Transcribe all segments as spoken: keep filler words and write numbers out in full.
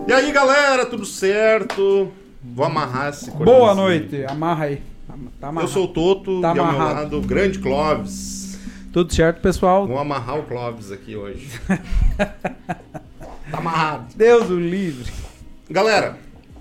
E aí, galera, tudo certo? Vou amarrar esse cordãozinho. Boa noite, amarra aí. Tá Eu sou o Toto tá e ao meu amarrado. lado o grande Clóvis. Tudo certo, pessoal? Vamos amarrar o Clóvis aqui hoje. Tá amarrado. Deus o livre. Galera,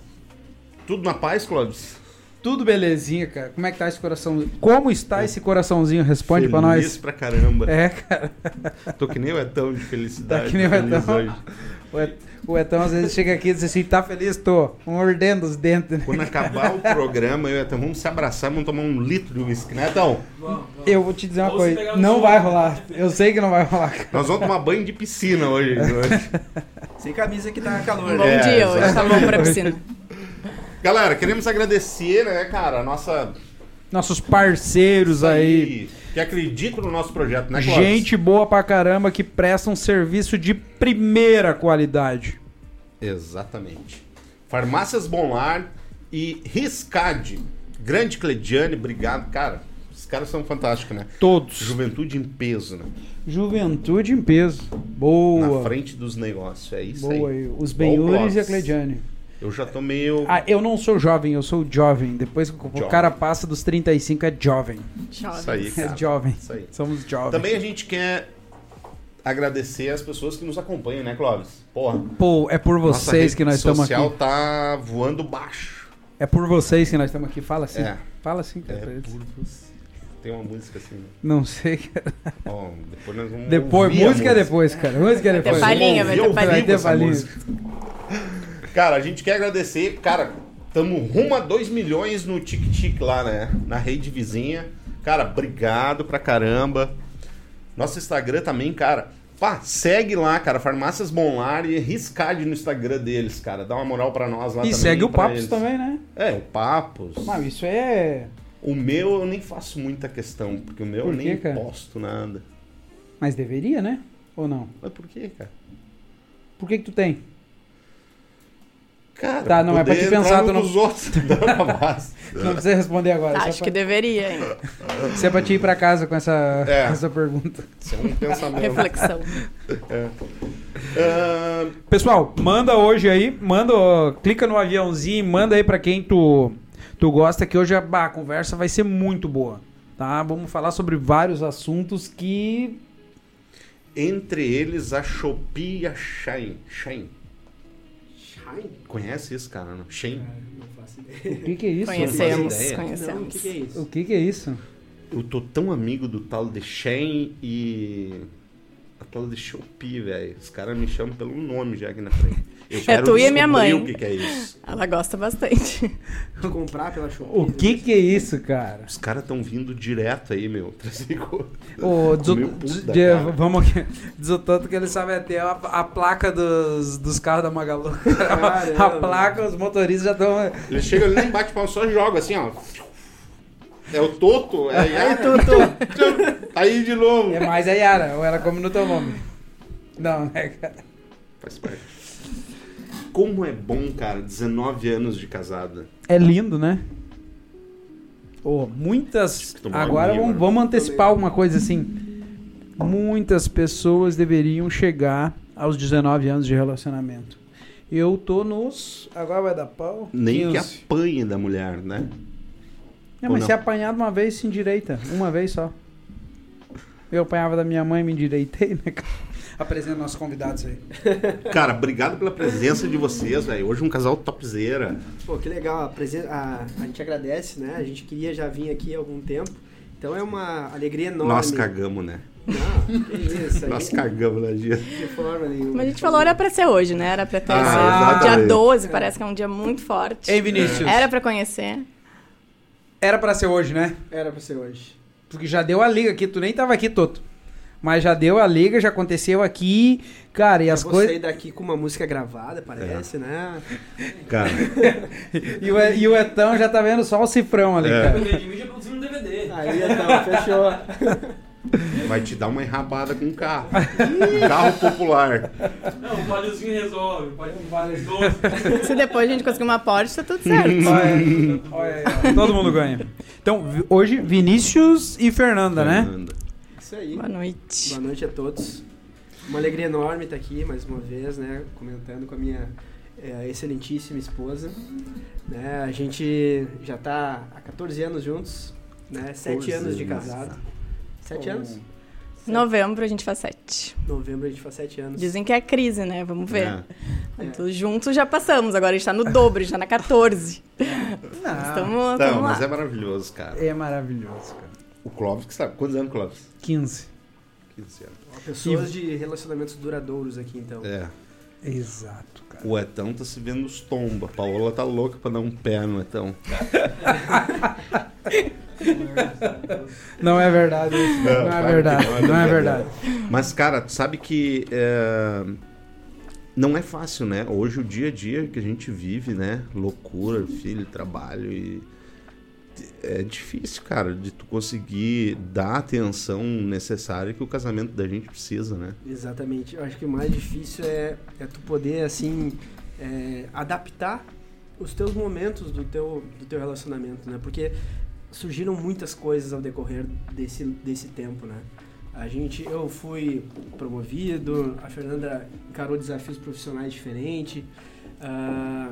tudo na paz, Clóvis? Tudo belezinha, cara. Como é que tá esse coraçãozinho? Como está esse coraçãozinho? Responde Feliz pra nós. Feliz pra caramba. É, cara. Tô que nem o Etão de felicidade. Tá que nem o feliz Etão. hoje. O Et- O Etão às vezes chega aqui e diz assim, tá feliz? Tô. Mordendo os dentes, né? Quando acabar o programa, eu e o Etão vamos se abraçar, vamos tomar um litro de uísque, né, Etão? Eu vou te dizer uma Ou se coisa. pegar no Não sol. vai rolar. Eu sei que não vai rolar, cara. Nós vamos tomar banho de piscina hoje. hoje. Sem camisa que tá calor. Bom É, dia hoje, tá bom pra piscina. Galera, queremos agradecer, né, cara, a nossa... Nossos parceiros aí. que acreditam no nosso projeto, né, Clóvis? Gente boa pra caramba que presta um serviço de primeira qualidade. Exatamente. Farmácias Bom Lar e Riscade. Grande Clediane, obrigado. Cara, os caras são fantásticos, né? Todos. Juventude em peso, né? Juventude em peso. Boa. Na frente dos negócios, é isso Boa aí. aí. Os Igual o Benhures e a Clóvis. Cleidiane. Eu já tô meio... Ah, eu não sou jovem, eu sou jovem. Depois que o Jovem. cara passa dos trinta e cinco é jovem. Isso aí, cara. É jovem. Isso aí. Somos jovens. Também a gente quer agradecer as pessoas que nos acompanham, né, Clóvis? Porra. Pô, é por Nossa vocês rede que nós estamos aqui. social tá voando baixo. É por vocês que nós estamos aqui. Fala assim. É. Fala assim, cara. É pra eles. por você. Tem uma música assim, né? Não sei, cara. Ó, depois nós vamos Depois, ouvir a música é depois, cara. Música é Vai ter depois. palhinha, vai ter Vamos ouvir ao palhinha. vivo Vai ter essa palhinha. música. Cara, a gente quer agradecer, cara, tamo rumo a dois milhões no Tic-Tic lá, né? Na rede vizinha. Cara, obrigado pra caramba. Nosso Instagram também, cara. Pá, segue lá, cara, Farmácias Bom Lar e Riscade no Instagram deles, cara. Dá uma moral pra nós lá E também. segue o pra Papos eles. também, né? É, o Papos. Não, isso é... O meu eu nem faço muita questão, porque o meu Por eu quê, nem cara? posto nada. Mas deveria, né? Ou não? Mas por quê, cara? Por que que tu tem? Cara, Tá, não, é pra poder te pensar, entrar tu no não- dos outros. Dá pra base. Não precisa responder agora. Tá, Isso é acho pra- que deveria, hein? Isso é pra te ir pra casa com essa, É. com essa pergunta. Isso é um pensamento. Reflexão. Ah, Pessoal, manda hoje aí, manda, ó, clica no aviãozinho, manda aí pra quem tu, tu gosta, que hoje a, bah, a conversa vai ser muito boa, tá? Vamos falar sobre vários assuntos que... entre eles, a Shopee e a Shein. Shein. Shine? Conhece isso, cara? Não? Shein? Não faço ideia. O que que é isso? Conhecemos, ideia. Não, o conhecemos. que, que é isso? O que que é isso? Eu tô tão amigo do tal de Shein e a tal de Shopee, velho. Os caras me chamam pelo nome já aqui na frente. Eu quero tu e a minha descobrir mãe. o que, que é isso. Ela gosta bastante. De comprar pela Shopee. O que que é isso, cara? Os caras estão vindo direto aí, meu. Trazer co- O, Tô deso- meio puto da de- cara. vamos aqui. Diz o tanto que ele sabe até a, a placa dos, dos carros da Magalu. A Caramba. placa, os motoristas já estão... Ele chega ali, nem bate palma, só joga assim, ó. É o Toto? É, Aí, é, Tutu. aí de novo. É mais a Yara, ou ela come no teu nome. Não, né, cara? Faz parte. Como é bom, cara, dezenove anos de casada. É lindo, né? Pô, muitas... que tomar Agora um vamos, livro. vamos antecipar alguma coisa assim. Muitas pessoas deveriam chegar aos dezenove anos de relacionamento. Eu tô nos... Agora vai dar pau. Nem que quinze. apanhe da mulher, né? Não, Ou mas não? se apanhado uma vez, se endireita. Uma vez só. Eu apanhava da minha mãe e me endireitei, né, cara? Apresenta nossos convidados aí. Cara, obrigado pela presença de vocês, velho. Hoje um casal topzera. Pô, que legal. A, presen- a, a gente agradece, né? A gente queria já vir aqui há algum tempo. Então é uma alegria enorme. Nós cagamos, né? Não, que isso. aí Nós cagamos na dia. De forma nenhuma. Mas a gente falou, era pra ser hoje, né? Era pra ter Ah, esse dia exatamente. doze, parece que é um dia muito forte. Ei, Vinícius. Era pra conhecer. Era pra ser hoje, né? Era pra ser hoje. Porque já deu a liga aqui. Tu nem tava aqui, Toto. Mas já deu a liga, já aconteceu aqui. Cara, e Eu as vou coisas... sair daqui com uma música gravada, parece, né? Cara, E o, e o Etão já tá vendo só o cifrão ali, É. cara. O Redmi já produziu um D V D. Aí, então, fechou. vai te dar uma enrabada com um carro. Um carro popular. Não, o paliozinho resolve. Pode vale doze. Se depois a gente conseguir uma Porsche, tá tudo certo. Olha, olha aí, ó. Todo mundo ganha. Então, vi- hoje, Vinícius e Fernanda, né? Fernanda. Isso aí. Boa noite. Boa noite a todos. Uma alegria enorme estar aqui mais uma vez, né? Comentando com a minha é a excelentíssima esposa. Né? A gente já está há catorze anos juntos, né? sete anos de casado. sete anos? Novembro a gente faz sete. Novembro a gente faz sete anos. Dizem que é crise, né? Vamos ver. É. Então, juntos já passamos, agora a gente tá no dobro, a gente tá na catorze. Não, Estamos Não, lá. mas é maravilhoso, cara. é maravilhoso, cara. O Clóvis, que sabe. Quantos anos, Clóvis? quinze. quinze anos. Pessoas de relacionamentos duradouros aqui, então. É. Exato, cara. O Etão tá se vendo os tombos. A Paola tá louca pra dar um pé no Etão. Não é verdade isso. Não, não é claro verdade. que não, é Não é verdade. verdade. Mas, cara, tu sabe que é, não é fácil, né? Hoje, o dia a dia que a gente vive, né? Loucura, filho, trabalho e... É difícil, cara, de tu conseguir dar a atenção necessária que o casamento da gente precisa, né? Exatamente. Eu acho que o mais difícil é, é tu poder, assim, é, adaptar os teus momentos do teu, do teu relacionamento, né? Porque surgiram muitas coisas ao decorrer desse, desse tempo, né? A gente, eu fui promovido, a Fernanda encarou desafios profissionais diferentes, uh,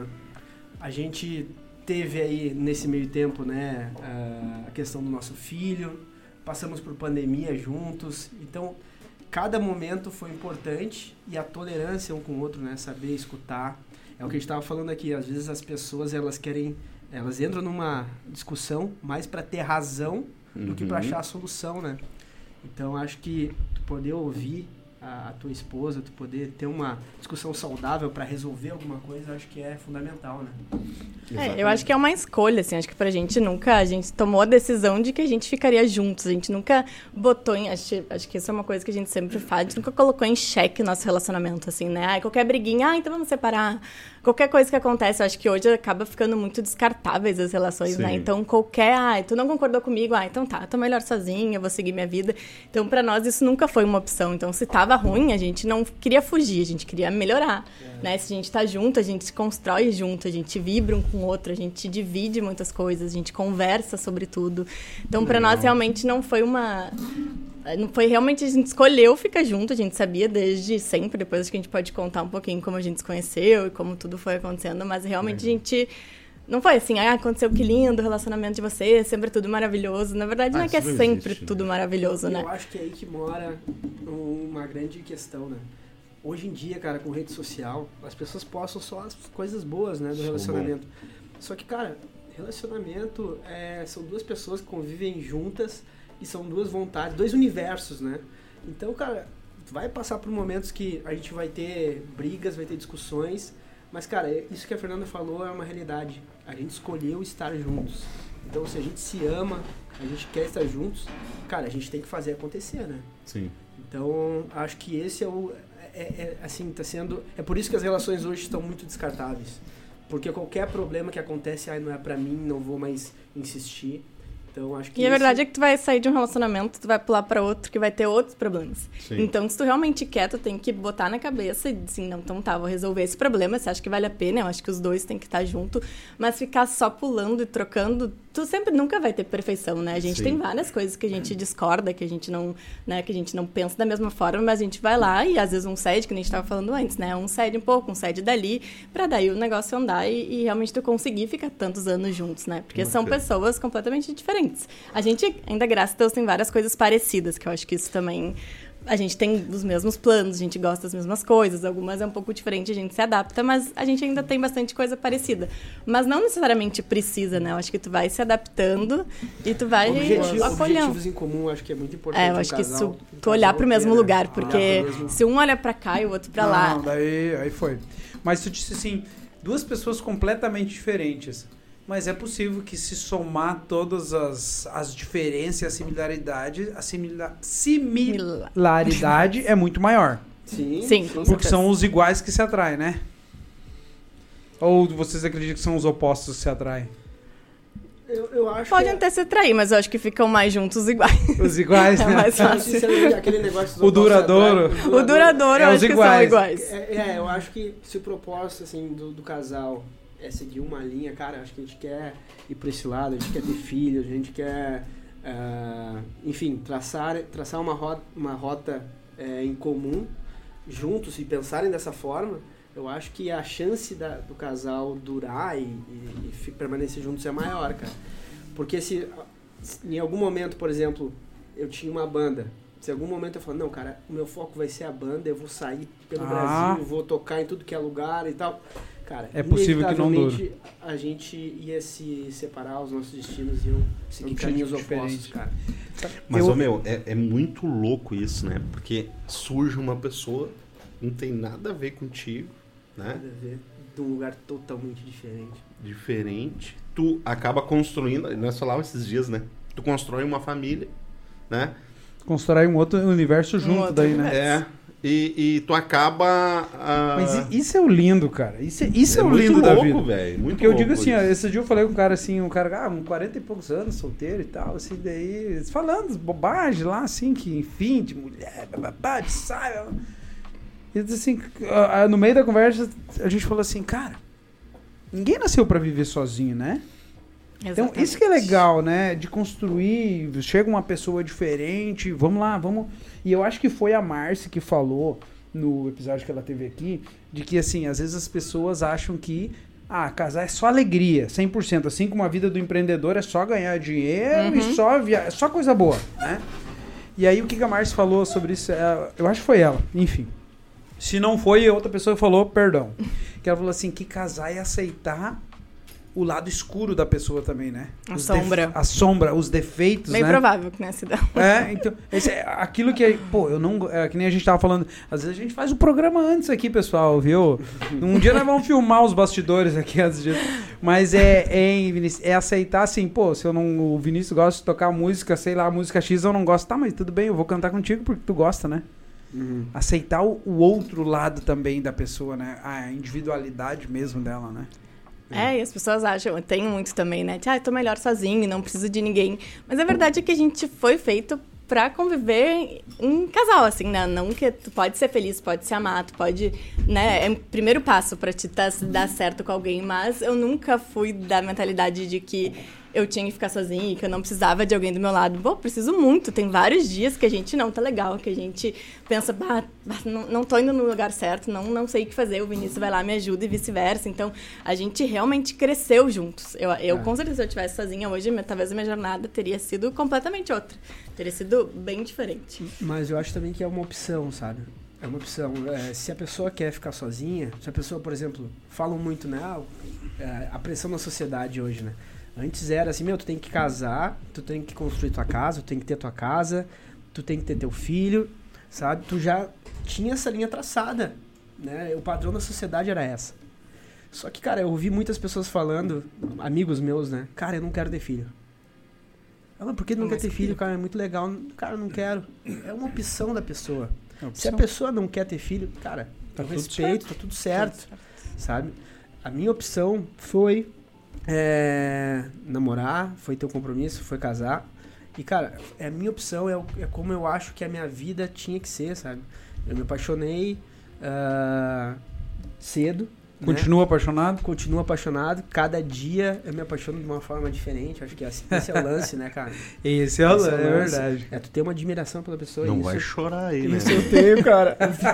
a gente teve aí nesse meio tempo, né, uh, a questão do nosso filho, passamos por pandemia juntos, então cada momento foi importante e a tolerância um com o outro, né, saber escutar, é o que a gente estava falando aqui, às vezes as pessoas elas querem, elas entram numa discussão mais para ter razão do que para achar a solução, né? Então acho que tu poder ouvir a, a tua esposa, tu poder ter uma discussão saudável para resolver alguma coisa, acho que é fundamental, né? É, eu acho que é uma escolha, assim, acho que pra gente nunca, a gente tomou a decisão de que a gente ficaria juntos, a gente nunca botou em, acho, acho que isso é uma coisa que a gente sempre faz, a gente nunca colocou em xeque o nosso relacionamento, assim, né, ah, qualquer briguinha, ah, então vamos separar, qualquer coisa que acontece, eu acho que hoje acaba ficando muito descartáveis as relações, Sim. né, então qualquer, ah, tu não concordou comigo, ah, então tá, eu tô melhor sozinha, eu vou seguir minha vida, então pra nós isso nunca foi uma opção, então se tava ruim, a gente não queria fugir, a gente queria melhorar, é. né, se a gente tá junto, a gente se constrói junto, a gente vibra um com o outro, a gente divide muitas coisas, a gente conversa sobre tudo. Então, para nós, realmente não foi uma... Não foi realmente... A gente escolheu ficar junto, a gente sabia desde sempre. Depois acho que a gente pode contar um pouquinho como a gente se conheceu e como tudo foi acontecendo. Mas, realmente, a gente... Não foi assim, ah, aconteceu que lindo o relacionamento de vocês, sempre tudo maravilhoso. Na verdade, não ah, é que é não sempre existe, tudo né? maravilhoso, né? Eu acho que é aí que mora uma grande questão, né? Hoje em dia, cara, com rede social, as pessoas postam só as coisas boas, né, do relacionamento. Só que, cara, relacionamento é, são duas pessoas que convivem juntas e são duas vontades, dois universos, né? Então, cara, vai passar por momentos que a gente vai ter brigas, vai ter discussões, mas, cara, isso que a Fernanda falou é uma realidade. A gente escolheu estar juntos. Então, se a gente se ama, a gente quer estar juntos, cara, a gente tem que fazer acontecer, né? Sim. Então, acho que esse é o... É, é, assim, tá sendo... É por isso que as relações hoje estão muito descartáveis. Porque qualquer problema que acontece, ah, não é pra mim, não vou mais insistir. Então, acho que E a isso... verdade é que tu vai sair de um relacionamento, tu vai pular pra outro que vai ter outros problemas. Sim. Então, se tu realmente quer, tu tem que botar na cabeça e dizer assim, não, então tá, vou resolver esse problema, você acha que vale a pena, eu acho que os dois têm que estar junto, mas ficar só pulando e trocando, tu sempre nunca vai ter perfeição, né? A gente Sim. tem várias coisas que a gente discorda, que a gente não, né, que a gente não pensa da mesma forma, mas a gente vai lá e às vezes um cede, que a gente tava falando antes, né? Um cede um pouco, um cede dali, pra daí o negócio andar e, e realmente tu conseguir ficar tantos anos juntos, né? Porque são Bacana. pessoas completamente diferentes. A gente, ainda graças a Deus, tem várias coisas parecidas, que eu acho que isso também... A gente tem os mesmos planos, a gente gosta das mesmas coisas, algumas é um pouco diferente, a gente se adapta, mas a gente ainda tem bastante coisa parecida. Mas não necessariamente precisa, né? Eu acho que tu vai se adaptando e tu vai Objetivo, acolhendo. objetivos em comum, acho que é muito importante. É, eu um acho que casal, isso, um tu casal olhar pro mesmo ter, né? lugar, Olhar porque pro mesmo- se um olha pra cá e o outro pra não, lá... Não, daí aí foi. Mas tu disse assim, duas pessoas completamente diferentes. Mas é possível que se somar todas as, as diferenças e a similaridade, a simila, similaridade é muito maior. Sim, Sim, sim. com Porque certeza. são os iguais que se atraem, né? Ou vocês acreditam que são os opostos que se atraem? Eu, eu acho Podem que até se trair, mas eu acho que ficam mais juntos iguais. Os iguais, É né? mais é, fácil. sinceramente, aquele negócio O duradouro. O duradouro, eu É acho os que são iguais. iguais. É, é, eu acho que se o propósito assim, do, do casal é seguir uma linha, cara, acho que a gente quer ir por esse lado, a gente quer ter filhos, a gente quer, uh, enfim, traçar, traçar uma rota, uma rota é, em comum, juntos e pensarem dessa forma, eu acho que a chance da, do casal durar e, e, e permanecer juntos é maior, cara. Porque se, se em algum momento, por exemplo, eu tinha uma banda, se em algum momento eu falo, não, cara, o meu foco vai ser a banda, eu vou sair pelo Ah. Brasil, vou tocar em tudo que é lugar e tal. Cara, É possível que não inevitavelmente, a gente ia se separar, os nossos destinos iam seguir Um caminhos caminho opostos, diferente. cara. Mas, Eu- ô, meu, é, é muito louco isso, né? Porque surge uma pessoa, não tem nada a ver contigo, né? Nada a ver, de um lugar totalmente diferente. Diferente. Tu acaba construindo, nós falávamos esses dias, né? Tu constrói uma família, né? Constrói um outro universo junto outro daí, né? universo. É. E, e tu acaba... ah, Mas i- isso é o lindo, cara. Isso é, isso é, o muito lindo da louco, vida. velho. Muito Porque eu digo louco assim, ó, isso. esse dia eu falei com um cara assim, um cara, ah, um quarenta e poucos anos, solteiro e tal, assim, daí, falando bobagem lá, assim, que, enfim, de mulher, bababá, de saia. E assim, ah, ah, no meio da conversa, a gente falou assim, cara, ninguém nasceu pra viver sozinho, né? Então, Exatamente. isso que é legal, né? De construir, chega uma pessoa diferente, vamos lá, vamos... E eu acho que foi a Márcia que falou no episódio que ela teve aqui, de que, assim, às vezes as pessoas acham que, ah, casar é só alegria, cem por cento. Assim como a vida do empreendedor é só ganhar dinheiro e Uhum. só, via... é só coisa boa, né? E aí, o que que a Márcia falou sobre isso? É, eu acho que foi ela, enfim. Se não foi, outra pessoa falou, perdão. Que ela falou assim, que casar é aceitar o lado escuro da pessoa também, né? A Os sombra. A sombra, os defeitos, Bem né? provável que nessa idade. É, então, esse é aquilo que, é- pô, eu não, é, que nem a gente tava falando, às vezes a gente faz o programa antes aqui, pessoal, viu? Um dia nós vamos filmar os bastidores aqui antes disso, mas é, é, hein, Vinícius, é aceitar assim, pô, se eu não, o Vinícius gosta de tocar música, sei lá, música X, eu não gosto, tá, mas tudo bem, eu vou cantar contigo porque tu gosta, né? Uhum. Aceitar o, o outro lado também da pessoa, né? A individualidade mesmo dela, né? É, e as pessoas acham, eu tenho muito também, né? De, ah, eu tô melhor sozinho, não preciso de ninguém. Mas a verdade é que a gente foi feito pra conviver em casal, assim, né? Não que tu pode ser feliz, pode se amar, tu pode, né? É o primeiro passo pra te tá, dar certo com alguém, mas eu nunca fui da mentalidade de que eu tinha que ficar sozinha, que eu não precisava de alguém do meu lado. Pô, preciso muito. Tem vários dias que a gente não tá legal, que a gente pensa, bah, bah, não, não tô indo no lugar certo, não, não sei o que fazer, o Vinícius vai lá, me ajuda e vice-versa. Então, a gente realmente cresceu juntos. Eu, eu É. com certeza, se eu estivesse sozinha hoje, minha- talvez a minha jornada teria sido completamente outra. Teria sido bem diferente. Mas eu acho também que é uma opção, sabe? É uma opção. É, se a pessoa quer ficar sozinha, se a pessoa, por exemplo, falam muito, né? Ah, é, a pressão da sociedade hoje, né? Antes era assim, meu, tu tem que casar, tu tem que construir tua casa, tu tem que ter tua casa, tu tem que ter teu filho, sabe? Tu já tinha essa linha traçada, né? O padrão da sociedade era essa. Só que, cara, eu ouvi muitas pessoas falando, amigos meus, né? Cara, eu não quero ter filho. Ah, mas por que tu não Mas quer ter que- filho, cara? É muito legal. Cara, eu não quero. É uma opção da pessoa. É Se a opção. pessoa não quer ter filho, cara, Tá eu tudo respeito, tá tudo certo, sabe? A minha opção foi é, namorar, foi ter um compromisso, foi casar. E, cara, é a minha opção, é, o- é como eu acho que a minha vida tinha que ser, sabe? Eu me apaixonei ah, cedo. né? Continua apaixonado? Continuo apaixonado. Cada dia eu me apaixono de uma forma diferente. Acho que esse esse é o lance, né, cara? Esse é, o, Esse é, o lance. verdade. É tu ter uma admiração pela pessoa. Não e vai isso, chorar aí, né? isso eu tenho, cara.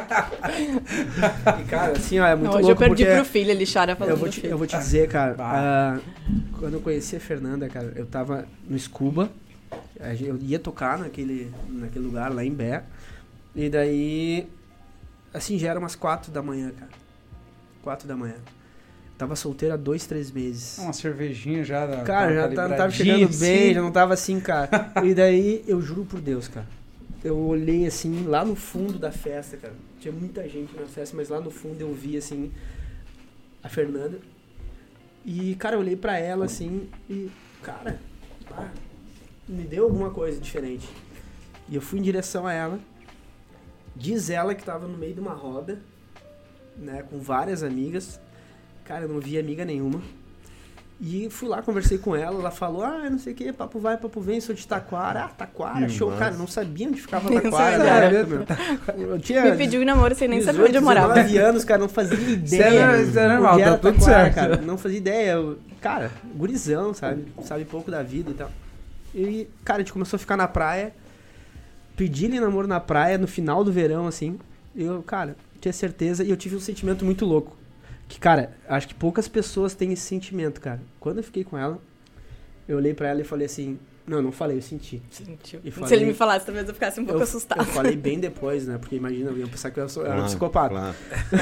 E, cara, assim, ó, é muito Não, hoje eu louco perdi porque pro filho, ele chora falando eu vou, do te, filho. eu vou te dizer, cara, Bah. ah, quando eu conheci a Fernanda, cara, eu tava no Scuba, a gen- eu ia tocar naquele, naquele lugar lá em Bé, e daí, assim, já era umas quatro da manhã, cara. Quatro da manhã. Tava solteiro há dois, três meses. Uma cervejinha já. Da, Cara, já tá, não tava chegando bem, já não tava assim, cara. E daí, eu juro por Deus, cara. Eu olhei assim, lá no fundo da festa, cara. Tinha muita gente na festa, mas lá no fundo eu vi, assim, a Fernanda. E, cara, eu olhei pra ela, assim, e, cara, pá, me deu alguma coisa diferente. E eu fui em direção a ela. Diz ela que tava no meio de uma roda, né, com várias amigas. Cara, eu não vi amiga nenhuma. E fui lá, conversei com ela, ela falou, ah, não sei o que, papo vai, papo vem, sou de Taquara. Ah, Taquara, Que show. massa. Cara, não sabia onde ficava Não Taquara na sabia. época, meu. Eu tinha Me pediu em namoro sem nem saber dezoito, onde eu morava. dezenove anos, cara, não fazia ideia. é- isso é normal, onde tá era tudo Taquara, certo. cara, não fazia ideia. Eu- cara, gurizão, sabe? Sabe pouco da vida e tal. E, cara, a gente começou a ficar na praia, pedi ele namoro na praia no final do verão, assim. E eu, cara, ter certeza, e eu tive um sentimento muito louco. Que, cara, acho que poucas pessoas têm esse sentimento, cara. Quando eu fiquei com ela, eu olhei pra ela e falei assim... Não, não falei, eu senti. Sentiu. E Se falei- ele me falasse, talvez eu ficasse um pouco eu, assustada. eu falei bem depois, né? Porque imagina, eu ia pensar que eu sou, eu era um Claro, psicopata. claro.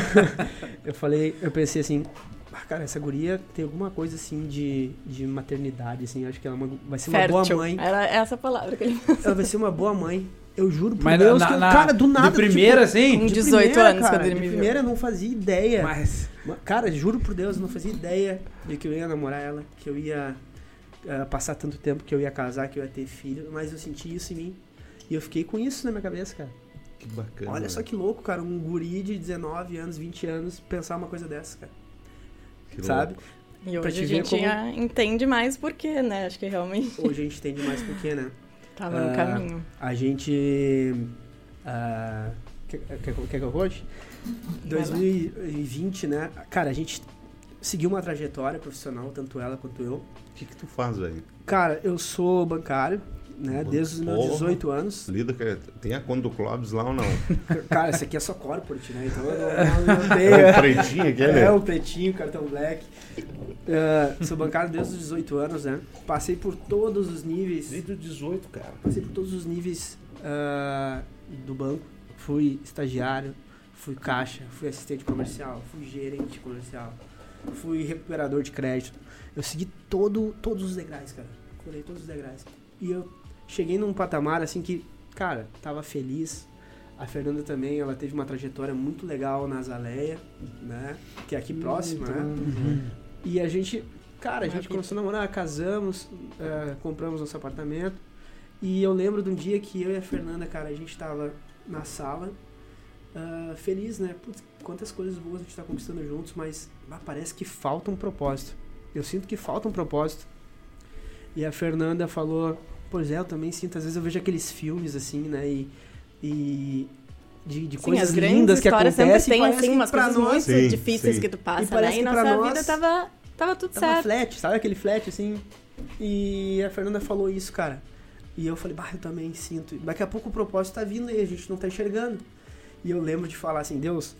Eu falei, eu pensei assim... Ah, cara, essa guria tem alguma coisa assim de, de maternidade, assim. Acho que ela é uma- vai ser uma Fértil. boa mãe. Era essa palavra que ele... Ela vai ser uma boa mãe. Eu juro por Mas Deus na- que eu, na- cara, do nada... de primeira, assim? Com de dezoito primeira, anos, cara, quando ele de me viu. primeira eu não fazia ideia. Mas... Ma- Cara, juro por Deus, eu não fazia ideia de que eu ia namorar ela, que eu ia eh, passar tanto tempo, que eu ia casar, que eu ia ter filho, mas eu senti isso em mim. E eu fiquei com isso na minha cabeça, cara. Que bacana. Olha só que louco, cara, um guri de dezenove anos, vinte anos, pensar uma coisa dessa, cara. Que Sabe? E Pra hoje te a ver gente como- já entende mais porquê, né? Acho que realmente Hoje a gente entende mais por quê, né? tava no Ah, caminho. A gente... ah, quer, quer, quer que eu conte? dois mil e vinte, né? Cara, a gente seguiu uma trajetória profissional, tanto ela quanto eu. O que que tu faz, velho? Cara, eu sou bancário, né? Banco- Desde os meus Porra. dezoito anos. Lida com... Tem a conta do Clóvis lá ou não? Cara, esse aqui é só corporate, né? Então eu não, não, não É tenho... o pretinho aquele? É, o pretinho, cartão black. Ah, sou bancário desde os dezoito anos, né? Passei por todos os níveis. Desde os dezoito, cara. Passei por todos os níveis ah, do banco. Fui estagiário, fui caixa, fui assistente comercial, fui gerente comercial, fui recuperador de crédito. Eu segui todo, todos os degraus, cara. Colei todos os degraus. E eu cheguei num patamar assim que, cara, tava feliz. A Fernanda também, ela teve uma trajetória muito legal na Azaleia, né? Que é aqui próxima, né? E a gente, cara, a gente começou a namorar, casamos, eh, compramos nosso apartamento. E eu lembro de um dia que eu e a Fernanda, cara, a gente tava na sala, ah, feliz, né? Putz, quantas coisas boas a gente tá conquistando juntos, mas ah, parece que falta um propósito. Eu sinto que falta um propósito. E a Fernanda falou, pois é, eu também sinto, às vezes eu vejo aqueles filmes assim, né? E, e de, de Sim, coisas as grandes lindas que histórias sempre acontecem. tem, parece assim, que umas pra coisas nós muito Sim, difíceis sim. que tu passa, E parece né? E que pra nossa nós vida tava, tava tudo tava certo. flat, sabe aquele flat assim? E a Fernanda falou isso, cara. E eu falei, bah, eu também sinto. Daqui a pouco o propósito tá vindo e a gente não tá enxergando. E eu lembro de falar assim, Deus,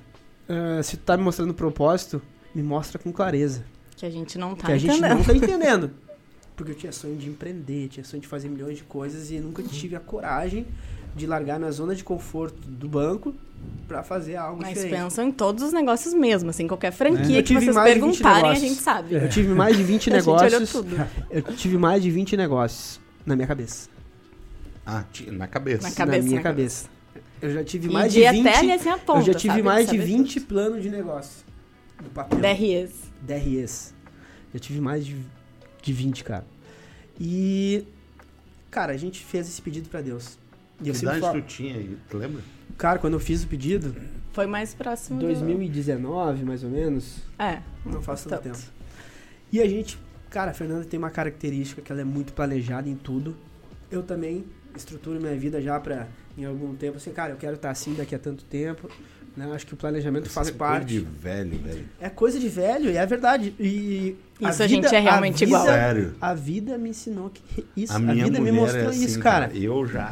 ah, se tu tá me mostrando o propósito, me mostra com clareza. Que a gente não tá que a gente entendendo. não tá entendendo. Porque eu tinha sonho de empreender, tinha sonho de fazer milhões de coisas e nunca tive a coragem de largar na zona de conforto do banco pra fazer algo Mas diferente. pensam em todos os negócios mesmo, assim, qualquer franquia Eu que tive vocês mais de vinte perguntarem, a negócios. gente sabe. Eu tive mais de vinte A gente olhou negócios. tudo. Eu tive mais de vinte negócios na minha cabeça. Ah, ti- na cabeça. Na cabeça, na minha na cabeça. Eu já tive E mais de de até vinte. ali assim a ponta, Eu já tive sabe? mais de Saber vinte planos de negócio no papel. tudo. D R Es. D R Es. Já tive mais de, de vinte, cara. E, cara, a gente fez esse pedido pra Deus. E Que eu sempre idade falo, tu tinha aí? Tu lembra? cara, quando eu fiz o pedido, Foi mais próximo dois mil e dezenove, mais ou menos, do... É, não faz tanto tanto. tempo. E a gente, cara, a Fernanda tem uma característica que ela é muito planejada em tudo. Eu também estruturo minha vida já pra, em algum tempo, assim, cara, eu quero estar assim daqui a tanto tempo. Né? Acho que o planejamento faz Isso é coisa parte. de velho, velho. É coisa de velho, e é verdade. E Isso a gente é realmente a vida, igual. Sério. A vida me ensinou que isso. A A, minha vida me mulher mostrou é assim, isso, cara. Eu já.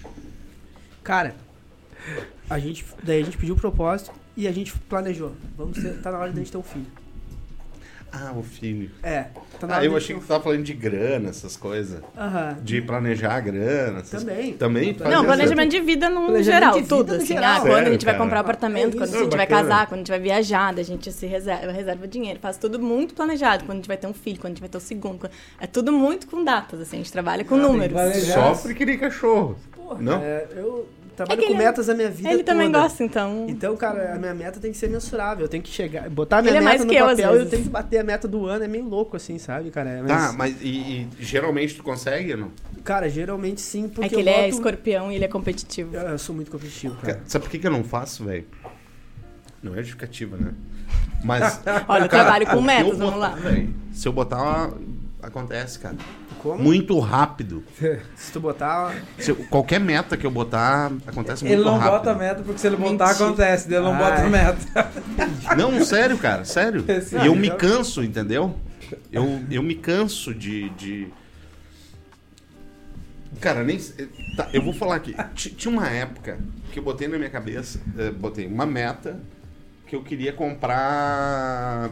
Cara, a gente, daí a gente pediu o propósito e a gente planejou. Vamos ter, tá na hora de a gente ter um filho. Ah, o filho. É, tá na Ah, hora eu de a gente achei ter que um tu tava falando de grana, essas coisas. filho. Aham. De planejar a grana. Essas... Também. Também? Não, Não, fazia planejamento de vida no Planejamento geral, de vida tudo, no assim. geral. Ah, quando a Sério, gente vai cara? comprar apartamento, É quando isso. a gente Não, vai bacana. casar, quando a gente vai viajar, a gente se reserva, reserva dinheiro, faz tudo muito planejado. Quando a gente vai ter um filho, quando a gente vai ter o segundo. quando- É tudo muito com datas, assim, a gente trabalha com Ah, tem que números. planejar. Só porque queria cachorro. Porra, Não? é, eu trabalho É que com ele- metas a minha vida Ele também toda. gosta, então... Então, cara, a minha meta tem que ser mensurável. Eu tenho que chegar, botar a minha Ele é meta mais no que eu, às papel e eu vezes. tenho que bater a meta do ano. É meio louco, assim, sabe, cara? É, Tá, mas e, e geralmente tu consegue ou não? Cara, geralmente sim, porque É que eu ele é boto- escorpião e ele é competitivo. Eu, eu sou muito competitivo, cara. Cara, sabe por que, que eu não faço, velho? Não é justificativa, né? Mas. Olha, eu cara, trabalho com o que metas, eu vamos botar, lá. véi, se eu botar uma... Acontece, cara. Como? Muito rápido. Se tu botar... Se eu- qualquer meta que eu botar, acontece muito Ele não rápido. bota meta porque se ele botar, Mentira. acontece. Ele não Ah, bota é. meta. Não, sério, cara, sério. Sim. E eu me então- canso, entendeu? Eu, eu me canso de, de. Cara, nem. Tá, eu vou falar aqui. T- Tinha uma época que eu botei na minha cabeça, eh, botei uma meta que eu queria comprar.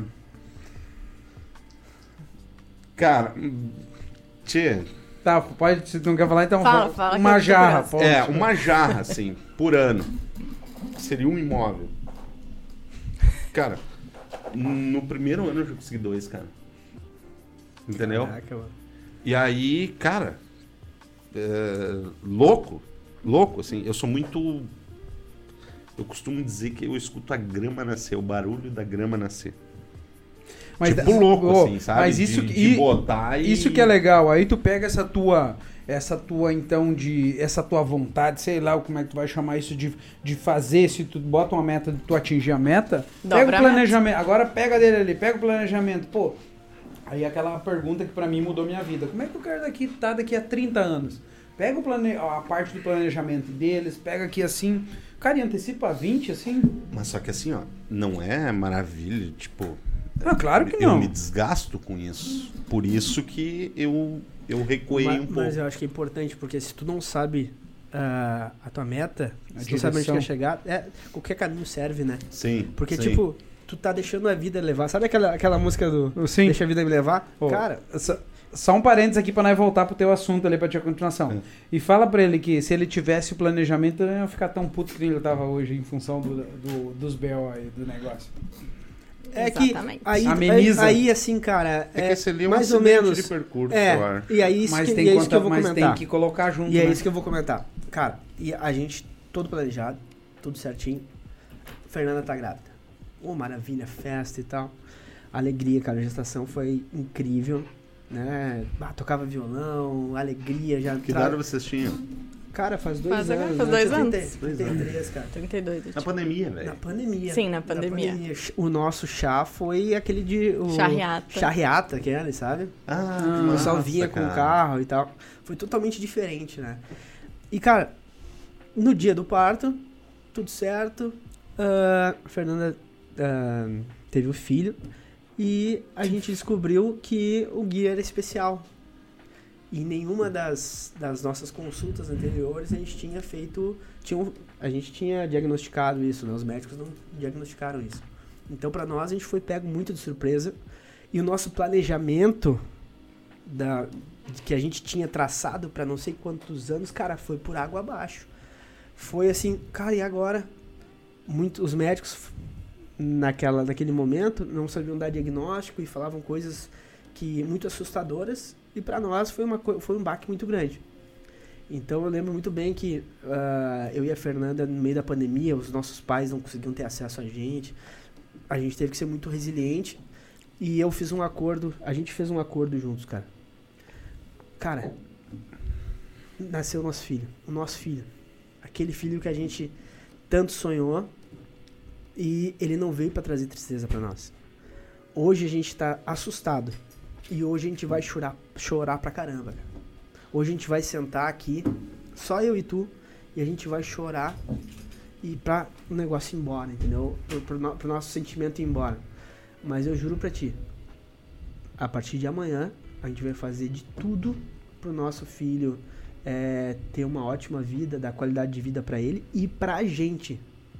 Cara, hum, tchê, Tá, pode, se tu não quer falar, então Fala, fala. fala que Uma eu tô jarra, curiosa. pode. é, uma jarra, assim, por ano. Seria um imóvel. Cara, no primeiro ano eu já consegui dois, cara. Entendeu? Caraca, mano. E aí, cara, é, louco, louco, assim, eu sou muito... Eu costumo dizer que eu escuto a grama nascer, o barulho da grama nascer. Mas, tipo, louco, ô, assim, sabe? Mas isso, de, que- de botar e... isso que é legal. Aí tu pega essa tua, essa tua, então, de... Essa tua vontade, sei lá como é que tu vai chamar isso, de, de fazer, se tu bota uma meta, de tu atingir a meta, Dobra pega a o planejamento. Agora pega dele ali, pega o planejamento. Pô, aí aquela pergunta que pra mim mudou minha vida. Como é que eu quero daqui, tá daqui a trinta anos? Pega o plane... a parte do planejamento deles, pega aqui assim... Cara, e antecipa a vinte, assim? Mas só que assim, ó, não é maravilha, tipo... Ah, claro que Eu não. me desgasto com isso. Por isso que eu, eu recuei mas, um pouco. mas eu acho que é importante, porque se tu não sabe ah, a tua meta, A se tu não sabe onde direção. quer chegar, é, qualquer caminho serve, né? Sim, Porque, sim. tipo, tu tá deixando a vida levar. Sabe aquela, aquela música do Sim. Deixa a Vida Me Levar? Ô, Cara, Só, só um parênteses aqui pra nós voltar pro teu assunto ali, pra tia continuação. É. E fala pra ele que se ele tivesse o planejamento, ele não ia ficar tão puto que ele tava hoje em função do, do- dos B O aí, do negócio. é que Exatamente. aí, aí, Ameniza. aí, assim, cara, É, é, que esse ali é um mais ou acidente menos de percurso, é, eu acho. e aí isso Mas, que, tem, e é isso conta- que eu vou mas comentar. tem que colocar junto, E é né? isso que eu vou comentar. Cara, e a gente, todo planejado, tudo certinho. Fernanda tá grávida. Ô, maravilha, festa e tal. Alegria, cara, a gestação foi incrível, né? Ah, tocava violão, alegria, já... Que tra- idade vocês tinham? Cara, faz dois Faz agora, anos. faz né? dois trinta, anos. trinta e três, cara. trinta e dois. Na tipo, pandemia, Na velho. pandemia. Sim, na pandemia. O nosso chá foi aquele de... O Charreata. Charreata, que era, sabe? Ah, O pessoal nossa, vinha com o cara. carro e tal. Foi totalmente diferente, né? E, cara, no dia do parto, tudo certo. ah, a Fernanda ah, teve o filho. E a gente descobriu que o Gui era especial. E em nenhuma das, das nossas consultas anteriores a gente tinha feito... Tinha, um- a gente tinha diagnosticado isso, né? Os médicos não diagnosticaram isso. Então, pra nós, a gente foi pego muito de surpresa. E o nosso planejamento da, que a gente tinha traçado pra não sei quantos anos, cara, foi por água abaixo. Foi assim, cara, e agora? Muito, os médicos, naquela, naquele momento, não sabiam dar diagnóstico e falavam coisas que muito assustadoras. E pra nós foi, uma, co- foi um baque muito grande. Então eu lembro muito bem que ah, eu e a Fernanda, no meio da pandemia, os nossos pais não conseguiam ter acesso a gente. A gente teve que ser muito resiliente. E eu fiz um acordo, a gente fez um acordo juntos, cara. Cara, nasceu o nosso filho, o nosso filho. Aquele filho que a gente tanto sonhou e ele não veio pra trazer tristeza pra nós. Hoje a gente tá assustado e hoje a gente vai chorar, chorar pra caramba, cara. Hoje a gente vai sentar aqui, só eu e tu, e a gente vai chorar e pra o negócio ir embora, entendeu? Pro, pro, no- pro nosso sentimento ir embora. Mas eu juro pra ti, a partir de amanhã, a gente vai fazer de tudo pro nosso filho é, ter uma ótima vida, dar qualidade de vida pra ele e pra gente.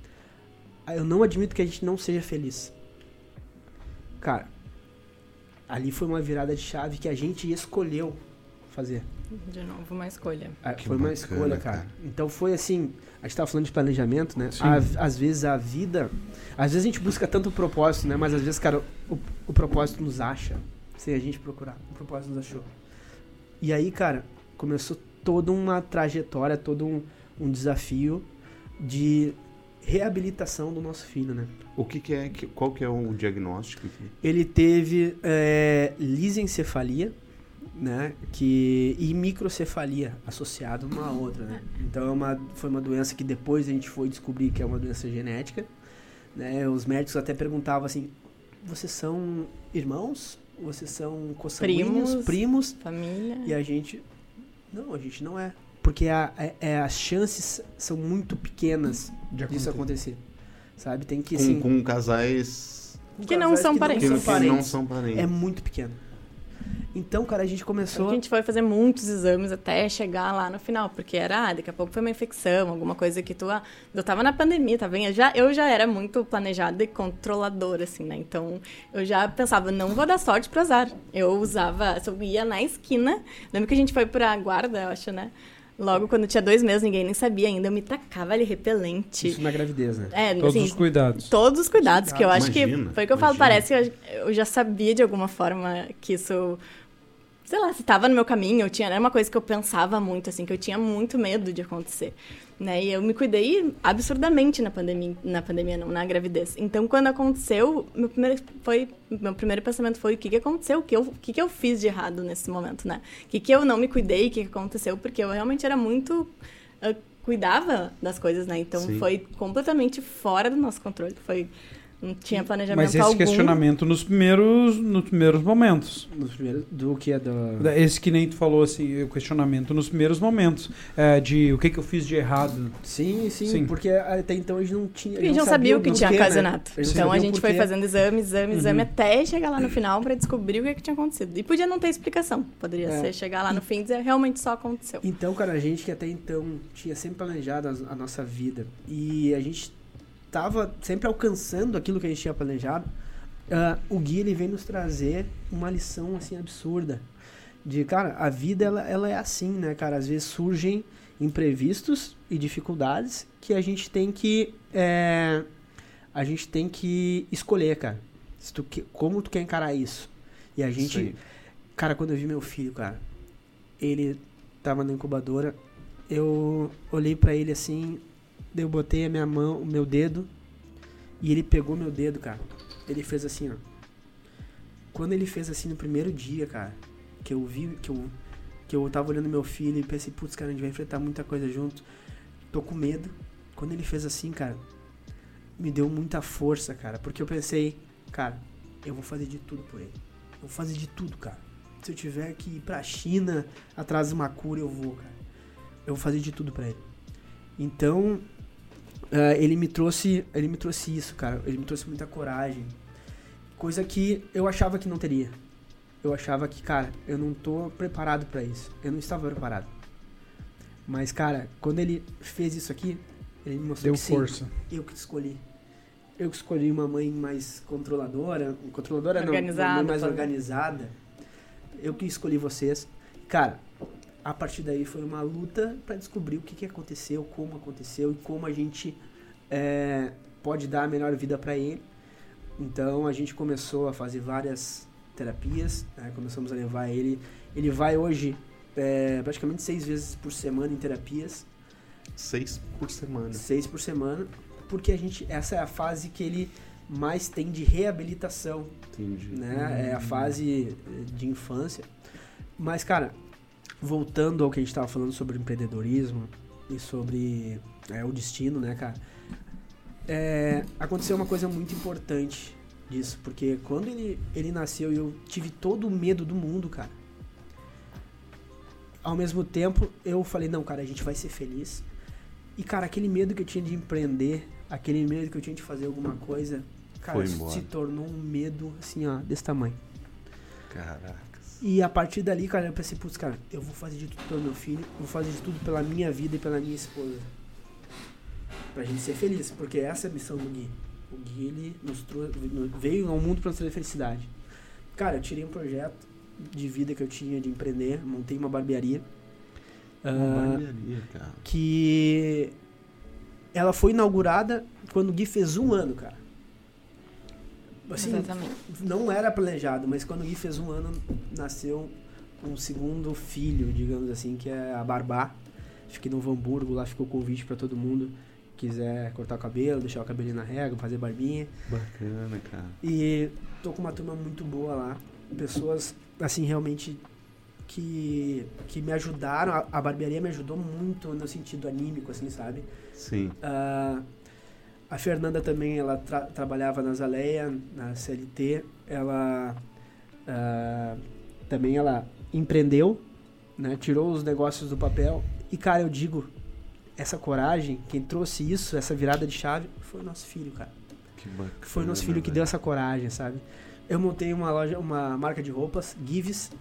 Eu não admito que a gente não seja feliz. Cara, ali foi uma virada de chave que a gente escolheu fazer. De novo, uma escolha. Ah, Que foi uma bacana, escolha, cara. cara. Então foi assim, a gente tava falando de planejamento, né? Sim. A- às vezes a vida, às vezes a gente busca tanto o propósito, né? Mas às vezes, cara, o, o propósito nos acha, sem a gente procurar. O propósito nos achou. E aí, cara, começou toda uma trajetória, todo um, um desafio de reabilitação do nosso filho, né? O que, que é, que, qual que é o diagnóstico aqui? Ele teve é, lisencefalia, né, que, e microcefalia associado uma à outra, né? Então é uma, foi uma doença que depois a gente foi descobrir que é uma doença genética, né? Os médicos até perguntavam assim, vocês são irmãos? Vocês são consanguíneos? Primos. Primos? Família. E a gente, não, a gente não é. Porque a, é- é, as chances são muito pequenas De disso acontecer. acontecer, sabe? Tem que, Com, assim... com casais com Que não casais são que, parentes. que São não parentes. são parentes. É muito pequeno. Então, cara, a gente começou... A gente foi fazer muitos exames até chegar lá no final, porque era, ah, daqui a pouco foi uma infecção, alguma coisa que tu... Ah, eu tava na pandemia, tá vendo? Eu já, eu já era muito planejada e controladora, assim, né? Então, eu já pensava, não vou dar sorte pro azar. Eu usava... Eu ia na esquina. Lembro que a gente foi pra guarda, eu acho, né? Logo, quando tinha dois meses, ninguém nem sabia ainda. Eu me tacava ali repelente. Isso na gravidez, né? É, Todos assim, os cuidados. Todos os cuidados, que eu acho Imagina, que... Foi o que eu falo, imagina. parece que eu, eu já sabia de alguma forma que isso... Sei lá, se tava no meu caminho, eu tinha... Era uma coisa que eu pensava muito, assim, que eu tinha muito medo de acontecer, né? E eu me cuidei absurdamente na pandemia, na pandemia não, na gravidez. Então, quando aconteceu, meu primeiro, foi, meu primeiro pensamento foi o que que aconteceu, o que eu, o que que eu fiz de errado nesse momento, né? O que que eu não me cuidei, o que que aconteceu, porque eu realmente era muito... Eu cuidava das coisas, né? Então, Sim. foi completamente fora do nosso controle, foi... Não tinha planejamento Mas esse algum. questionamento nos primeiros, nos primeiros momentos. Nos primeiros, do que é do... Esse que nem tu falou, assim, o questionamento nos primeiros momentos. É, de o que, que eu fiz de errado. Sim, sim, Sim. porque até então a gente não tinha... A gente não sabia o que tinha porquê, ocasionado. né? A gente Então sabia a o gente foi porquê. fazendo exame, exame, exame, Uhum. até chegar lá no final pra descobrir o que, que tinha acontecido. E podia não ter explicação. Poderia É. ser chegar lá no fim e dizer realmente só aconteceu. Então, cara, a gente que até então tinha sempre planejado a, a nossa vida e a gente tava sempre alcançando aquilo que a gente tinha planejado, uh, o Gui, ele vem nos trazer uma lição, assim, absurda. De, cara, a vida, ela, ela é assim, né, cara? Às vezes surgem imprevistos e dificuldades que a gente tem que... É, a gente tem que escolher, cara. Se tu, que- como tu quer encarar isso. E a Isso gente... aí. Cara, quando eu vi meu filho, cara, ele tava na incubadora, eu olhei pra ele assim, daí eu botei a minha mão, o meu dedo, e ele pegou meu dedo, cara. Ele fez assim, ó. Quando ele fez assim no primeiro dia, cara, que eu vi, que eu, que eu tava olhando meu filho e pensei, putz, cara, a gente vai enfrentar muita coisa junto. Tô com medo. Quando ele fez assim, cara, me deu muita força, cara, porque eu pensei, cara, eu vou fazer de tudo por ele. Eu vou fazer de tudo, cara. Se eu tiver que ir pra China atrás de uma cura, eu vou, cara. Eu vou fazer de tudo pra ele. Então, uh, ele me trouxe, ele me trouxe isso, cara. Ele me trouxe muita coragem. Coisa que eu achava que não teria. Eu achava que, cara, eu não tô preparado pra isso. Eu não estava preparado. Mas, cara, quando ele fez isso aqui, ele me mostrou Deu que sim, força. eu que escolhi. Eu que escolhi uma mãe mais controladora, controladora não, uma Organizada, mãe mais toda. organizada. Eu que escolhi vocês. Cara, a partir daí foi uma luta pra descobrir o que, que aconteceu, como aconteceu e como a gente é, pode dar a melhor vida pra ele. Então a gente começou a fazer várias terapias, né? Começamos a levar ele. Ele vai hoje é, praticamente seis vezes por semana em terapias. Seis por semana. Seis por semana, porque a gente, essa é a fase que ele mais tem de reabilitação, Entendi. né? É a fase de infância. Mas, cara, voltando ao que a gente estava falando sobre empreendedorismo e sobre é, o destino, né, cara? É, aconteceu uma coisa muito importante disso, porque quando ele, ele nasceu, eu tive todo o medo do mundo, cara. Ao mesmo tempo, eu falei, não, cara, a gente vai ser feliz. E, cara, aquele medo que eu tinha de empreender, aquele medo que eu tinha de fazer alguma coisa, cara, Foi isso embora. se tornou um medo, assim, ó, desse tamanho. Caracas. E a partir dali, cara, eu pensei, putz, cara, eu vou fazer de tudo pelo meu filho, vou fazer de tudo pela minha vida e pela minha esposa. Pra gente ser feliz, porque essa é a missão do Gui. O Gui, ele nos trouxe, veio ao mundo pra nos trazer felicidade. Cara, eu tirei um projeto de vida que eu tinha de empreender, montei uma barbearia. Uma Ah, barbearia, cara. que ela foi inaugurada quando o Gui fez um ano, cara. Assim, Exatamente. não era planejado, mas quando o Gui fez um ano, nasceu um segundo filho, digamos assim, que é a Barbá. Fiquei no Novo Hamburgo, lá ficou o convite pra todo mundo que quiser cortar o cabelo, deixar o cabelinho na régua, fazer barbinha. Bacana, cara. E tô com uma turma muito boa lá. Pessoas, assim, realmente que, que me ajudaram. A, a barbearia me ajudou muito no sentido anímico, assim, sabe? Sim. Ah, a Fernanda também, ela tra- trabalhava na Zaleia, na C L T. Ela ah, também ela empreendeu, né? Tirou os negócios do papel. E, cara, eu digo, essa coragem, quem trouxe isso, essa virada de chave, foi o nosso filho, cara. Que bacana. Foi o nosso filho que deu essa coragem, sabe? Eu montei uma loja, uma marca de roupas, Gives,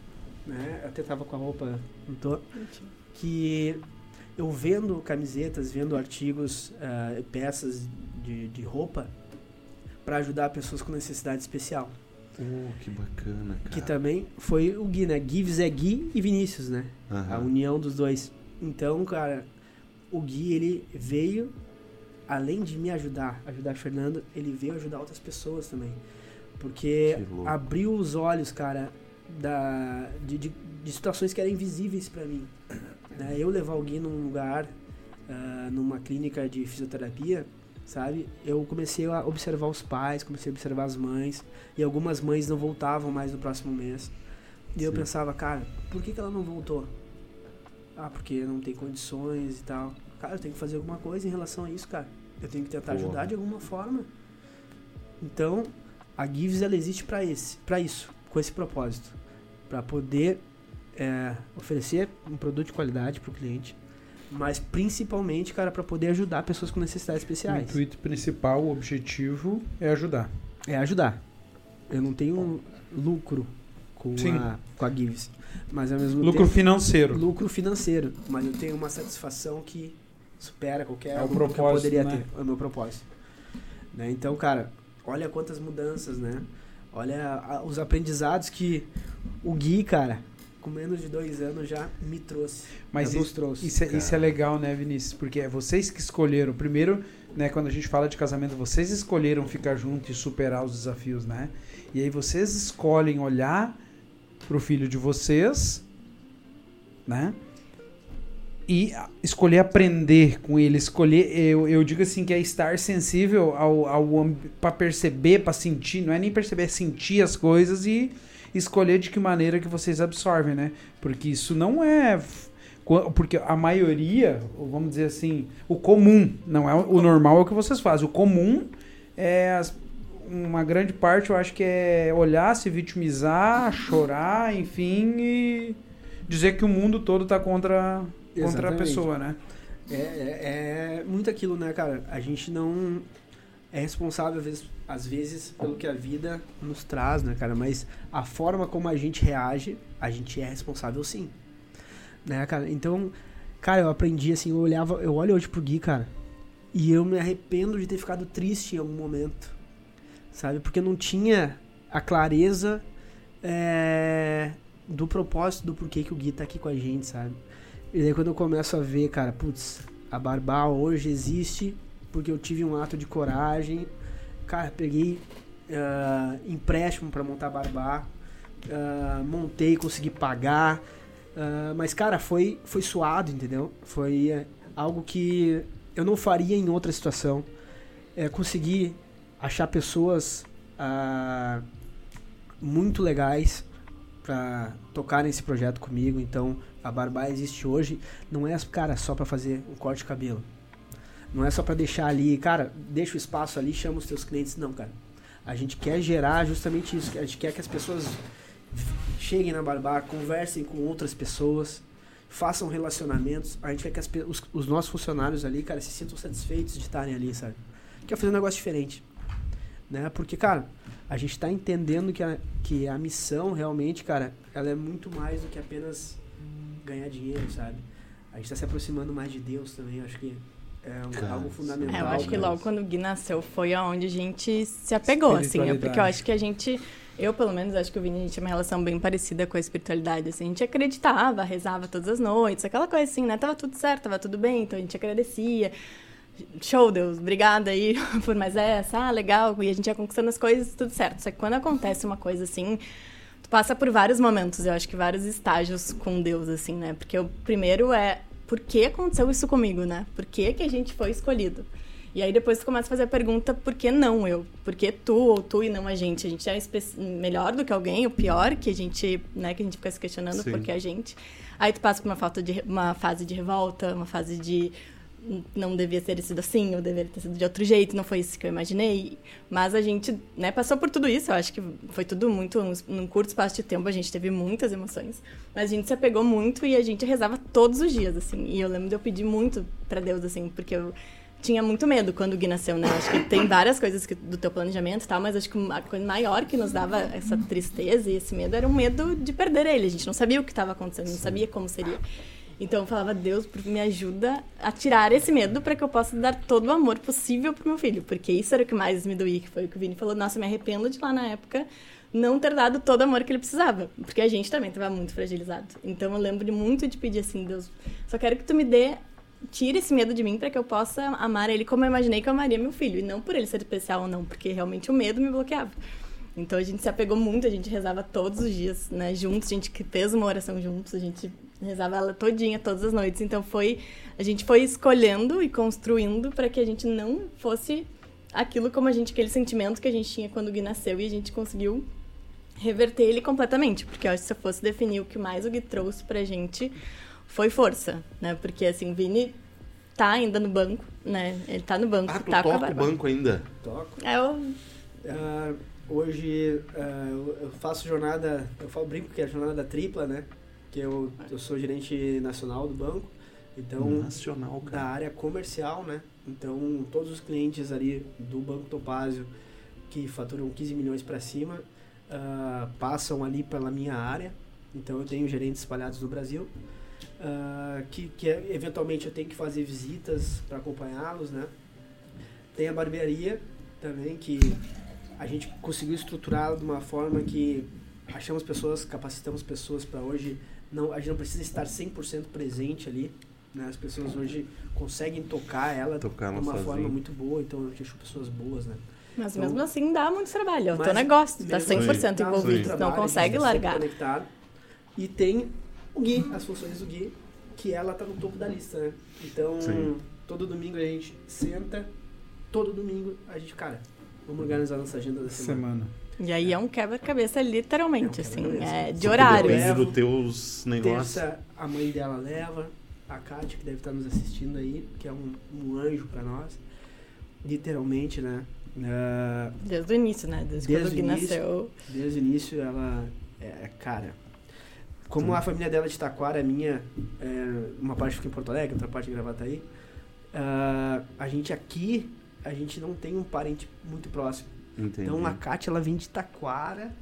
né? Eu até tava com a roupa, não tô, que eu vendo camisetas, vendo artigos, uh, peças de, de roupa para ajudar pessoas com necessidade especial. Oh, que bacana, cara. Que também foi o Gui, né? Gives é Gui e Vinícius, né? Uhum. A união dos dois. Então, cara, o Gui, ele veio, além de me ajudar, ajudar a Fernanda, ele veio ajudar outras pessoas também. Porque abriu os olhos, cara, da, de, de, de situações que eram invisíveis pra mim. Né? Eu levar o Gui num lugar, uh, numa clínica de fisioterapia, sabe? Eu comecei a observar os pais, comecei a observar as mães, e algumas mães não voltavam mais no próximo mês. E Sim. eu pensava, cara, por que, que ela não voltou? Ah, porque não tem condições e tal. Cara, eu tenho que fazer alguma coisa em relação a isso, cara. Eu tenho que tentar Porra. ajudar de alguma forma. Então, a Gives, ela existe pra esse, pra isso, com esse propósito. Pra poder é, oferecer um produto de qualidade pro cliente, mas principalmente, cara, para poder ajudar pessoas com necessidades especiais. O intuito principal, o objetivo é ajudar. É ajudar. Eu não tenho lucro com a, com a Gives, mas ao mesmo lucro tempo, financeiro. Lucro financeiro, mas eu tenho uma satisfação que supera qualquer é o lucro que eu poderia né? ter. É o meu propósito. Né? Então, cara, olha quantas mudanças, né? Olha a, os aprendizados que o Gui, cara, com menos de dois anos já me trouxe. Mas nos isso, trouxe. Isso, é, isso é legal, né, Vinícius? Porque é vocês que escolheram. Primeiro, né, quando a gente fala de casamento, vocês escolheram ficar juntos e superar os desafios, né? E aí vocês escolhem olhar pro filho de vocês, né? E escolher aprender com ele. Escolher, eu, eu digo assim, que é estar sensível ao, ao para perceber, para sentir. Não é nem perceber, é sentir as coisas e escolher de que maneira que vocês absorvem, né? Porque isso não é... Porque a maioria, vamos dizer assim, o comum, não é o normal é o que vocês fazem. O comum é... As, uma grande parte, eu acho que é olhar, se vitimizar, chorar, enfim, e dizer que o mundo todo tá contra, contra a pessoa, né? É, é, é muito aquilo, né, cara? A gente não... é responsável, às vezes, às vezes, pelo que a vida nos traz, né, cara? Mas a forma como a gente reage, a gente é responsável, sim. Né, cara? Então, cara, eu aprendi, assim, eu olhava... Eu olho hoje pro Gui, cara, e eu me arrependo de ter ficado triste em algum momento, sabe? Porque eu não tinha a clareza é, do propósito, do porquê que o Gui tá aqui com a gente, sabe? E daí quando eu começo a ver, cara, putz, a Barbá hoje existe... porque eu tive um ato de coragem, cara, peguei uh, empréstimo para montar a Barbá, uh, montei, consegui pagar, uh, mas, cara, foi, foi suado, entendeu? Foi uh, algo que eu não faria em outra situação. É, consegui achar pessoas uh, muito legais para tocar nesse projeto comigo, então a Barbá existe hoje, não é, cara, só para fazer um corte de cabelo. Não é só pra deixar ali, cara, deixa o espaço ali, chama os teus clientes. Não, cara. A gente quer gerar justamente isso. A gente quer que as pessoas cheguem na Barbá, conversem com outras pessoas, façam relacionamentos. A gente quer que as, os, os nossos funcionários ali, cara, se sintam satisfeitos de estarem ali, sabe? Quer fazer um negócio diferente. Né? Porque, cara, a gente tá entendendo que a, que a missão realmente, cara, ela é muito mais do que apenas ganhar dinheiro, sabe? A gente tá se aproximando mais de Deus também, eu acho que é um, cara, algo fundamental. É, eu acho que logo quando o Gui nasceu foi aonde a gente se apegou, assim. É porque eu acho que a gente... Eu, pelo menos, acho que o Vini, a gente tinha uma relação bem parecida com a espiritualidade, assim. A gente acreditava, rezava todas as noites, aquela coisa assim, né? Tava tudo certo, tava tudo bem, então a gente agradecia. Show, Deus, obrigada aí por mais essa. Ah, legal. E a gente ia conquistando as coisas, tudo certo. Só que quando acontece uma coisa assim... Tu passa por vários momentos, eu acho que vários estágios com Deus, assim, né? Porque o primeiro é... Por que aconteceu isso comigo, né? Por que que a gente foi escolhido? E aí depois tu começa a fazer a pergunta, por que não eu? Por que tu ou tu e não a gente? A gente é espe- melhor do que alguém, o pior que a gente, né, que a gente fica se questionando por que a gente. Aí tu passa por uma, falta de, uma fase de revolta, uma fase de não devia ter sido assim, ou deveria ter sido de outro jeito, não foi isso que eu imaginei. Mas a gente, né, passou por tudo isso, eu acho que foi tudo muito, num curto espaço de tempo, a gente teve muitas emoções, mas a gente se apegou muito e a gente rezava todos os dias, assim, e eu lembro de eu pedir muito pra Deus, assim, porque eu tinha muito medo quando o Gui nasceu, né? Acho que tem várias coisas que, do teu planejamento e tal, mas acho que a coisa maior que nos dava essa tristeza e esse medo era o medo de perder ele. A gente não sabia o que estava acontecendo, não sabia como seria. Então eu falava, Deus, me ajuda a tirar esse medo para que eu possa dar todo o amor possível pro meu filho. Porque isso era o que mais me doía, que foi o que o Vini falou. Nossa, me arrependo de lá na época não ter dado todo o amor que ele precisava. Porque a gente também estava muito fragilizado. Então eu lembro de muito de pedir assim, Deus, só quero que tu me dê, tire esse medo de mim para que eu possa amar ele como eu imaginei que eu amaria meu filho. E não por ele ser especial ou não, porque realmente o medo me bloqueava. Então a gente se apegou muito, a gente rezava todos os dias, né, juntos, a gente fez uma oração juntos, a gente rezava ela todinha, todas as noites. Então foi, a gente foi escolhendo e construindo para que a gente não fosse aquilo como a gente, aquele sentimento que a gente tinha quando o Gui nasceu, e a gente conseguiu reverter ele completamente, porque eu acho que se eu fosse definir o que mais o Gui trouxe pra gente foi força, né, porque assim, o Vini tá ainda no banco, né, ele tá no banco, Ah, tu tá com a toca o barba. banco ainda? Toco. É, eu... Uh, hoje uh, eu, eu faço jornada, eu falo, brinco que é a jornada tripla, né? Que eu, eu sou gerente nacional do banco, então Nacional, da cara. área comercial, né? Então todos os clientes ali do Banco Topázio que faturam quinze milhões para cima uh, passam ali pela minha área. Então eu tenho gerentes espalhados no Brasil, uh, que, que eventualmente eu tenho que fazer visitas para acompanhá-los, né? Tem a barbearia também, que a gente conseguiu estruturar de uma forma que achamos pessoas, capacitamos pessoas para hoje, não, a gente não precisa estar cem por cento presente ali, né? As pessoas hoje conseguem tocar ela Tocar de uma sozinho. forma muito boa, então a gente achou pessoas boas, né? Mas Então, mesmo assim dá muito trabalho, é o mas teu negócio, tu tá mesmo cem por cento assim, dá envolvido, muito tu não trabalho, consegue a gente tá sempre largar. conectado. E tem o Gui, as funções do Gui, que ela tá no topo da lista, né? Então, Sim. todo domingo a gente senta, todo domingo a gente, cara, vamos organizar nossa agenda da semana. Semana. E aí é um quebra-cabeça, literalmente, É um assim, quebra-cabeça. é, de Tudo horários. Depende Levo. dos teus negócios. Terça, a mãe dela leva, a Kátia, que deve estar nos assistindo aí, que é um, um anjo pra nós, literalmente, né? Ah, Desde o início, né? Desde, Desde quando o Gui o início. nasceu. desde o início, ela é, cara, como a família dela de Taquara, a minha, é, uma parte fica em Porto Alegre, outra parte em Gravataí, ah, a gente aqui, a gente não tem um parente muito próximo. Entendi. Então a Kátia, ela vem de Taquara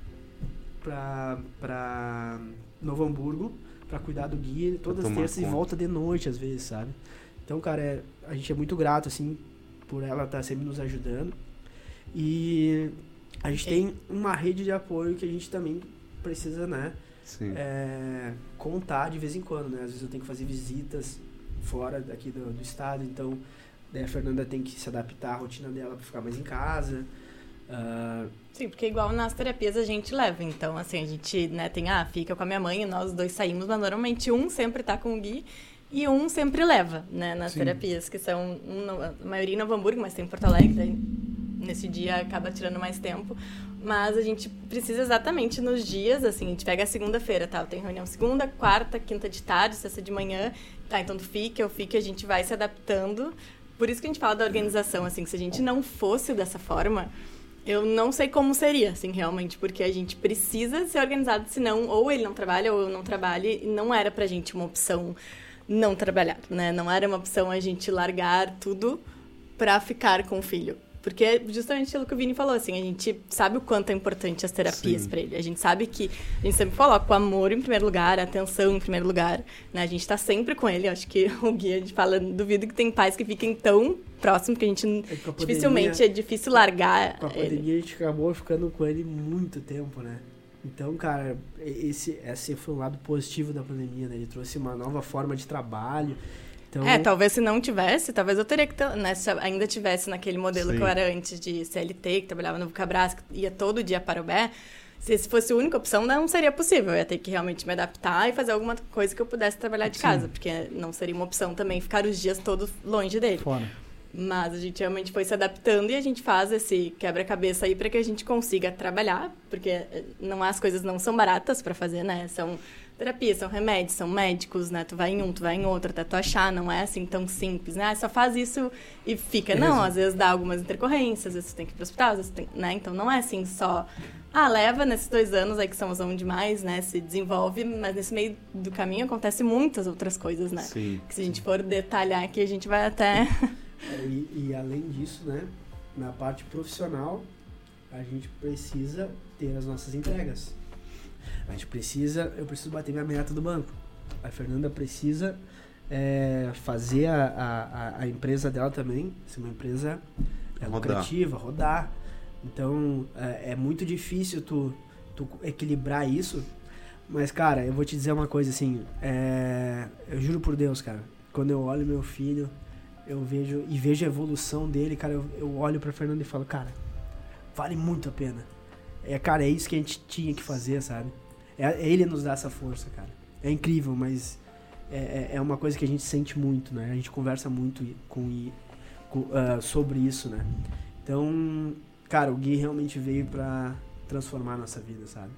pra, pra Novo Hamburgo pra cuidar do Gui, ele todas as tomar terças e conta. volta de noite às vezes, sabe? Então, cara, é, a gente é muito grato, assim, por ela estar sempre nos ajudando. E a gente tem uma rede de apoio que a gente também precisa, né, Sim. é, contar de vez em quando, né? Às vezes eu tenho que fazer visitas fora daqui do, do estado, então daí a Fernanda tem que se adaptar à rotina dela pra ficar mais em casa. Ah, Sim, porque igual nas terapias a gente leva. Então, assim, a gente, né, tem, ah, fica com a minha mãe e nós dois saímos, mas normalmente um sempre tá com o Gui e um sempre leva, né, nas Sim. terapias, que são, um, no- a maioria em Novo Hamburgo, mas tem em Porto Alegre, daí nesse dia acaba tirando mais tempo. Mas a gente precisa exatamente nos dias, assim, a gente pega a segunda-feira, tá? Eu tenho reunião segunda, quarta, quinta de tarde, sexta de manhã, tá? Então tu fica, eu fico, a gente vai se adaptando. Por isso que a gente fala da organização, assim, que se a gente não fosse dessa forma, eu não sei como seria, assim, realmente, porque a gente precisa ser organizado, senão ou ele não trabalha ou eu não trabalho, e não era pra gente uma opção não trabalhar, né? Não era uma opção a gente largar tudo pra ficar com o filho. Porque é justamente aquilo que o Vini falou, assim, a gente sabe o quanto é importante as terapias Sim. pra ele. A gente sabe que a gente sempre coloca o amor em primeiro lugar, a atenção em primeiro lugar, né? A gente tá sempre com ele. Acho que o Gui, a gente fala, duvido que tem pais que fiquem tão próximos que a gente É que com a dificilmente pandemia- é difícil largar Com a ele. pandemia a gente acabou ficando com ele muito tempo, né? Então, cara, esse, esse foi um lado positivo da pandemia, né? Ele trouxe uma nova forma de trabalho. Então, É, talvez se não tivesse, talvez eu teria que ter, né, se eu ainda tivesse naquele modelo Sim. que eu era antes de C L T, que trabalhava no Vulcabras, que ia todo dia para o Bé, se esse fosse a única opção, não seria possível. Eu ia ter que realmente me adaptar e fazer alguma coisa que eu pudesse trabalhar de Sim. casa, porque não seria uma opção também ficar os dias todos longe dele. Fora. Mas a gente realmente foi se adaptando e a gente faz esse quebra-cabeça aí para que a gente consiga trabalhar, porque eh, não as coisas não são baratas para fazer, né? São terapias, são remédios, são médicos, né? Tu vai em um, tu vai em outro, até tu achar, não é assim tão simples, né? Ah, só faz isso e fica. Não, às vezes dá algumas intercorrências, às vezes tu tem que ir pro hospital, às vezes tem, né? Então não é assim só, ah, leva nesses dois anos aí que são usam demais, né? Se desenvolve, mas nesse meio do caminho acontece muitas outras coisas, né? Sim. Que se a gente for detalhar aqui, a gente vai até E, e além disso, né, na parte profissional, a gente precisa ter as nossas entregas. A gente precisa, eu preciso bater minha meta do banco. A Fernanda precisa é, fazer a, a, a empresa dela também, ser uma empresa é, lucrativa, rodar. Então, é, é muito difícil tu, tu equilibrar isso. Mas, cara, eu vou te dizer uma coisa assim, é, eu juro por Deus, cara, quando eu olho meu filho, eu vejo e vejo a evolução dele, cara, eu, eu olho pra Fernanda e falo, cara, vale muito a pena. É, cara, é isso que a gente tinha que fazer, sabe? É, é ele nos dá essa força, cara. É incrível, mas é, é uma coisa que a gente sente muito, né? A gente conversa muito com, com, uh, sobre isso, né? Então, cara, o Gui realmente veio pra transformar a nossa vida, sabe?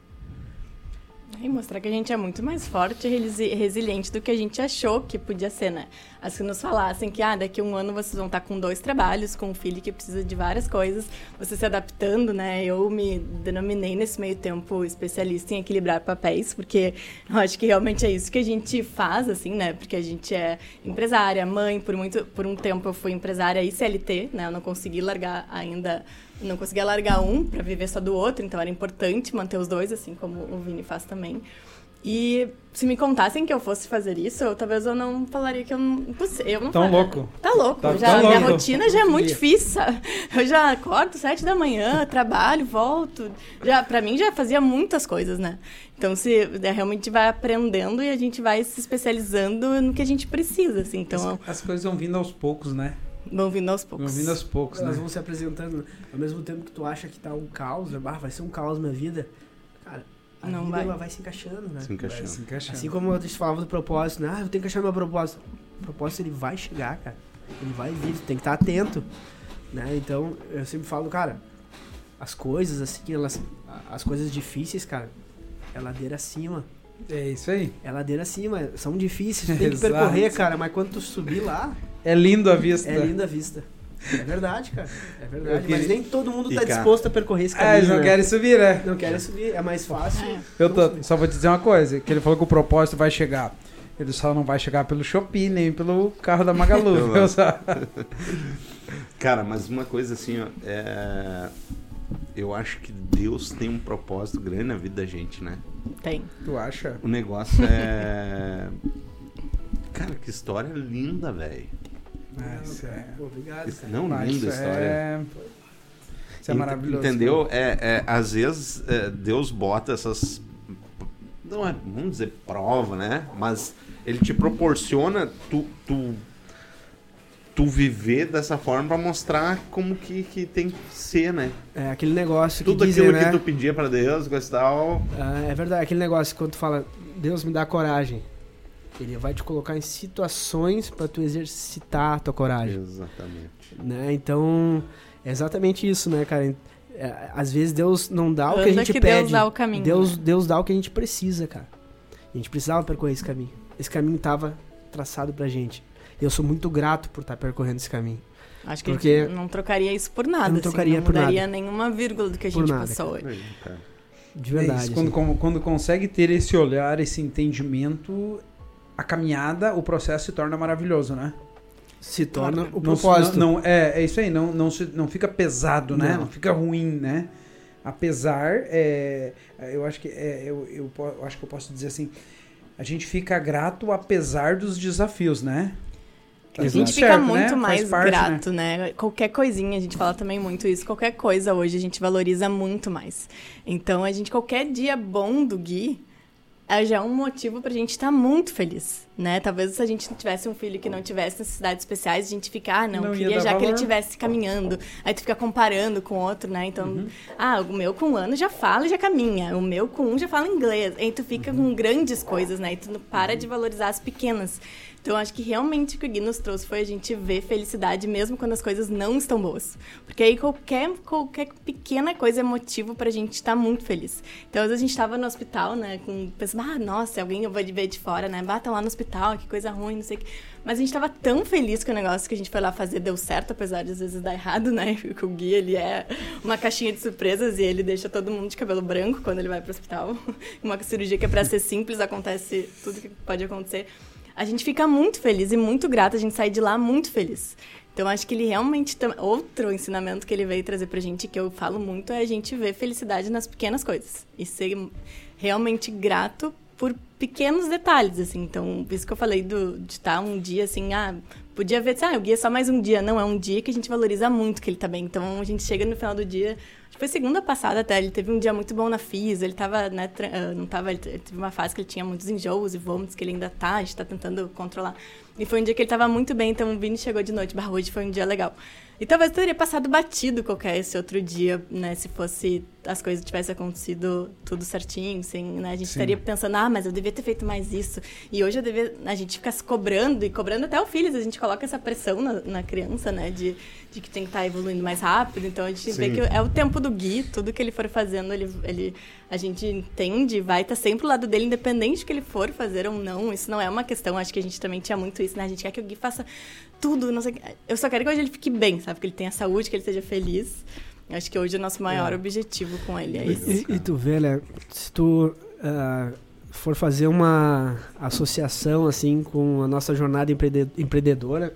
E mostrar que a gente é muito mais forte e resi- resiliente do que a gente achou que podia ser, né? As que nos falassem que ah, daqui a um ano vocês vão estar com dois trabalhos, com um filho que precisa de várias coisas, você se adaptando, né? Eu me denominei nesse meio tempo especialista em equilibrar papéis, porque eu acho que realmente é isso que a gente faz, assim, né? Porque a gente é empresária, mãe, por, muito, por um tempo eu fui empresária e C L T, né? Eu não consegui largar ainda... Não conseguia largar um para viver só do outro, então era importante manter os dois, assim como o Vini faz também. E se me contassem que eu fosse fazer isso, eu, talvez eu não falaria que eu não... Eu não Tão faria. louco. Tá louco. Tá, já, tá minha louco. rotina já é muito difícil, sabe? Eu já acordo sete da manhã, trabalho, volto. Já, pra mim já fazia muitas coisas, né? Então, se é, realmente vai aprendendo e a gente vai se especializando no que a gente precisa, assim. Então, As, as coisas vão vindo aos poucos, né? vão vindo aos poucos. Vão vindo aos poucos, Elas né? vão se apresentando. Ao mesmo tempo que tu acha que tá um caos, ah, vai ser um caos minha vida. Cara, a Não vida vai. ela vai se encaixando, né? Se encaixando. Se encaixando. Assim como eu te falava do propósito, né? Ah, eu tenho que achar meu propósito. O propósito, ele vai chegar, cara. Ele vai vir, tu tem que estar atento, né? Então, eu sempre falo, cara, as coisas, assim, elas... As coisas difíceis, cara, é ladeira acima. É isso aí. É ladeira acima. São difíceis, tu tem que Exato. percorrer, cara. Mas quando tu subir lá, É lindo a vista. é linda a vista. É verdade, cara. É verdade. Eu queria- Mas nem todo mundo E, tá cara- disposto a percorrer esse Ah, caminho, eles não né? querem subir, né? Não querem subir. É mais fácil. É. Eu tô, só vou te dizer uma coisa, que ele falou que o propósito vai chegar. Ele só não vai chegar pelo Shopee, nem pelo carro da Magalu, viu? Só- Cara, mas uma coisa assim, ó, é... eu acho que Deus tem um propósito grande na vida da gente, né? Tem. Tu acha? O negócio é... Cara, que história linda, velho. Ah, isso é... Pô, obrigado, cara. Não, Ah, linda isso a história. é... Isso é Ent- maravilhoso. Entendeu? É, é, às vezes é, Deus bota essas, não é, vamos dizer, prova, né? Mas ele te proporciona tu, tu, tu viver dessa forma pra mostrar como que, que tem que ser, né? É aquele negócio que Tudo dizem, aquilo né? que tu pedia pra Deus, coisa e tal. Ah, é verdade, aquele negócio que quando tu fala, Deus me dá coragem, ele vai te colocar em situações pra tu exercitar a tua coragem, Exatamente. né? Então, é exatamente isso, né, cara? É, às vezes Deus não dá o que a Anda gente que pede. Deus dá o caminho. Deus, Deus dá o que a gente precisa, cara. A gente precisava percorrer esse caminho. Esse caminho tava traçado pra gente. E eu sou muito grato por estar percorrendo esse caminho. Acho que a Porque- gente não trocaria isso por nada. Eu não assim, trocaria não por mudaria nada. nenhuma vírgula do que a Por gente nada, passou hoje. Aí, cara. De verdade. É isso, quando, assim. como- quando consegue ter esse olhar, esse entendimento, a caminhada, o processo se torna maravilhoso, né? Se torna o Não se- propósito. Não, não- é, é isso aí, não, não, se- não fica pesado, né? Não. Não fica ruim, né? Apesar, é, eu, acho que, é, eu, eu, po- eu acho que eu posso dizer assim, a gente fica grato apesar dos desafios, né? Tá A tudo gente fica certo, né? muito Faz mais parte, né? grato, né? Qualquer coisinha, a gente fala também muito isso, qualquer coisa hoje a gente valoriza muito mais. Então, a gente, qualquer dia bom do Gui, é já é um motivo pra gente estar muito feliz, né? Talvez se a gente tivesse um filho que não tivesse necessidades especiais, a gente fica, ah, não, Não ia queria dar já que ele valor. estivesse caminhando. Aí tu fica comparando com outro, né? Então, Uhum. ah, o meu com um ano já fala e já caminha, o meu com um já fala inglês. Aí tu fica com grandes coisas, né? E tu não para de valorizar as pequenas. Então, acho que realmente o que o Gui nos trouxe foi a gente ver felicidade mesmo quando as coisas não estão boas. Porque aí qualquer, qualquer pequena coisa é motivo pra gente estar muito feliz. Então, às vezes a gente tava no hospital, né, com pensando, ah, nossa, alguém eu vou ver de fora, né, bata lá no hospital, que coisa ruim, não sei o que. Mas a gente tava tão feliz que o negócio que a gente foi lá fazer deu certo, apesar de às vezes dar errado, né, porque o Gui, ele é uma caixinha de surpresas e ele deixa todo mundo de cabelo branco quando ele vai pro hospital. Uma cirurgia que é pra ser simples, acontece tudo que pode acontecer. A gente fica muito feliz e muito grata, a gente sai de lá muito feliz. Então, acho que ele realmente... Tam... Outro ensinamento que ele veio trazer pra gente, que eu falo muito, é a gente ver felicidade nas pequenas coisas. E ser realmente grato por pequenos detalhes, assim. Então, isso que eu falei do, de estar um dia, assim, ah, podia ver, ah, o Gui é só mais um dia. Não, é um dia que a gente valoriza muito que ele tá bem. Então, a gente chega no final do dia... Acho que foi segunda passada até, ele teve um dia muito bom na Físio, ele tava, né, tra... não tava... Ele teve uma fase que ele tinha muitos enjoos e vômitos, que ele ainda tá, a gente tá tentando controlar. E foi um dia que ele tava muito bem, então o Vini chegou de noite, bah, hoje foi um dia legal. E talvez teria passado batido qualquer esse outro dia, né? Se fosse as coisas tivessem acontecido tudo certinho, assim, né? A gente Sim. estaria pensando, ah, mas eu devia ter feito mais isso. E hoje eu devia... A gente fica se cobrando, e cobrando até o filho. A gente coloca essa pressão na, na criança, né? De, de que tem que estar evoluindo mais rápido. Então, a gente Sim. vê que é o tempo do Gui. Tudo que ele for fazendo, ele, ele, a gente entende, vai estar sempre do lado dele, independente do que ele for fazer ou não. Isso não é uma questão. Acho que a gente também tinha muito isso, né? A gente quer que o Gui faça tudo, não sei... Eu só quero que hoje ele fique bem, sabe? Que ele tenha saúde, que ele seja feliz. Acho que hoje é o nosso maior É. objetivo com ele, é isso. E, e tu vê, né, se tu uh, for fazer uma associação, assim, com a nossa jornada empreende- empreendedora,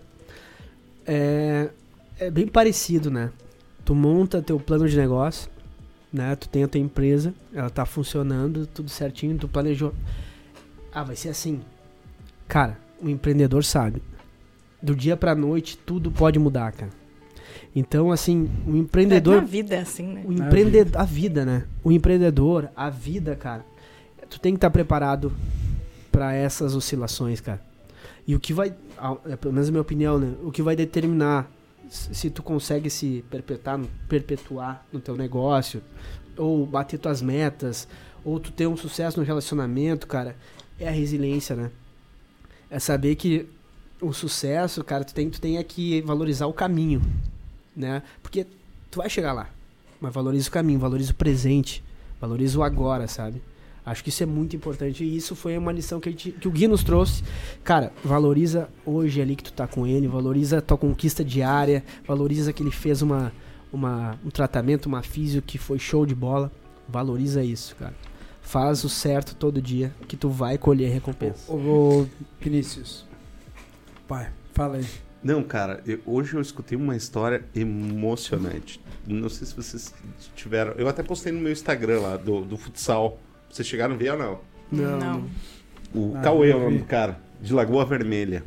é, é bem parecido, né? Tu monta teu plano de negócio, né? Tu tem a tua empresa, ela tá funcionando, tudo certinho, tu planejou. Ah, vai ser assim. Cara, o empreendedor sabe. Do dia pra noite, tudo pode mudar, cara. Então, assim, o empreendedor... É, na vida é assim, né? O empreendedor, a vida, né? O empreendedor, a vida, cara. Tu tem que estar preparado para essas oscilações, cara. E o que vai, é pelo menos a minha opinião, né? O que vai determinar se tu consegue se perpetuar, perpetuar no teu negócio, ou bater tuas metas, ou tu ter um sucesso no relacionamento, cara, é a resiliência, né? É saber que o sucesso, cara, tu tem, tu tem é que valorizar o caminho, né? Porque tu vai chegar lá, mas valoriza o caminho, valoriza o presente, valoriza o agora, sabe? Acho que isso é muito importante e isso foi uma lição que, a gente, que o Gui nos trouxe. Cara, valoriza hoje ali que tu tá com ele, valoriza a tua conquista diária, valoriza que ele fez uma, uma, um tratamento, uma físio que foi show de bola. Valoriza isso, cara. Faz o certo todo dia que tu vai colher recompensa. Ô, ô, Vinícius, pai, fala aí. Não, cara, eu- hoje eu escutei uma história emocionante. Não sei se vocês tiveram... Eu até postei no meu Instagram lá, do, do futsal. Vocês chegaram a ver ou não? Não, Não. O Ah, Cauê é eu o nome vi. do cara, de Lagoa Vermelha.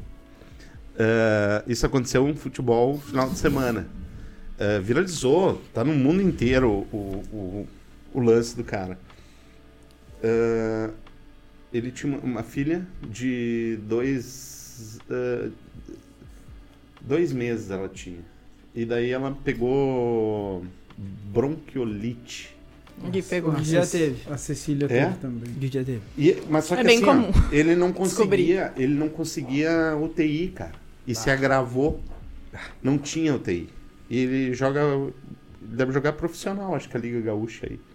Ah, isso aconteceu no futebol no final de semana. Ah, viralizou, tá no mundo inteiro o, o, o lance do cara. Ah, ele tinha uma, uma filha de dois... ah, dois meses ela tinha. E daí ela pegou bronquiolite. O Gui pegou. O Gui já teve. A Cecília É? teve também. O Gui já teve. E, mas só É que bem assim, comum. ó, ele não Descobrir. conseguia, ele não conseguia U T I, cara. E se agravou. Não tinha U T I. E ele joga, deve jogar profissional, acho que a Liga Gaúcha aí.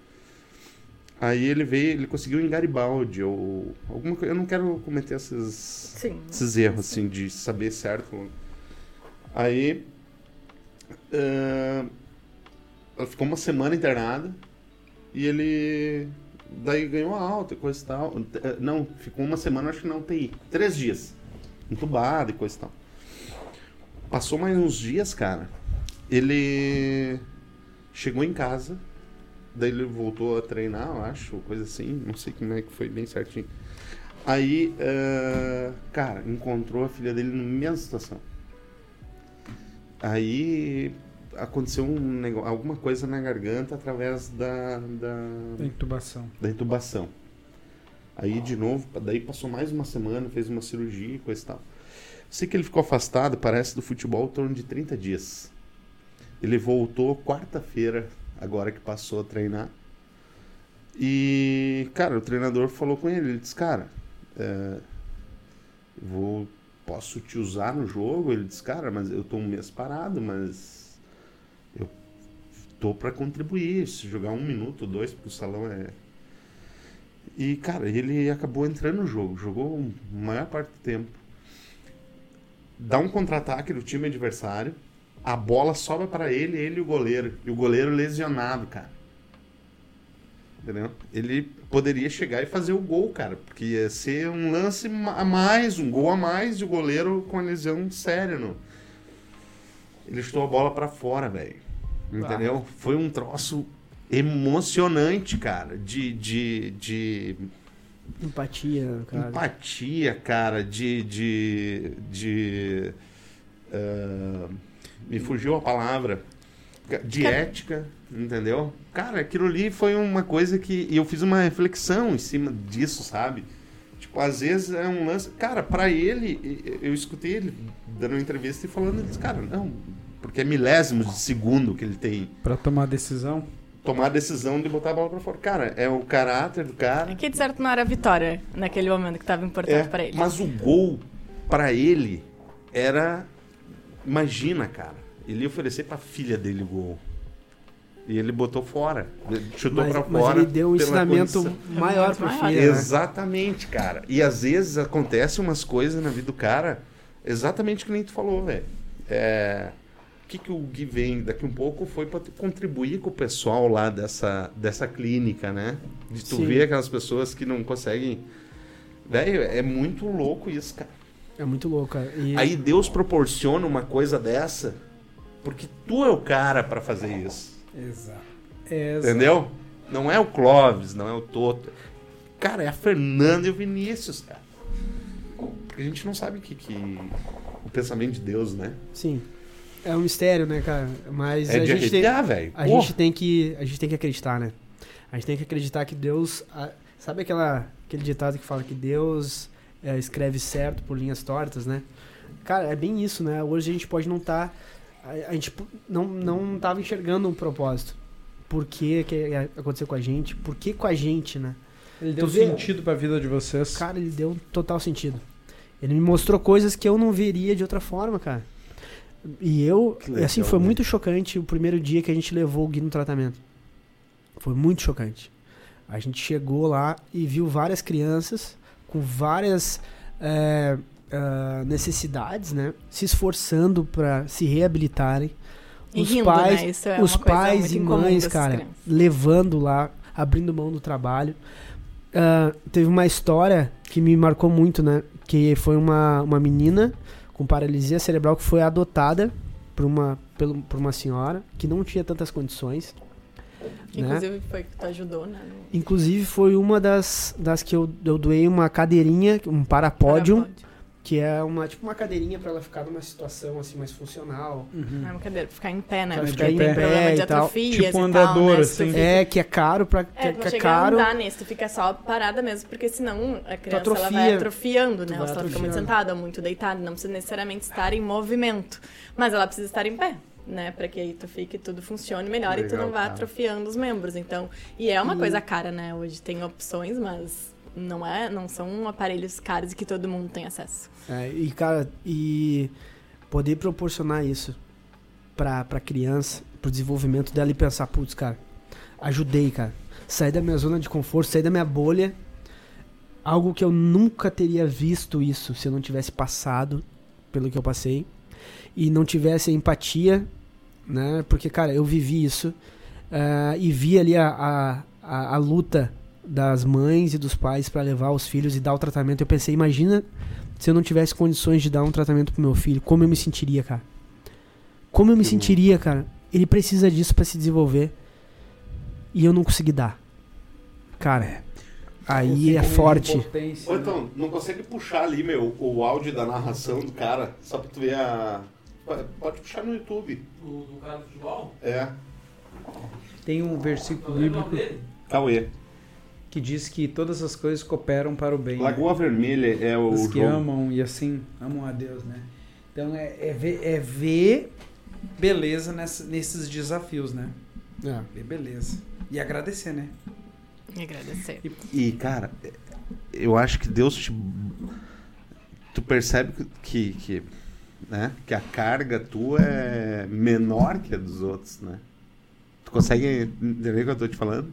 Aí ele veio, ele conseguiu em Garibaldi ou alguma coisa. Eu não quero cometer esses, Sim. esses erros assim de saber certo. Aí ah, ela ficou uma semana internada. E ele daí ganhou alta e coisa e tal. Não, ficou uma semana, acho que na U T I. Três dias. Entubado e coisa e tal. Passou mais uns dias, cara. Ele chegou em casa. Daí ele voltou a treinar, eu acho, coisa assim. Não sei como é que foi bem certinho. Aí, ah, cara, encontrou a filha dele na mesma situação. Aí aconteceu um negócio, alguma coisa na garganta através da, da, Da intubação. da intubação. Aí de novo, daí passou mais uma semana, fez uma cirurgia e coisa e tal. Sei que ele ficou afastado, parece, do futebol em torno de trinta dias. Ele voltou quarta-feira, agora que passou a treinar. E, cara, o treinador falou com ele, ele disse, cara, é, vou, posso te usar no jogo? Ele disse, cara, mas eu tô um mês parado, mas eu tô pra contribuir, se jogar um minuto, dois, porque o salão é... E, cara, ele acabou entrando no jogo, jogou a maior parte do tempo. Dá um contra-ataque do time adversário, a bola sobra para ele, ele e o goleiro. E o goleiro lesionado, cara. Entendeu? Ele poderia chegar e fazer o gol, cara, porque ia ser um lance a mais, um gol a mais, e o goleiro com a lesão séria no... ele chutou a bola pra fora, velho. Entendeu? Foi um troço emocionante, cara, de... de, de... Empatia, cara. Empatia, cara, de... de, de uh, me fugiu a palavra. De ética, entendeu? Cara, aquilo ali foi uma coisa que... E eu fiz uma reflexão em cima disso, sabe? Tipo, às vezes é um lance... Cara, pra ele, eu escutei ele dando uma entrevista e falando, ele disse, cara, não, porque é milésimos de segundo que ele tem. Pra tomar decisão? Tomar a decisão de botar a bola pra fora. Cara, é o caráter do cara. É que de certo não era a vitória naquele momento que estava importante É, pra ele. mas o gol, pra ele, era... Imagina, cara, ele ia oferecer pra filha dele o gol. E ele botou fora. Ele chutou Mas, pra mas fora. ele deu um pela ensinamento condição. maior Muito pro maior. filho, né? Exatamente, cara. E às vezes acontece umas coisas na vida do cara, exatamente que nem tu falou, velho. É... O que, que o Gui vem daqui um pouco foi pra tu contribuir com o pessoal lá dessa, dessa clínica, né? De tu Sim. ver aquelas pessoas que não conseguem... Velho, é muito louco isso, cara. É muito louco, cara. E... Aí Deus proporciona uma coisa dessa porque tu é o cara pra fazer isso. Exato. Exato. Entendeu? Não é o Clóvis, não é o Toto. Cara, é a Fernanda e o Vinícius, cara. Porque a gente não sabe o que, que... o pensamento de Deus, né? Sim. É um mistério, né, cara? Mas É a de gente tem, arrepiar, velho. a gente tem que a gente tem que acreditar, né? A gente tem que acreditar que Deus, a- sabe aquela aquele ditado que fala que Deus é, escreve certo por linhas tortas, né? Cara, é bem isso, né? Hoje a gente pode não estar a, a gente p- não não tava enxergando um propósito. Por que que aconteceu com a gente? Por que com a gente, né? Ele deu Tu vê- sentido pra vida de vocês. Cara, ele deu total sentido. Ele me mostrou coisas que eu não veria de outra forma, cara. E eu, Que legal, assim, foi né? muito chocante o primeiro dia que a gente levou o Gui no tratamento. Foi muito chocante. A gente chegou lá e viu várias crianças com várias é, ah, necessidades, né? Se esforçando para se reabilitarem. E Os rindo, pais, né? Isso é os uma coisa pais muito e incomum mães, dessas cara, crianças. levando lá, abrindo mão do trabalho. Ah, teve uma história que me marcou muito, né? Que foi uma, uma menina com paralisia cerebral que foi adotada por uma, pelo, por uma senhora que não tinha tantas condições. Né? Inclusive foi que tu ajudou, né? no- Inclusive foi uma das, das que eu, eu doei uma cadeirinha, um parapódio, Parapódio. que é uma, tipo uma cadeirinha pra ela ficar numa situação assim mais funcional. Uhum. É uma cadeira pra ficar em pé, né? Pra Porque ficar em tem pé problema de e tal. atrofias Tipo e tal, andador, né? Se tu assim. fica- É, que é caro pra. Que É, é, tu que não é chega caro. a andar nesse, tu fica só parada mesmo, porque senão a criança ela atrofia. vai atrofiando, Tu né? vai Ela só fica muito atrofiando. sentada, muito deitada, não precisa necessariamente estar em movimento, mas ela precisa estar em pé, né? Pra que aí tu fique, tudo funcione melhor e tu Legal, não vá cara. atrofiando os membros, então... E é uma E- coisa cara, né? Hoje tem opções, mas não, é, não são aparelhos caros e que todo mundo tem acesso. É, e, cara, e poder proporcionar isso pra, pra criança, pro desenvolvimento dela e pensar, putz, cara, ajudei, cara. Sair da minha zona de conforto, sair da minha bolha. Algo que eu nunca teria visto isso se eu não tivesse passado pelo que eu passei. E não tivesse a empatia, né? Porque, cara, eu vivi isso. eh, e vi ali a, a, a, a luta das mães e dos pais pra levar os filhos e dar o tratamento. Eu pensei, imagina se eu não tivesse condições de dar um tratamento pro meu filho, como eu me sentiria, cara? Como eu me Que sentiria, cara? Ele precisa disso pra se desenvolver. E eu não consegui dar. Cara, aí é forte. Ô, então, não consegue puxar ali, meu, o áudio da narração do cara, só pra tu ver a... Pode puxar no YouTube. Do, do cara do futebol? É. Tem um Eu versículo lembro o bíblico nome dele. Cauê. que diz que todas as coisas cooperam para o bem. Lagoa Vermelha é o Os que jogo. amam e assim amam a Deus, né? Então é, é, ver, é ver beleza nessa, nesses desafios, né? É. Ver beleza. E agradecer, né? E agradecer. E, cara, eu acho que Deus te... Tu percebe que, que, né, que a carga tua é menor que a dos outros, né? Tu consegue entender o que eu tô te falando?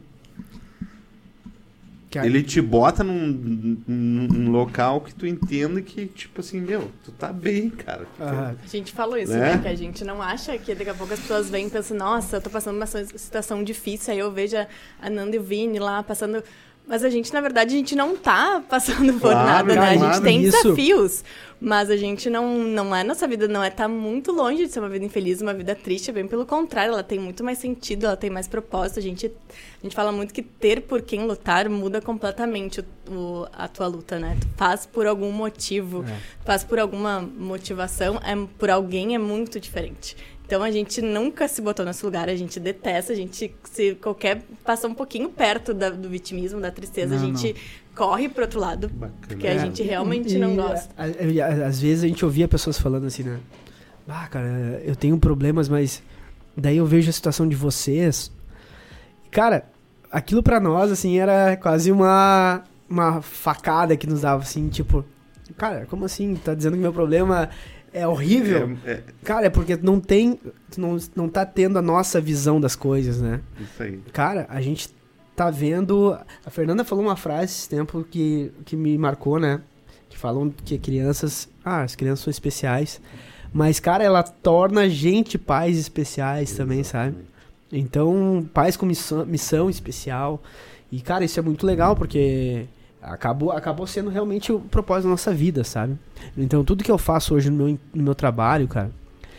Que a- Ele te bota num, num, num local que tu entenda que, tipo assim, meu, tu tá bem, cara. Tu Aham. A gente falou isso, Né? né? Que a gente não acha que daqui a pouco as pessoas vêm e pensam, nossa, eu tô passando uma situação difícil, aí eu vejo a a Nanda e o Vini lá passando Mas a gente, na verdade, a gente não tá passando por Claro, nada, né? A claro, gente tem isso. desafios, mas a gente não, não é, nossa vida não é, tá muito longe de ser uma vida infeliz, uma vida triste, bem pelo contrário, ela tem muito mais sentido, ela tem mais propósito, a gente, a gente fala muito que ter por quem lutar muda completamente o, o, a tua luta, né? Tu faz por algum motivo, É. faz por alguma motivação, é, por alguém é muito diferente. Então a gente nunca se botou nesse lugar, a gente detesta, a gente se qualquer passar um pouquinho perto da, do vitimismo, da tristeza, Não, a gente corre pro outro lado, Bacana. porque a É, gente realmente e, não gosta. a- a- a- Às vezes a gente ouvia pessoas falando assim, né? Ah, cara, eu tenho problemas, mas daí eu vejo a situação de vocês. Cara, aquilo pra nós, assim, era quase uma, uma facada que nos dava, assim, tipo... Cara, como assim? Tá dizendo que meu problema é horrível? É, é Cara, é porque não tem... Tu não, não tá tendo a nossa visão das coisas, né? isso aí. Cara, a gente tá vendo... A Fernanda falou uma frase esse tempo que, que me marcou, né? Que falam que crianças... Ah, as crianças são especiais. Mas, cara, ela torna a gente pais especiais também, sabe? Então, pais com missão, missão especial. E, cara, isso é muito legal, porque acabou, acabou sendo realmente o propósito da nossa vida, sabe? Então, tudo que eu faço hoje no meu, no meu trabalho, cara,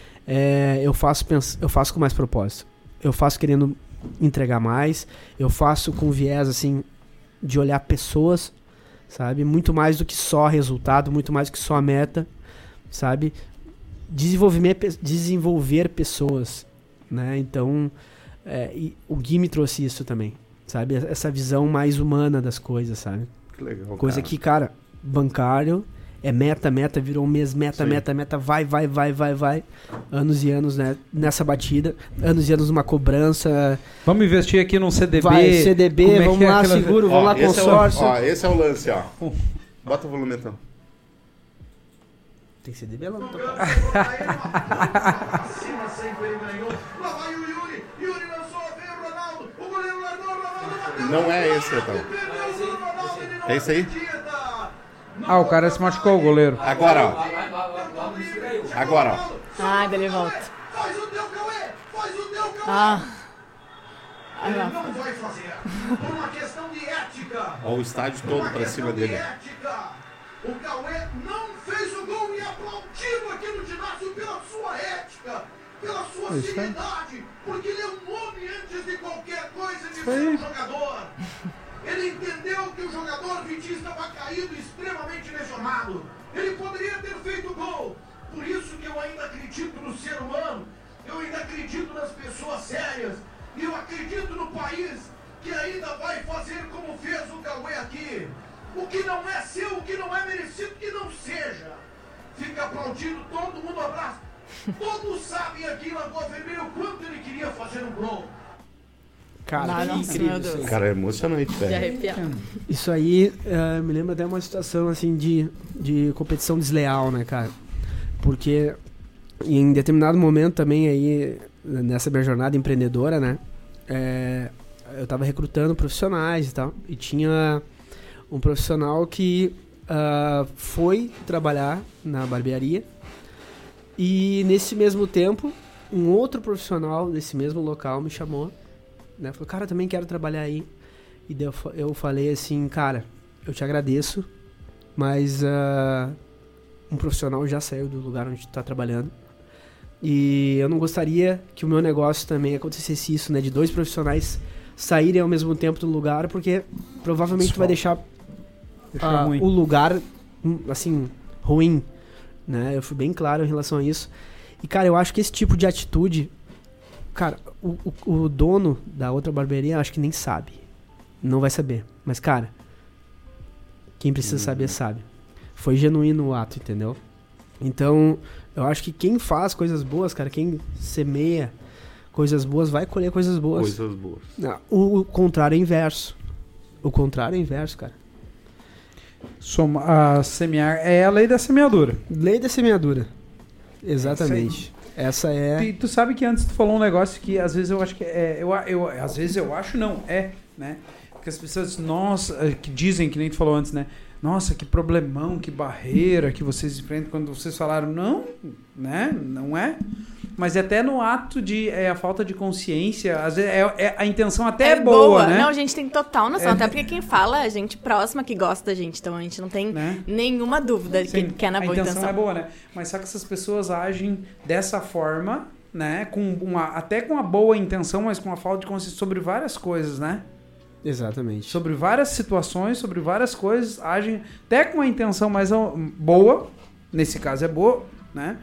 é, eu, faço, pens- eu faço com mais propósito. Eu faço querendo entregar mais. Eu faço com viés, assim, de olhar pessoas, sabe? Muito mais do que só resultado, muito mais do que só a meta, sabe? Desenvolver, pe- desenvolver pessoas, né? Então, é, e o Gui me trouxe isso também, sabe? Essa visão mais humana das coisas, sabe? Que legal, Coisa cara. que, cara, bancário é meta, meta, virou um mês, meta, Sim. meta, meta, vai, vai, vai, vai, vai. Anos e anos, né? Nessa batida. Anos e anos numa cobrança. Vamos investir aqui num C D B. Vai, C D B, Como é vamos que é lá, aquela- seguro, Ó, vamos lá, esse é o- consórcio. ó, esse é o lance, ó. Bota o volume então. Tem C D B lá no total. Acima sempre ele ganhou. Lá vai o Yuri. Yuri lançou, veio o Ronaldo. O goleiro largou, o Ronaldo bateu. Não é esse, então. Perdeu o Ronaldo, ele não É esse aí? acredita. Ah, o cara se machucou, o goleiro. Agora, ó. Agora, ó. Ah, daí ele volta. Faz o teu Cauê. Faz o teu Cauê. Ah. Ele não vai fazer. Por uma questão de ética. Ó, o estádio todo pra cima dele. Ética. O Cauê não fez o gol e aplaudido aqui no ginásio pela sua ética, pela sua Isso aí. seriedade, porque ele é um homem antes de qualquer coisa de ser um jogador. Ele entendeu que o jogador Vitinho estava caído, extremamente lesionado. Ele poderia ter feito gol. Por isso que eu ainda acredito no ser humano, eu ainda acredito nas pessoas sérias, e eu acredito no país que ainda vai fazer como fez o Cauê aqui. O que não é seu, o que não é merecido, que não seja. Fica aplaudindo, todo mundo abraça. Todos sabem aqui em Lagoa Vermelha o quanto ele queria fazer um gol. Cara, Ah, que nossa, incrível meu isso aí. Deus. Cara, é emocionante, De velho. arrepiar. Isso aí eh, me lembra até uma situação assim de, de competição desleal, né, cara? Porque em determinado momento também aí, nessa minha jornada empreendedora, né? eh, eu tava recrutando profissionais e tal. E tinha um profissional que ah, foi trabalhar na barbearia. E nesse mesmo tempo, um outro profissional desse mesmo local me chamou, né? Falou, cara, também quero trabalhar aí. E daí eu, fa- eu falei assim, cara, eu te agradeço, mas ah, um profissional já saiu do lugar onde tu tá trabalhando. E eu não gostaria que o meu negócio também acontecesse isso, né? De dois profissionais saírem ao mesmo tempo do lugar, porque provavelmente tu vai deixar Deixa ah, ruim. o lugar, hum, assim, ruim, né? Eu fui bem claro em relação a isso. E, cara, eu acho que esse tipo de atitude... Cara, o, o, o dono da outra barbearia, eu acho que nem sabe. Não vai saber. Mas, cara, quem precisa saber, sabe. Foi genuíno o ato, entendeu? Então, eu acho que quem faz coisas boas, cara, quem semeia coisas boas, vai colher coisas boas. Coisas boas. Não, o, o contrário é inverso. O contrário é inverso, cara. Soma, a semear é a lei da semeadura. Lei da semeadura. Exatamente. Essa é... E tu sabe que antes tu falou um negócio que às vezes eu acho que é. Eu, eu, às vezes eu acho não, é, né? Porque as pessoas, nossa, que dizem, que nem tu falou antes, né? Nossa, que problemão, que barreira que vocês enfrentam quando vocês falaram, não, né? Não é. mas até no ato de é, a falta de consciência, às vezes é, é- a intenção até é, boa, né? Não, a gente tem total noção. É. Até porque quem fala é gente próxima que gosta da gente. Então a gente não tem Né? nenhuma dúvida de Sim, que, que é na a boa intenção, intenção. é boa, né? Mas só que essas pessoas agem dessa forma, né? Com uma, até com a boa intenção, mas com a falta de consciência sobre várias coisas, né? Exatamente. Sobre várias situações, sobre várias coisas, agem até com a intenção mais ó, boa, nesse caso é boa, né?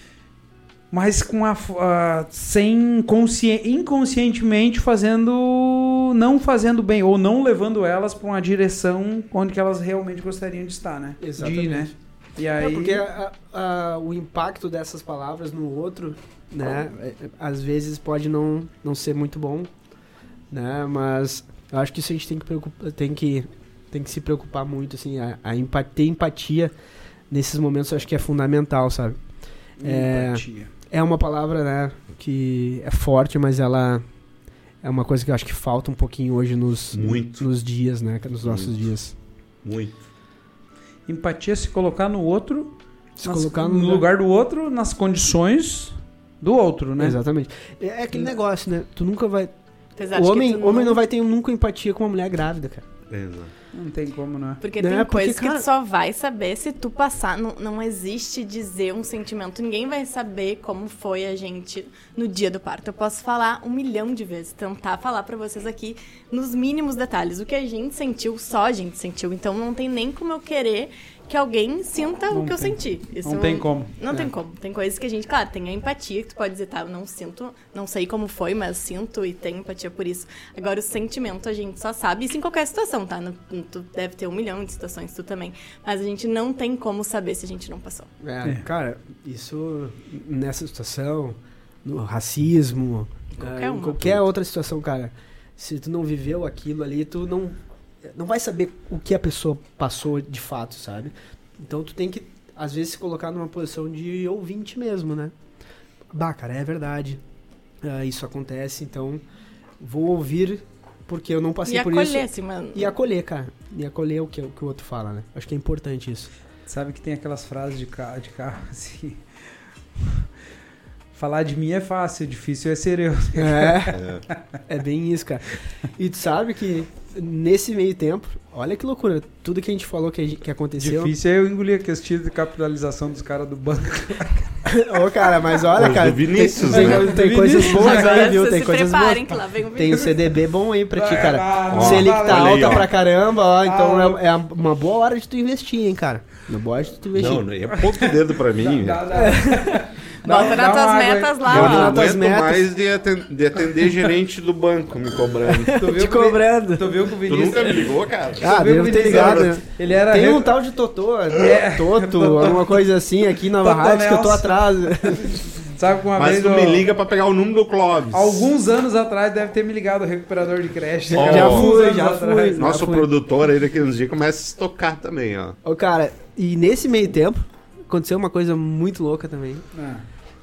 Mas com a, a sem consci, inconscientemente fazendo, não fazendo bem ou não levando elas para uma direção onde que elas realmente gostariam de estar, né? Exatamente. De, né? E aí, É porque a- a- o impacto dessas palavras no outro, né, é- é- às vezes pode não, não ser muito bom, né, mas eu acho que isso a gente tem que, preocupa- tem que, tem que se preocupar muito, assim, a, a empa- ter empatia nesses momentos eu acho que é fundamental, sabe? É, empatia. é uma palavra, né, que é forte, mas ela é uma coisa que eu acho que falta um pouquinho hoje nos, Muito. nos dias, né, nos nossos Muito. dias. Muito. Empatia é se colocar no outro, Se nas- colocar no lugar do outro, nas condições do outro, né? Exatamente. É é aquele negócio, né? Tu nunca vai. Apesar O de que homem, tu homem não vai ter nunca empatia com uma mulher grávida, cara. Exato. Não tem como, né? Porque Né? tem Porque, coisas que cara- tu só vai saber se tu passar. Não, não existe dizer um sentimento. Ninguém vai saber como foi a gente no dia do parto. Eu posso falar um milhão de vezes, tentar falar pra vocês aqui nos mínimos detalhes. O que a gente sentiu, só a gente sentiu. Então não tem nem como eu querer que alguém sinta Não o que eu tem. senti. Isso Não tem como. Não É. tem como. Tem coisas que a gente, claro, tem a empatia que tu pode dizer, tá, eu não sinto, não sei como foi, mas sinto e tenho empatia por isso. Agora, o sentimento a gente só sabe, isso em qualquer situação, tá? No- tu deve ter um milhão de situações, tu também. Mas a gente não tem como saber se a gente não passou. É, É. Cara, isso nessa situação, no racismo, Qualquer ah, em uma. qualquer outra situação, cara, se tu não viveu aquilo ali, tu não, não vai saber o que a pessoa passou de fato, sabe? Então tu tem que, às vezes, se colocar numa posição de ouvinte mesmo, né? Bah, cara, é verdade. Ah, isso acontece, então vou ouvir porque eu não passei E por acolher, isso. assim, mano. E acolher, cara. E acolher o que, o que o outro fala, né? Acho que é importante isso. Sabe que tem aquelas frases de carro, de carro assim. Falar de mim é fácil, difícil é ser eu. É, é bem isso, cara. E tu sabe que nesse meio tempo, olha que loucura, tudo que a gente falou que, a gente- que aconteceu. Difícil é eu engolir aquele estilo de capitalização dos caras do banco. Ô, cara, mas olha, Os cara. do Vinícius, tem, né? tem, tem Do coisas Vinícius, boas Agora aí, viu? vocês Tem se coisas preparem, boas. que lá vem o Tem um C D B bom aí pra ti, cara. Ah, Selic olha tá aí, alta ó. pra caramba, ó. Então Ah, é, é uma boa hora de tu investir, hein, cara. Uma boa hora de tu investir. Não, não, é ponto de dedo pra mim. Dá- velho. dá- dá- Bota dá nas uma tuas água aí. metas Eu lá, não Bota ó. nas tuas aguento metas. mais de atender, de atender gerente do banco me cobrando. Tu viu Te que o Vi- cobrando. Tu viu que o Tu Vinícius... nunca me ligou, cara? Ah, tu viu que o devo ter Vinícius- ligado, né? Ele era... Tem re- um tal de Totô, É. Toto, alguma coisa assim aqui na Totô rádio que eu tô Nelson. atrás. Sabe que uma Mas vez... tu eu- me liga pra pegar o número do Clóvis. Alguns anos atrás deve ter me ligado o recuperador de creche. Ó, Já Alguns fui, anos já atrás. fui. Nosso Já fui. produtor aí daqui uns dias começa a se tocar também, ó. Ô, cara, e nesse meio tempo, aconteceu uma coisa muito louca também. Ah,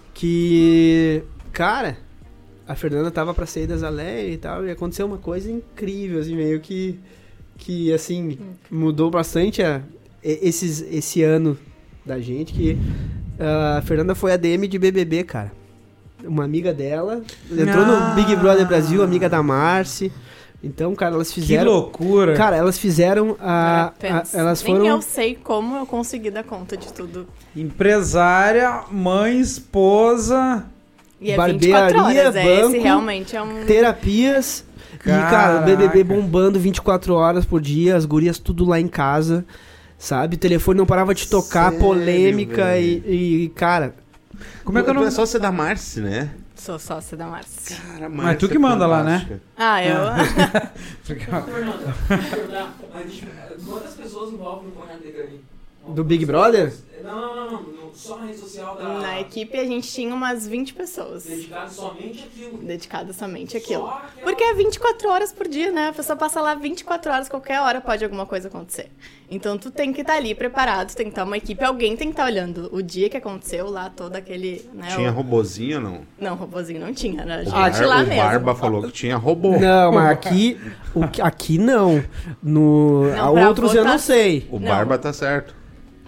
Que, cara, a Fernanda tava pra sair das Zalé e tal, e aconteceu uma coisa incrível, assim, meio que, que assim, mudou bastante a, e- esses, esse ano da gente, que a Fernanda foi a D M de B B B, cara. Uma amiga dela, entrou Ah. no Big Brother Brasil, amiga da Marci. Então, cara, elas que fizeram... loucura. Cara, elas fizeram a... a- Pensa. elas Nem foram... eu sei como eu consegui dar conta de tudo. Empresária, mãe, esposa... E é Barbearia, vinte e quatro horas, é, esse banco, realmente é um... Terapias. E, cara, o B B B Caraca. bombando vinte e quatro horas por dia, as gurias tudo lá em casa, sabe? O telefone não parava de tocar, Sério, polêmica e, velho? e, cara... Como é que eu não... É só ser da Marci, né? Sou sócia da Márcia. Cara, Mas tu que manda lá, né? fantástica. Ah, eu... Porque, Fernanda, deixa eu perguntar, mas deixa eu- quantas pessoas envolvem no projeto dele ali? Do Big Brother? Não, não, não, não, não, só na rede social da... Na equipe a gente tinha umas vinte pessoas. Dedicado somente àquilo. Dedicadas somente àquilo. Só aquela- Porque é vinte e quatro horas por dia, né? A pessoa passa lá vinte e quatro horas, qualquer hora pode alguma coisa acontecer. Então tu tem que estar ali preparado, tem que estar uma equipe, alguém tem que estar olhando o dia que aconteceu lá, todo aquele... Né, Tinha o... robozinho ou não? Não, robozinho não tinha, né? A O, gente Bar- lá o mesmo. Barba falou que tinha robô. Não, mas aqui, o, que- aqui não. No, Não, a pra outros eu não votação. sei. O Não. Barba tá certo.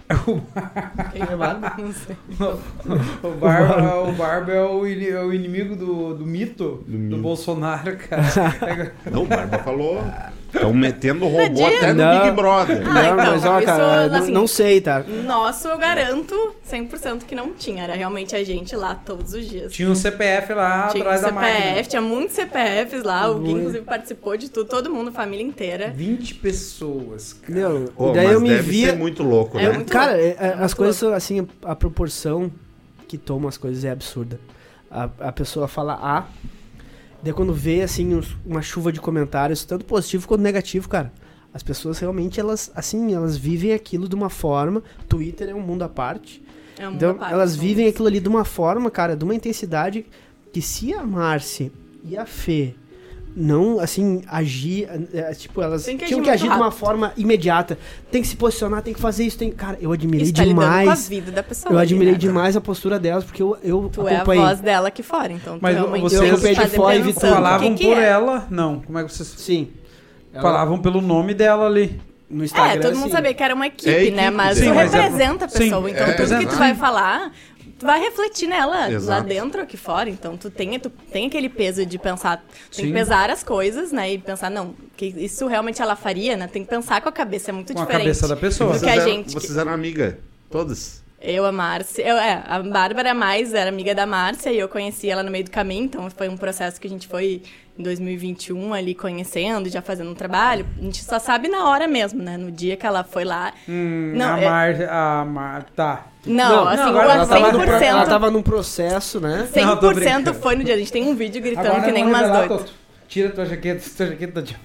Quem é Barba? Não sei. O Barba, o Barba é, o, ini- é o inimigo do, do mito do, mito. Bolsonaro, cara. Não, o Barba falou. Estão metendo robô Tadinho. até no Não. Big Brother. Ah, não, então, mas ó, isso, cara, não- assim, não sei, tá? Nosso, eu garanto cem por cento que não tinha. Era realmente a gente lá todos os dias. Tinha um C P F lá Tinha atrás da C P F, máquina. tinha muitos C P Fs lá. O Gui, Muito. inclusive, participou de tudo. Todo mundo, família inteira. vinte pessoas, cara. Meu, Pô, e daí mas eu me deve via... ser muito louco, É né? muito Cara, louco. é- é- muito as coisas são assim, a proporção que tomam as coisas é absurda. A, a pessoa fala A, daí quando vê assim uns- uma chuva de comentários, tanto positivo quanto negativo, cara. As pessoas realmente, elas, assim, elas vivem aquilo de uma forma. Twitter é um mundo à parte. É um Então, mundo à parte, elas né? vivem aquilo ali de uma forma, cara, de uma intensidade que se a Márcia e a Fê não, assim, agir, é, tipo, elas Tem que tinham agir que agir muito de uma rápido. forma imediata. Tem que se posicionar, tem que fazer isso, tem... Cara, eu admirei Isso tá lidando com a demais. vida da pessoa. Eu ali, admirei né? demais a postura delas, porque eu, eu Tu é a acompanhei. voz dela aqui fora, então tu Mas realmente vocês- tem Eu que acompanhei de fazer fora e vi pensando tudo. o Falavam que que por é. ela? Não, como é que vocês... Sim. Ela- Falavam pelo nome dela ali. no Instagram, É, todo mundo assim, sabia que era uma equipe, É a né? equipe, Mas sim, tu mas é- representa a pessoa. sim, então é, tudo que tu exato. vai falar, tu vai refletir nela, lá Exato. dentro ou aqui fora. Então tu tem, tu tem aquele peso de pensar, tem Sim. que pesar as coisas, né? E pensar, não, que isso realmente ela faria, né? Tem que pensar com a cabeça, é muito Com a diferente. cabeça da pessoa. Porque Vocês a eram, gente- vocês eram amiga, todas. Eu, a Márcia, eu, é, a Bárbara mais era amiga da Márcia e eu conheci ela no meio do caminho, então foi um processo que a gente foi em dois mil e vinte e um ali conhecendo, já fazendo um trabalho. A gente só sabe na hora mesmo, né? No dia que ela foi lá. Hum, Não, a é- Mar... A Mar... Tá. Não, Não, assim, agora o ela tava no pro- cem por cento, Ela tava num processo, né? cem Não, tô por cento brincando. foi no dia. A gente tem um vídeo gritando Agora que nem eu vou umas revelar, doidas. Toto. Tira tua jaqueta, tua jaqueta de...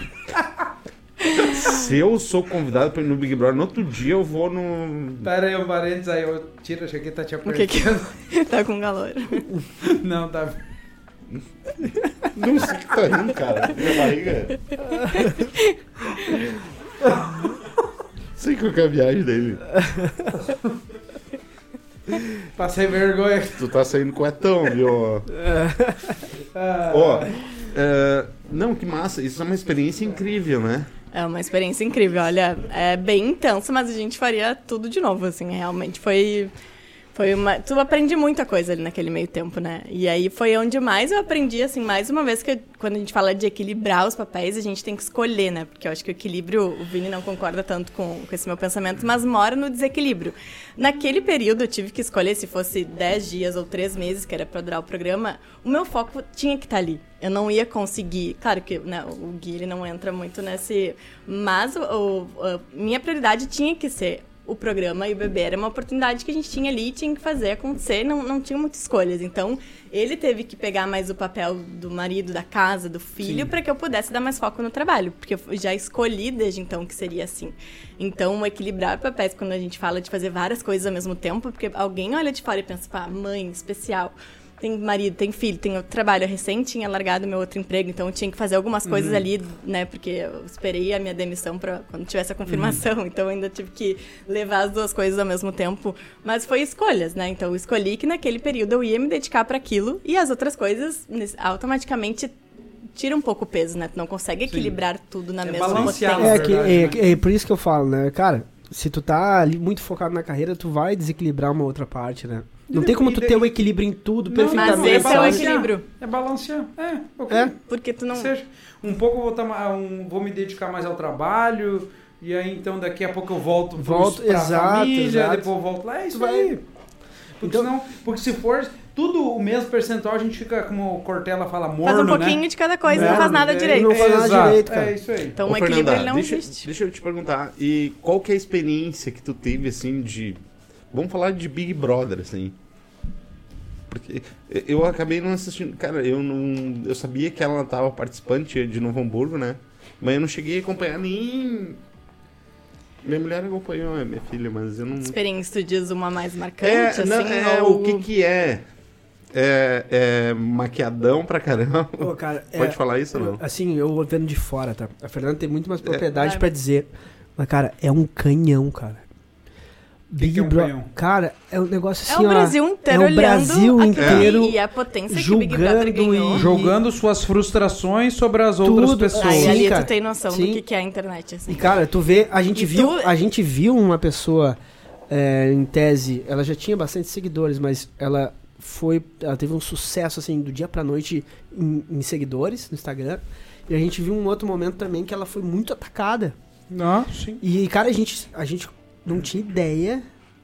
Se eu sou convidado pra ir no Big Brother, no outro dia eu vou no... Pera aí, um parênteses aí, eu tiro a jaqueta, te O que apertando. que tá com calor? Não, tá... Não sei o que tá rindo, cara. Minha barriga. Sei qual que é a viagem dele. Passei vergonha. Tu tá saindo coetão, viu? Ah, Ó, é, não, que massa. Isso é uma experiência incrível, né? É uma experiência incrível, olha, é bem intensa, mas a gente faria tudo de novo, assim, realmente foi... Foi uma... Tu aprende muita coisa ali naquele meio tempo, né? E aí foi onde mais eu aprendi, assim, mais uma vez que eu- quando a gente fala de equilibrar os papéis, a gente tem que escolher, né? Porque eu acho que o equilíbrio, o Vini não concorda tanto com, com esse meu pensamento, mas mora no desequilíbrio. Naquele período eu tive que escolher se fosse dez dias ou três meses, que era pra durar o programa, o meu foco tinha que estar ali. Eu não ia conseguir... Claro que né, o Gui, ele não entra muito nesse... Mas o, o, a minha prioridade tinha que ser o programa e o bebê. Era uma oportunidade que a gente tinha ali e tinha que fazer acontecer, não, não tinha muitas escolhas. Então, ele teve que pegar mais o papel do marido, da casa, do filho, para que eu pudesse dar mais foco no trabalho, porque eu já escolhi desde então que seria assim. Então, equilibrar papéis quando a gente fala de fazer várias coisas ao mesmo tempo, porque alguém olha de fora e pensa, pá, mãe, especial... Tem marido, tem filho, tem outro trabalho. Eu recém tinha largado meu outro emprego, então eu tinha que fazer algumas coisas ali, né? Porque eu esperei a minha demissão para quando tivesse a confirmação. Então eu ainda tive que levar as duas coisas ao mesmo tempo. Mas foi escolhas, né? Então eu escolhi que naquele período eu ia me dedicar para aquilo e as outras coisas automaticamente tira um pouco o peso, né? Tu não consegue equilibrar tudo na É mesma balancear, potência. na É, que, verdade, é, né? que- é por isso que eu falo, né? Cara, se tu tá ali muito focado na carreira, tu vai desequilibrar uma outra parte, né? Não E tem como de- tu ter o equilíbrio em tudo Não, perfeitamente. Mas esse é o sabe? equilíbrio. É balancear. É, ok. É. Porque tu não... Ou seja, um pouco eu vou, tomar, um, vou me dedicar mais ao trabalho, e aí então daqui a pouco eu volto, pros- Volto, pra exato, família, exato. depois eu volto lá, é isso Tu vai- aí. Porque, Então- senão, porque se for tudo o mesmo percentual, a gente fica, como o Cortella fala, morno, Faz um né? pouquinho de cada coisa e É, não faz nada é, direito. não faz nada exato, direito, cara. É isso aí. Então Ô, o equilíbrio Fernanda, ele não deixa, existe. deixa eu te perguntar, e qual que é a experiência que tu teve, assim, de... Vamos falar de Big Brother, assim. Porque eu acabei não assistindo... Cara, eu não... Eu sabia que ela tava participante de Novo Hamburgo, né? Mas eu não cheguei a acompanhar nem... Minha mulher acompanhou, é minha filha, mas eu não... Experiência, tu diz uma mais É, marcante, não, assim, é ou... o que que é? É, é maquiadão pra caramba. Pô, cara, Pode é, falar isso ou não? Assim, eu vendo de fora, tá? A Fernanda tem muito mais propriedade Vai. pra dizer. Mas, cara, é um canhão, cara. Big que é um Bro- canhão? Cara, é um negócio É assim, o ó, Brasil inteiro é o olhando Brasil aquilo inteiro ali, e a potência que o Big Brother julgando ganhou. e- Jogando suas frustrações sobre as outras Tudo. pessoas. Aí Sim, ali cara. tu tem noção Sim. do que que é a internet, assim. E, cara, tu vê, a gente E viu, tu- a gente viu uma pessoa é, em tese, ela já tinha bastante seguidores, mas ela foi, ela teve um sucesso, assim, do dia pra noite em, em seguidores no Instagram. E a gente viu um outro momento também que ela foi muito atacada. Ah, sim. E, cara, a gente, a gente não tinha ideia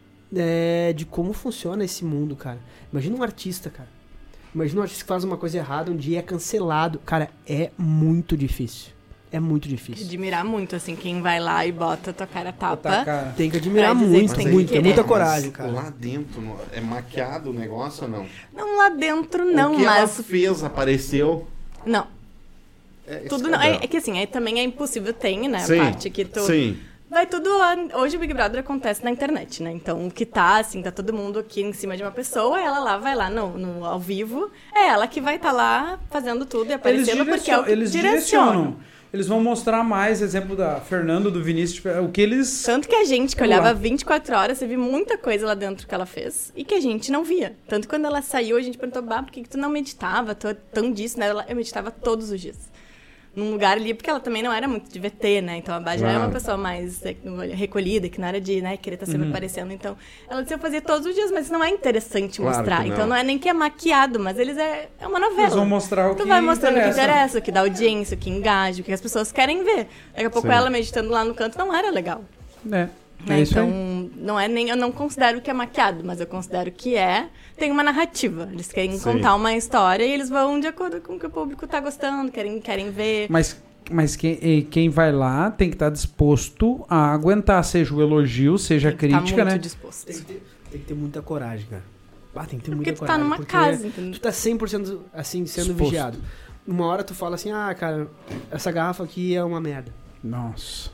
é, de como funciona esse mundo, cara. Imagina um artista, cara. Imagina um artista que faz uma coisa errada, um dia é cancelado. Cara, é muito difícil. É muito difícil. Admirar muito, assim, quem vai lá e bota a tua cara a tapa. Botar a cara. Tem que admirar Pra dizer muito, que tem que muito. É querer. muita Mas coragem, cara. Lá dentro, no- é maquiado o negócio ou não? Não, lá dentro não, o que mas... ela fez, apareceu... Não, É, esse tudo é não. o É, dela. é que assim, aí também é impossível, tem, né, Sim, a parte que tu... sim. Vai tudo lá. Hoje o Big Brother acontece na internet, né? Então o que tá, assim, tá todo mundo aqui em cima de uma pessoa, ela lá vai lá no, no ao vivo, é ela que vai estar tá lá fazendo tudo e Eles, aparecendo porque é o direcionam, que eles direciona. direcionam. Eles vão mostrar mais, exemplo da Fernando, do Vinícius, tipo, o que eles... Tanto que a gente que Vamos olhava lá. vinte e quatro horas, você viu muita coisa lá dentro que ela fez e que a gente não via. Tanto que quando ela saiu, a gente perguntou, bah, por que, que tu não meditava? Tu é tão disso, né? Ela, eu meditava todos os dias. Num lugar ali, porque ela também não era muito de V T, né? Então a Bá já é uma Claro. pessoa mais é, recolhida, que não era de, né, querer estar sempre aparecendo. Então ela disse, eu fazia todos os dias, mas isso não é interessante Claro mostrar. que não. Então não é nem que é maquiado, mas eles é, é uma novela. Eles vão mostrar o Tu que vai mostrando o que interessa. interessa, o que dá audiência, o que engaja, o que as pessoas querem ver. Daqui a pouco Sim. ela meditando lá no canto não era legal. É, Né? é isso Então, aí. não é nem, eu não considero que é maquiado, mas eu considero que é. Tem uma narrativa. Eles querem Sim. contar uma história e eles vão de acordo com o que o público tá gostando, querem, querem ver. Mas, mas quem, e quem vai lá tem que estar disposto a aguentar, seja o elogio, seja a Tem que tá crítica, muito né? disposto. Tem que, ter, tem que ter muita coragem, cara. Ah, tem que ter Porque muita tu tá coragem. numa porque casa, entendeu? tu tá cem por cento assim, sendo Exposto. vigiado. Uma hora tu fala assim, ah, cara, essa garrafa aqui é uma merda. Nossa.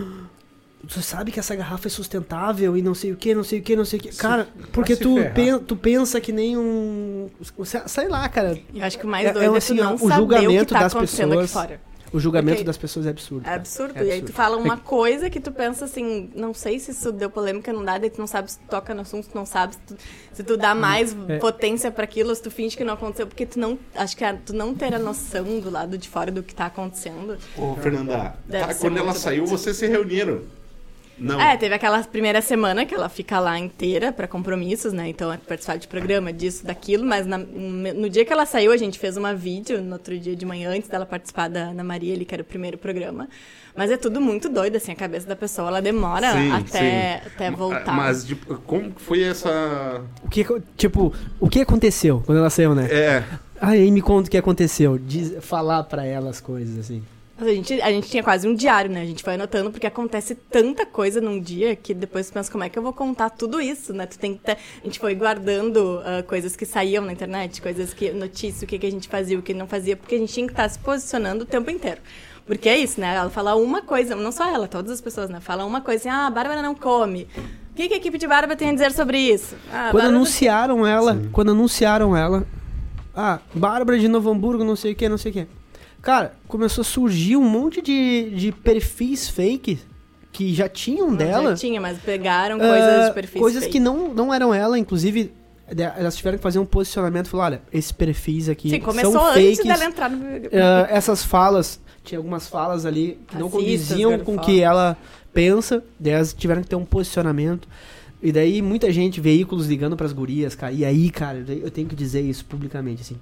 Tu sabe que essa garrafa é sustentável e não sei o que, não sei o que, não sei o que. Cara, porque se tu, ferrar. pen- tu pensa que nem um... Sei lá, cara. Eu acho que o mais É- doido é é, assim, tu ó, não o saber o que julgamento tá das acontecendo pessoas- aqui fora. O julgamento Porque das pessoas é absurdo. É cara. absurdo. É E aí tu absurdo. fala uma coisa que tu pensa assim, não sei se isso deu polêmica, não dá, daí tu não sabe se tu toca no assunto, tu não sabe se tu, se tu dá mais É. potência pra aquilo, se tu finge que não aconteceu, porque tu não, acho que a- tu não ter a noção do lado de fora do que tá acontecendo. Ô, Fernanda, Deve tá, ser quando ela muito saiu, bonito. vocês se reuniram. Não. É, teve aquela primeira semana que ela fica lá inteira pra compromissos, né? Então, é participar de programa, disso, daquilo. Mas na- no dia que ela saiu, a gente fez uma vídeo no outro dia de manhã, antes dela participar da Ana Maria, ali, que era o primeiro programa. Mas é tudo muito doido, assim, a cabeça da pessoa, ela demora Sim, até, sim. até voltar. Mas, tipo, como que foi essa... O que, tipo, o que aconteceu quando ela saiu, né? É, Ah, aí me conta o que aconteceu. Diz, falar pra ela as coisas, assim. A gente, a gente tinha quase um diário, né? A gente foi anotando porque acontece tanta coisa num dia que depois tu pensa, como é que eu vou contar tudo isso, né? Tu tem que ter... A gente foi guardando ah, coisas que saíam na internet, coisas que... Notícia, o que, que a gente fazia, o que não fazia, porque a gente tinha que estar se posicionando o tempo inteiro. Porque é isso, né? Ela fala uma coisa, não só ela, todas as pessoas, né? Fala uma coisa assim, ah, a Bárbara não come. O que, que a equipe de Bárbara tem a dizer sobre isso? Ah, a Quando Bárbara- anunciaram ela, quando anunciaram ela, ah, Bárbara de Novo Hamburgo, não sei o que, não sei o que. Cara, começou a surgir um monte de, de perfis fake que já tinham Não, dela. Já tinha, mas pegaram ah, coisas de perfis coisas fake. que não, não eram ela, inclusive de- elas tiveram que fazer um posicionamento, falar, olha, esses perfis aqui Sim, começou são antes fakes. dela entrar no... Ah, essas falas, tinha algumas falas ali que não Racistas, condiziam com o que garofóbicas. ela pensa, daí elas tiveram que ter um posicionamento. E daí muita gente, veículos ligando pras gurias, cara. E aí, cara, eu tenho que dizer isso publicamente, assim.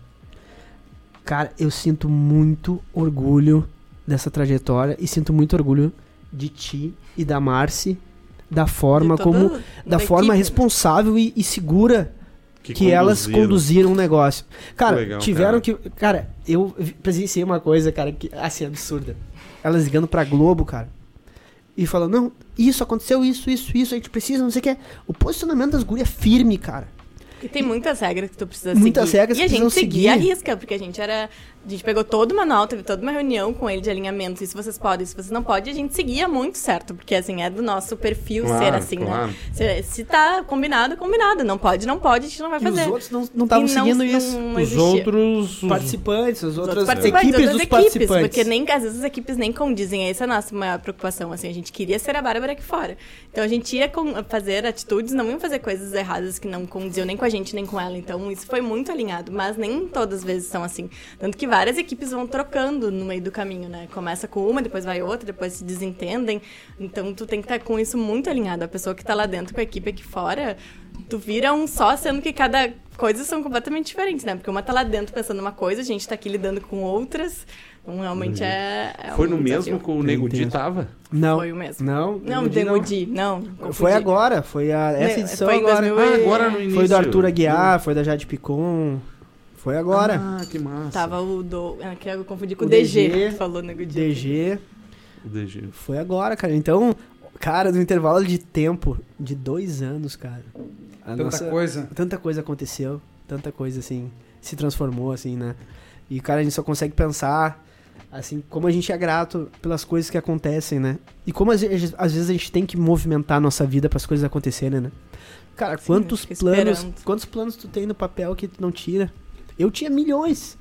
Cara, eu sinto muito orgulho dessa trajetória e sinto muito orgulho de ti e da Marci, da forma de toda- como, da, forma equipe. responsável e, e segura que, que elas conduziram. conduziram o negócio. Cara, Legal, tiveram cara. que... Cara, eu vi- presenciei uma coisa, cara, que, assim, absurda. Elas ligando pra Globo, cara, e falando, não, isso, aconteceu isso, isso, isso, a gente precisa, não sei o que. O posicionamento das gurias é firme, cara. E tem muitas regras que tu precisa Muitas seguir. regras e a que gente precisam seguia a seguir. risca, porque a gente era... A gente pegou todo o manual, teve toda uma reunião com ele de alinhamento. Isso vocês podem, isso vocês não podem. A gente seguia muito certo, porque assim, é do nosso perfil Claro, ser assim, claro. né? Se, se tá combinado, combinado. Não pode, não pode, a gente não vai E fazer. os outros não não estavam E não- seguindo não isso. Os existia. outros... os- Participantes, as Os outras outros participantes, equipes outras dos equipes, participantes. porque nem, às vezes as equipes nem condizem. Essa é a nossa maior preocupação, assim, a gente queria ser a Bárbara aqui fora. Então a gente ia com- fazer atitudes, não ia fazer coisas erradas que não condiziam nem com a gente nem com ela. Então, isso foi muito alinhado. Mas nem todas as vezes são assim. Tanto que várias equipes vão trocando no meio do caminho, né? Começa com uma, depois vai outra, depois se desentendem. Então, tu tem que estar com isso muito alinhado. A pessoa que tá lá dentro com a equipe aqui fora, tu vira um só, sendo que cada coisa são completamente diferentes, né? Porque uma tá lá dentro pensando uma coisa, a gente tá aqui lidando com outras. Então, realmente é, é Foi um no mesmo desafio. que o Nego Di tava? Não. Foi o mesmo. Não, Não, Nego Di Nego Di, não. confundi. Foi agora, foi a, essa Ne- edição foi em agora. dois mil Ah, e- agora no início. Foi do Arthur Aguiar, foi da Jade Picon. Foi agora. Ah, que massa. Tava o do... ah, que eu confundi com O o D G, D G, que falou Nego Di. D G. O D G. Foi agora, cara. Então, cara, no intervalo de tempo de dois anos, cara. a Tanta nossa- coisa. Tanta coisa aconteceu. Tanta coisa, assim, se transformou, assim, né? E, cara, a gente só consegue pensar, assim, como a gente é grato pelas coisas que acontecem, né? E como às vezes, às vezes a gente tem que movimentar a nossa vida para as coisas acontecerem, né? Cara, Sim, quantos eu fico planos, esperando. quantos planos tu tem no papel que tu não tira? Eu tinha milhões.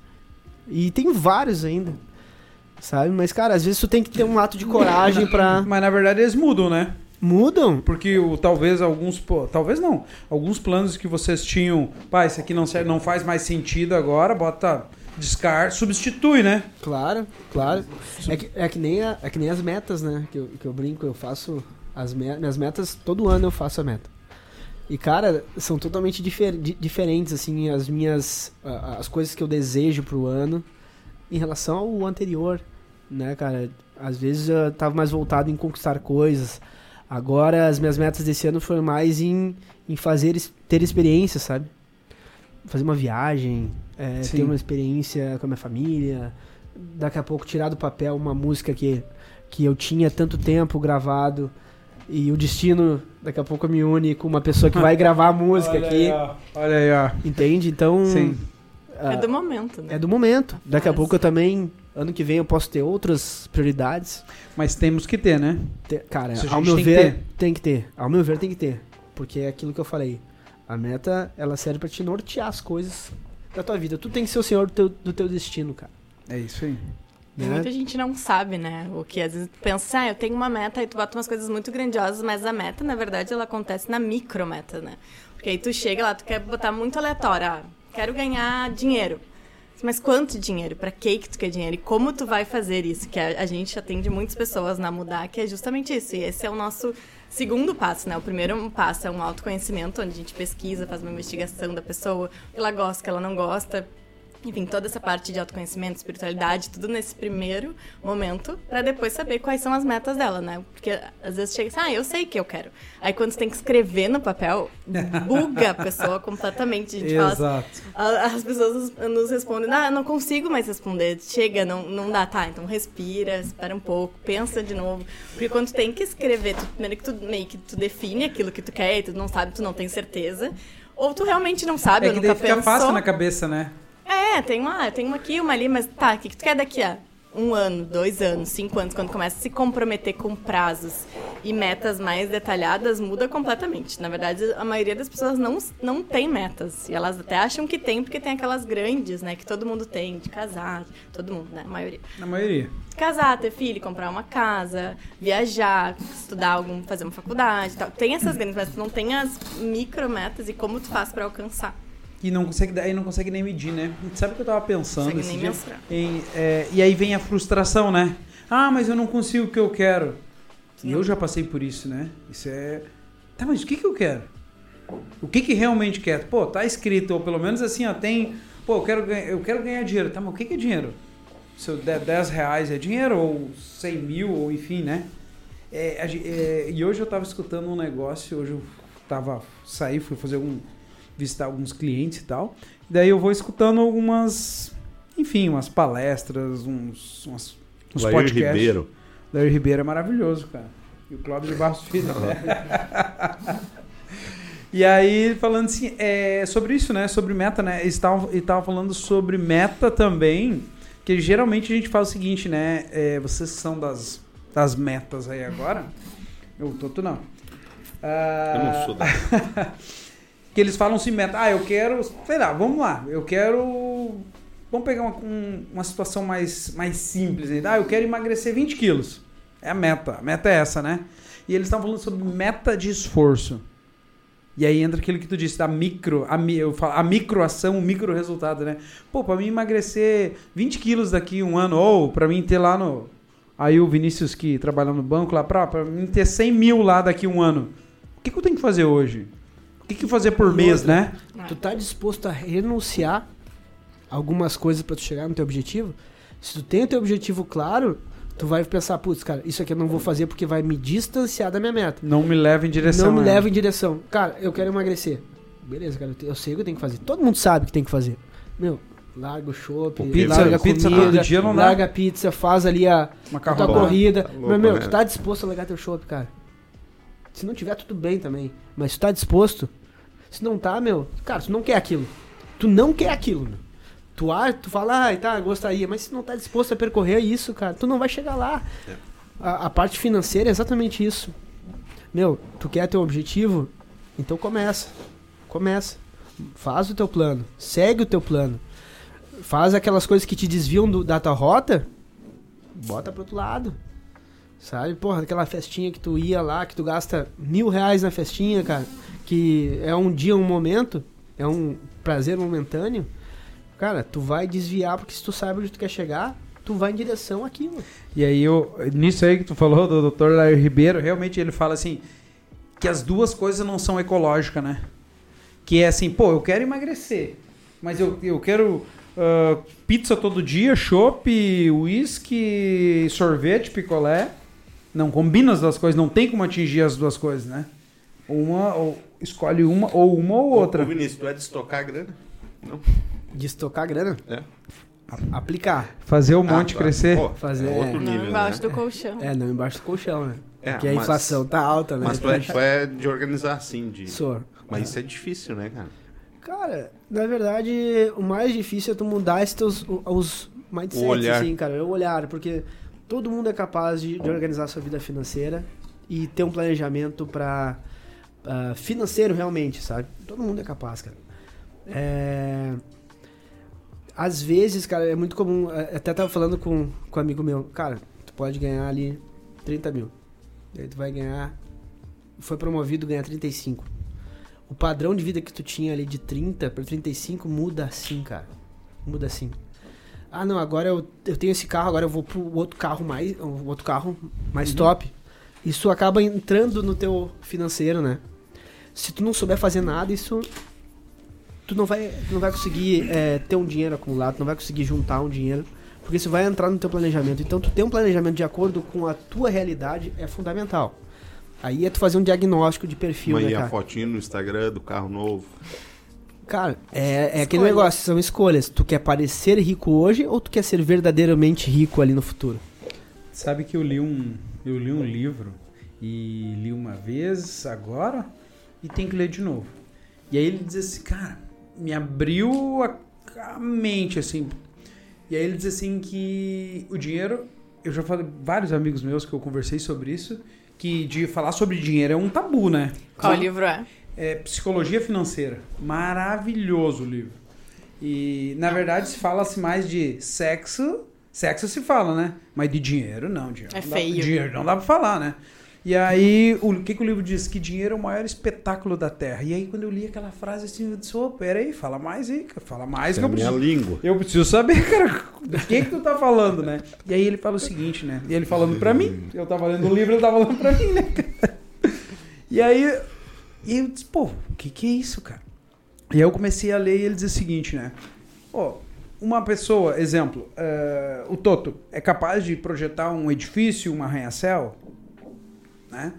E tem vários ainda. Sabe? Mas, cara, às vezes tu tem que ter um ato de coragem pra... Mas na verdade eles mudam, né? Mudam. Porque o, talvez alguns... pô, talvez não. Alguns planos que vocês tinham... Pá, esse aqui não, serve, não faz mais sentido agora, bota... Descarte, substitui, né? Claro, claro. É que, é que, nem, a- é que nem as metas, né? Que eu, que eu brinco, eu faço as me- minhas metas, todo ano eu faço a meta. E, cara, são totalmente difer- di- diferentes, assim, as minhas... a- as coisas que eu desejo pro ano em relação ao anterior, né, cara? Às vezes eu tava mais voltado em conquistar coisas. Agora, as minhas metas desse ano foram mais em, em fazer, es- ter experiência, sabe? Fazer uma viagem, é, Sim. ter uma experiência com a minha família, daqui a pouco tirar do papel uma música que, que eu tinha tanto tempo gravado e o destino daqui a pouco me une com uma pessoa que vai gravar a música Olha aqui, aí, ó. Olha aí, ó. entende? Então Sim. ah, É do momento, né? é do momento. Daqui a Mas- pouco eu também, ano que vem eu posso ter outras prioridades. Mas temos que ter, né? Te- cara, Isso a ao gente meu tem que ver, ter. tem que ter. Ao meu ver, tem que ter. Porque é aquilo que eu falei. A meta, ela serve pra te nortear as coisas da tua vida. Tu tem que ser o senhor do teu, do teu destino, cara. É isso aí. E Né? muita gente não sabe, né? O que às vezes tu pensa, ah, eu tenho uma meta, aí tu bota umas coisas muito grandiosas, mas a meta, na verdade, ela acontece na micrometa, né? Porque aí tu chega lá, tu quer botar muito aleatório, ah, quero ganhar dinheiro. Mas quanto dinheiro? Pra que que tu quer dinheiro? E como tu vai fazer isso? Que a, a gente atende muitas pessoas na Mudar, que é justamente isso. E esse é o nosso segundo passo, né? O primeiro passo é um autoconhecimento, onde a gente pesquisa, faz uma investigação da pessoa, o que ela gosta, o que ela não gosta. Enfim, toda essa parte de autoconhecimento, espiritualidade, tudo nesse primeiro momento, pra depois saber quais são as metas dela, né? Porque às vezes chega assim, ah, eu sei o que eu quero. Aí quando você tem que escrever no papel, buga a pessoa completamente. A gente fala assim, Exato. a- as pessoas nos, nos respondem, ah, eu não consigo mais responder, chega, não, não dá, tá, então respira, espera um pouco, pensa de novo, porque quando tu tem que escrever, tu, primeiro que tu meio que tu define aquilo que tu quer e tu não sabe, tu não tem certeza, ou tu realmente não sabe, É ou que nunca daí fica pensou. fácil na cabeça, né? É, tem uma, tem uma aqui, uma ali, mas tá, o que, que tu quer daqui a um ano, dois anos, cinco anos, quando começa a se comprometer com prazos e metas mais detalhadas, muda completamente. Na verdade, a maioria das pessoas não, não tem metas. E elas até acham que tem, porque tem aquelas grandes, né, que todo mundo tem, de casar, todo mundo, né, a maioria. Na maioria. Casar, ter filho, comprar uma casa, viajar, estudar algum, fazer uma faculdade e tal. Tem essas grandes metas, não tem as micrometas e como tu faz pra alcançar. E não consegue, aí não consegue nem medir, né? E sabe o que eu tava pensando? Consegue esse nem dia? mensurar. Em, é, e aí vem a frustração, né? Ah, mas eu não consigo o que eu quero. E eu já passei por isso, né? Isso é... Tá, mas o que que eu quero? O que que realmente quero? Pô, tá escrito, ou pelo menos assim, ó, tem... Pô, eu quero, ganhar, eu quero ganhar dinheiro. Tá, mas o que que é dinheiro? Se eu der dez reais é dinheiro, ou cem mil, ou enfim, né? É, a gen- é, e hoje eu tava escutando um negócio, hoje eu tava... Saí, fui fazer um... visitar alguns clientes e tal. Daí eu vou escutando algumas, enfim, umas palestras, uns, umas, uns Lair podcasts. Ribeiro. Lair Ribeiro é maravilhoso, cara. E o Cláudio de Barros Filho. Né? E aí, falando assim, é, sobre isso, né? Sobre meta, né? Eles estavam falando sobre meta também, que geralmente a gente faz o seguinte, né? É, vocês são das, das metas aí agora. Eu tô, tu não. Ah, Eu não sou da... que eles falam assim, meta, ah, eu quero, sei lá, vamos lá, eu quero, vamos pegar uma, um- uma situação mais, mais simples, aí. Ah, eu quero emagrecer vinte quilos, é a meta, a meta é essa, né? E eles estavam falando sobre meta de esforço. E aí entra aquilo que tu disse, da micro, a, mi- eu falo, a microação, o micro resultado, né? Pô, pra mim emagrecer vinte quilos daqui um ano, ou pra mim ter lá no... Aí o Vinícius que trabalha no banco lá, pra, pra mim ter cem mil lá daqui um ano. O que, que eu tenho que fazer hoje? O que, que eu fazer por mês, né? Tu tá disposto a renunciar algumas coisas pra tu chegar no teu objetivo? Se tu tem o teu objetivo claro, tu vai pensar, putz, cara, isso aqui eu não vou fazer porque vai me distanciar da minha meta. Não me leva em direção. Não me a- leva em direção. Cara, eu quero emagrecer. Beleza, cara, eu te- eu sei o que eu tenho que fazer. Todo mundo sabe o que tem que fazer. Meu, larga o chopp, Pizza- larga a pizza comida, todo dia não dá. larga a pizza, faz ali a, a tua Macarrão. corrida. Tá louco, Mas, meu, né? tu tá disposto a largar teu chopp, cara. Se não tiver, tudo bem também. Mas tu tá disposto. Se não tá, meu, cara, tu não quer aquilo. Tu não quer aquilo, meu. Tu, ah, tu fala, ah, tá, gostaria, mas se não tá disposto a percorrer isso, cara, tu não vai chegar lá. É. A, a parte financeira é exatamente isso. Meu, tu quer teu objetivo? Então começa. Começa. Faz o teu plano. Segue o teu plano. Faz aquelas coisas que te desviam do- da tua rota, bota pro outro lado. Sabe? Porra, aquela festinha que tu ia lá, que tu gasta mil reais na festinha, cara, que é um dia, um momento, é um prazer momentâneo. Cara, tu vai desviar, porque se tu sabe onde tu quer chegar, tu vai em direção àquilo. E aí, eu, nisso aí que tu falou do doutor Lair Ribeiro, realmente ele fala assim, que as duas coisas não são ecológicas, né? Que é assim, pô, eu quero emagrecer, mas eu, eu quero ah, pizza todo dia, chopp, uísque, sorvete, picolé. Não combina as duas coisas, não tem como atingir as duas coisas, né? Uma, ou escolhe uma, ou uma ou outra. Ô, Vinícius, tu é de estocar a grana? Não. De estocar grana, É. a- aplicar. Fazer o monte Ah, tá. crescer. Pô, Fazer- é outro Não, nível, embaixo né? do colchão. É, não embaixo do colchão, né? É, Porque a mas- inflação tá alta, né? Mas tu é, tu é de organizar assim, de... Sou. Mas isso é difícil, né, cara? Cara, na verdade, o mais difícil é tu mudar esses teus, o- os mindsets, O olhar. assim, cara. É o olhar, porque todo mundo é capaz de, de organizar a sua vida financeira e ter um planejamento pra, ah, financeiro realmente, sabe? Todo mundo é capaz, cara. É... Às vezes, cara, é muito comum, eh, até tava falando com, com um amigo meu, cara, tu pode ganhar ali trinta mil. E aí tu vai ganhar, foi promovido, ganhar trinta e cinco. O padrão de vida que tu tinha ali de trinta para trinta e cinco muda assim, cara. Muda assim. Ah, não, agora eu, eu tenho esse carro, agora eu vou pro outro carro mais, o outro carro mais top. Isso acaba entrando no teu financeiro, né? Se tu não souber fazer nada, isso tu não vai, tu não vai conseguir é, ter um dinheiro acumulado, tu não vai conseguir juntar um dinheiro, porque isso vai entrar no teu planejamento. Então tu ter um planejamento de acordo com a tua realidade é fundamental. Aí é tu fazer um diagnóstico de perfil, Mas né, e a cara? fotinho no Instagram do carro novo? Cara, é, é aquele negócio, são escolhas. Tu quer parecer rico hoje ou tu quer ser verdadeiramente rico ali no futuro? Sabe que eu li um, eu li um livro e li uma vez agora e tem que ler de novo. E aí ele diz assim, cara, me abriu a, a mente assim. E aí ele diz assim que o dinheiro, eu já falei vários amigos meus que eu conversei sobre isso, que de falar sobre dinheiro é um tabu, né? Qual Sim. livro é? É Psicologia Financeira. Maravilhoso o livro. E, na verdade, se fala-se mais de sexo. Sexo se fala, né? Mas de dinheiro, não. Dinheiro É não dá- feio. dinheiro não dá pra falar, né? E aí, o que, que o livro diz? Que dinheiro é o maior espetáculo da Terra. E aí, quando eu li aquela frase assim, eu disse, ô, peraí, fala mais aí, cara. Fala mais Essa que é eu a minha preciso. língua. Eu preciso saber, cara, do que que tu tá falando, né? E aí ele fala o seguinte, né? E ele falando pra mim. Eu tava lendo o livro, ele tava falando pra mim, né, cara? E aí, e eu disse, pô, o que que é isso, cara? E aí eu comecei a ler e ele diz o seguinte, né? Pô, uma pessoa, exemplo, eh, o Toto é capaz de projetar um edifício, um arranha-céu, né?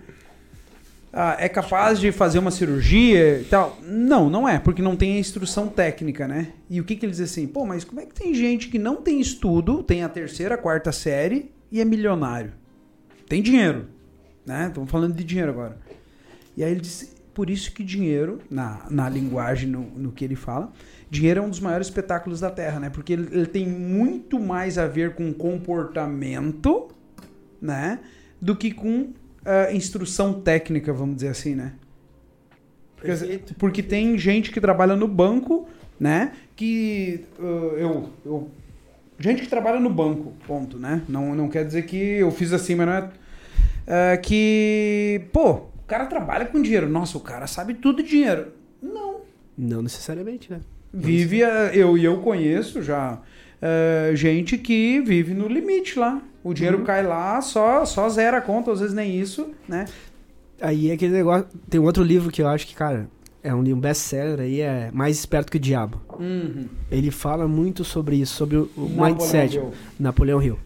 Ah, é capaz de fazer uma cirurgia e tal? Não, não é, porque não tem a instrução técnica, né? E o que que ele diz assim? Pô, mas como é que tem gente que não tem estudo, tem a terceira, quarta série e é milionário? Tem dinheiro, né? Estamos falando de dinheiro agora. E aí ele disse, por isso que dinheiro, na, na linguagem, no, no que ele fala, dinheiro é um dos maiores espetáculos da Terra, né? Porque ele, ele tem muito mais a ver com comportamento, né? Do que com uh, instrução técnica, vamos dizer assim, né? Porque, Perfeito. porque tem gente que trabalha no banco, né? Que uh, eu, eu... Gente que trabalha no banco, ponto, né? Não, não quer dizer que eu fiz assim, mas não é... Uh, que, pô, cara trabalha com dinheiro. Nossa, o cara sabe tudo de dinheiro. Não. Não necessariamente, né? Vive, a, eu e eu conheço já é, gente que vive no limite lá. O dinheiro Uhum. cai lá, só, só zera a conta, às vezes nem isso, né? Aí é aquele negócio... Tem um outro livro que eu acho que, cara, é um, um best-seller aí, é Mais Esperto que o Diabo. Uhum. Ele fala muito sobre isso, sobre o, o Napoleão mindset. Hill. Napoleão Hill.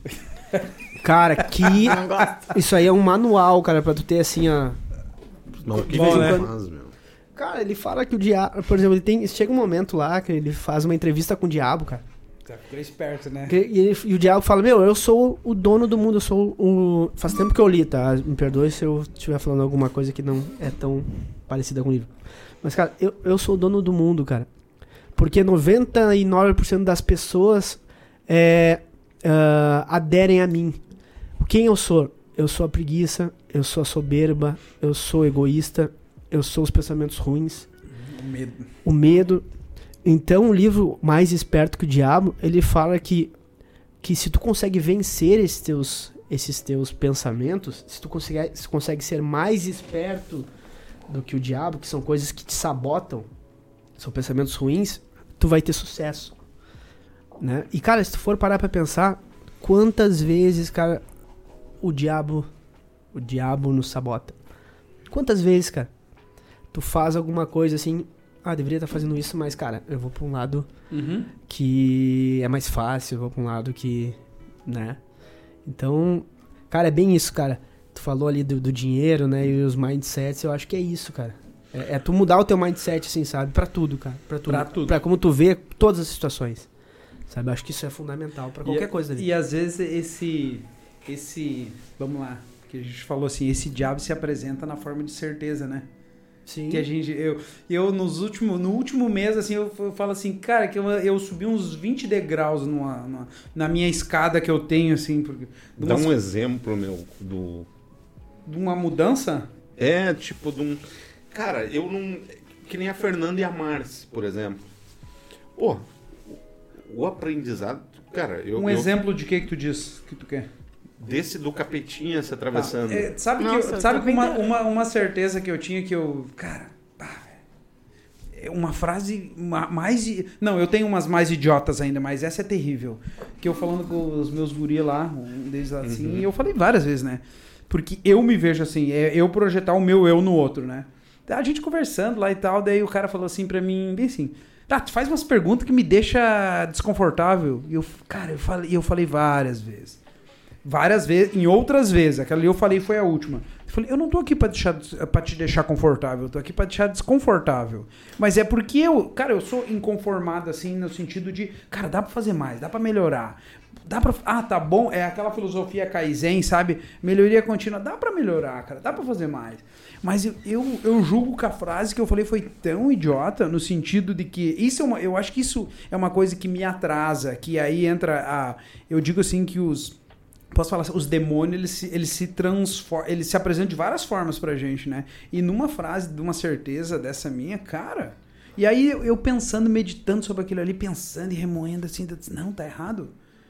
Cara, que... Não gosto. Isso aí é um manual, cara, pra tu ter assim, ó... Não, o que Bom, que né? ele faz, meu? Cara, ele fala que o diabo... Por exemplo, ele tem... Chega um momento lá que ele faz uma entrevista com o diabo, cara. Fica esperto, né? Que- E, ele- e o diabo fala, meu, eu sou o dono do mundo, eu sou o... Faz tempo que eu li, tá? Me perdoe se eu estiver falando alguma coisa que não é tão parecida com o livro. Mas, cara, eu, eu sou o dono do mundo, cara. Porque noventa e nove por cento das pessoas é, ah, aderem a mim. Quem eu sou? Eu sou a preguiça, eu sou a soberba, eu sou egoísta, eu sou os pensamentos ruins, O medo. o medo. Então, o livro Mais Esperto que o Diabo, ele fala que, que se tu consegue vencer esses teus, esses teus pensamentos, se tu consegue, se consegue ser mais esperto do que o diabo, que são coisas que te sabotam, são pensamentos ruins, tu vai ter sucesso. Né? E, cara, se tu for parar pra pensar, quantas vezes, cara, o diabo, o diabo nos sabota? Quantas vezes, cara, tu faz alguma coisa assim, ah, deveria estar fazendo isso, mas, cara, eu vou pra um lado Uhum. que é mais fácil, eu vou pra um lado que, né? Então, cara, é bem isso, cara. Tu falou ali do, do dinheiro, né, e os mindsets, eu acho que é isso, cara. É, é tu mudar o teu mindset, assim, sabe? Pra tudo, cara. Pra tudo. Pra tudo. Pra como tu vê todas as situações. Sabe? Eu acho que isso é fundamental pra qualquer e, coisa ali. E às vezes esse, esse, vamos lá, que a gente falou assim, esse diabo se apresenta na forma de certeza, né? Sim. Que a gente, eu, eu nos últimos, no último mês, assim, eu, eu falo assim, cara, que eu, eu subi uns vinte degraus numa, numa- na minha escada que eu tenho, assim, porque, de, Dá umas- um exemplo, meu, do... de uma mudança. É, tipo, de um... Cara, eu não... Que nem a Fernanda e a Marci, por exemplo. Pô, o aprendizado... Cara, eu... um eu- exemplo de que que tu diz que tu quer? Desse do capetinha se atravessando. É, sabe que, Nossa, eu- sabe eu que uma, também- uma, uma certeza que eu tinha que eu... Cara, pá, velho, é uma frase ma- mais... i- Não, eu tenho umas mais idiotas ainda, mas essa é terrível. Que eu falando com os meus guri lá, um deles assim, Uhum. e eu falei várias vezes, né? Porque eu me vejo assim, é eu projetar o meu eu no outro, né? A gente conversando lá e tal, daí o cara falou assim pra mim, bem assim... Tá, tu faz umas perguntas que me deixa desconfortável. E eu, cara, eu falei, eu falei várias vezes. Várias vezes, em outras vezes. Aquela ali eu falei foi a última. Eu falei, eu não tô aqui pra, deixar, pra te deixar confortável, eu tô aqui pra te deixar desconfortável. Mas é porque eu, cara, eu sou inconformado assim, no sentido de, cara, dá pra fazer mais, dá pra melhorar. Dá pra. Ah, tá bom, é aquela filosofia Kaizen, sabe? Melhoria contínua, dá pra melhorar, cara, dá pra fazer mais. Mas eu, eu, eu julgo que a frase que eu falei foi tão idiota, no sentido de que. Isso é uma. Eu acho que isso é uma coisa que me atrasa, que aí entra a. Eu digo assim que os. Posso falar, os demônios, eles se, eles se transformam, eles se apresentam de várias formas pra gente, né? E numa frase, de uma certeza dessa minha, cara... E aí eu, eu pensando, meditando sobre aquilo ali, pensando e remoendo assim, eu disse, não, tá errado.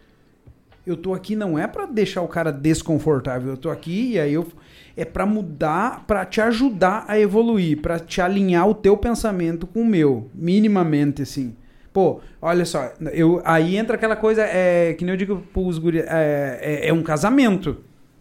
Eu tô aqui não é pra deixar o cara desconfortável, eu tô aqui e aí eu... É pra mudar, pra te ajudar a evoluir, pra te alinhar o teu pensamento com o meu, minimamente, assim. Pô, olha só, eu, aí entra aquela coisa, é, que nem eu digo pros guri, é, é, é um casamento,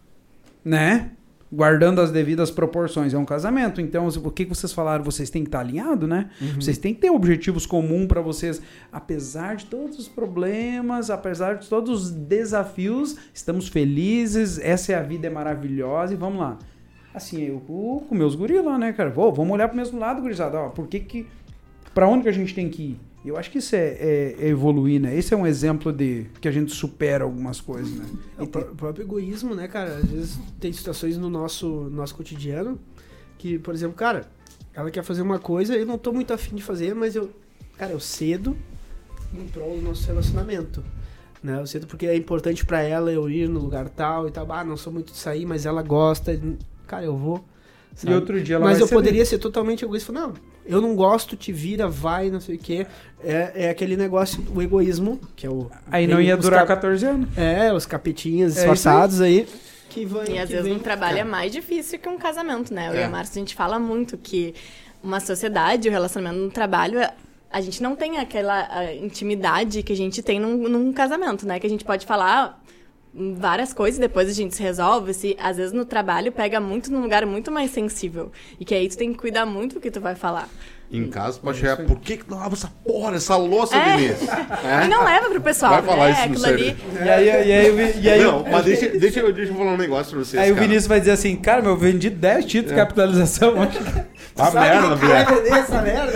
né? Guardando as devidas proporções, é um casamento. Então, o que vocês falaram? Vocês têm que estar alinhados, né? Uhum. Vocês têm que ter objetivos comuns para vocês. Apesar de todos os problemas, apesar de todos os desafios, estamos felizes, essa é a vida, é maravilhosa e vamos lá. Assim, eu com meus guris lá, né, cara? Vou, vamos olhar pro mesmo lado, gurizada. Ó, por que que... Pra onde que a gente tem que ir? Eu acho que isso é, é- é evoluir, né? Esse é um exemplo de que a gente supera algumas coisas, né? É o pró- próprio egoísmo, né, cara? Às vezes tem situações no nosso, nosso cotidiano que, por exemplo, cara, ela quer fazer uma coisa, eu não tô muito afim de fazer, mas eu, cara, eu cedo em prol do nosso relacionamento, né? Eu cedo porque é importante pra ela eu ir no lugar tal e tal. Ah, não sou muito de sair, mas ela gosta. Cara, eu vou. E outro dia ela Mas vai eu ceder. poderia ser totalmente egoísta. Falar, não, eu não gosto, te vira, vai, não sei o quê. É, é aquele negócio, o egoísmo, que é o... Aí não vem ia os durar cap- quatorze anos. É, os capetinhas É disfarçados aí. que vai, E às que vezes vem, um trabalho cara. é mais difícil que um casamento, né? Eu É. e a Márcia, a gente fala muito que uma sociedade, o relacionamento no trabalho, a gente não tem aquela a intimidade que a gente tem num, num casamento, né? Que a gente pode falar várias coisas e depois a gente se resolve. Se, às vezes no trabalho pega muito num lugar muito mais sensível. E que aí tu tem que cuidar muito do que tu vai falar. Em casa pode chegar, por que que não lava essa porra, essa louça, É. Vinícius? E não leva pro pessoal, Vai falar né? isso no Aquilo sério. ali... E aí, e aí, o Vi- e aí, Não, mas deixa, deixa, eu- deixa eu falar um negócio pra vocês, aí o cara. Vinícius vai dizer assim, cara, meu, eu vendi dez títulos de capitalização. A merda, Vai velho. vender essa merda?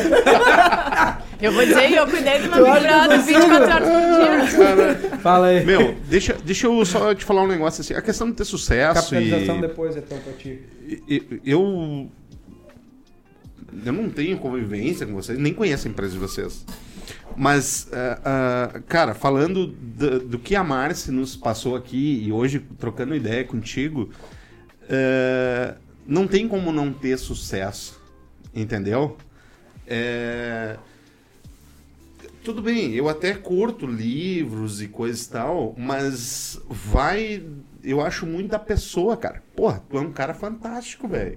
Eu vou dizer, eu cuidei do Tu meu Big acha que Brother você- vinte e quatro horas por dia. Fala aí. Meu, deixa, deixa eu só te falar um negócio assim. A questão de ter sucesso Capitalização e... depois, então, pra ti. e- Eu... Eu não tenho convivência com vocês, nem conheço a empresa de vocês. Mas, ah, ah, cara, falando do, do que a Márcia nos passou aqui e hoje trocando ideia contigo, eh, não tem como não ter sucesso, entendeu? É, tudo bem, eu até curto livros e coisas e tal, mas vai, eu acho muito da pessoa, cara. Porra, tu é um cara fantástico, velho.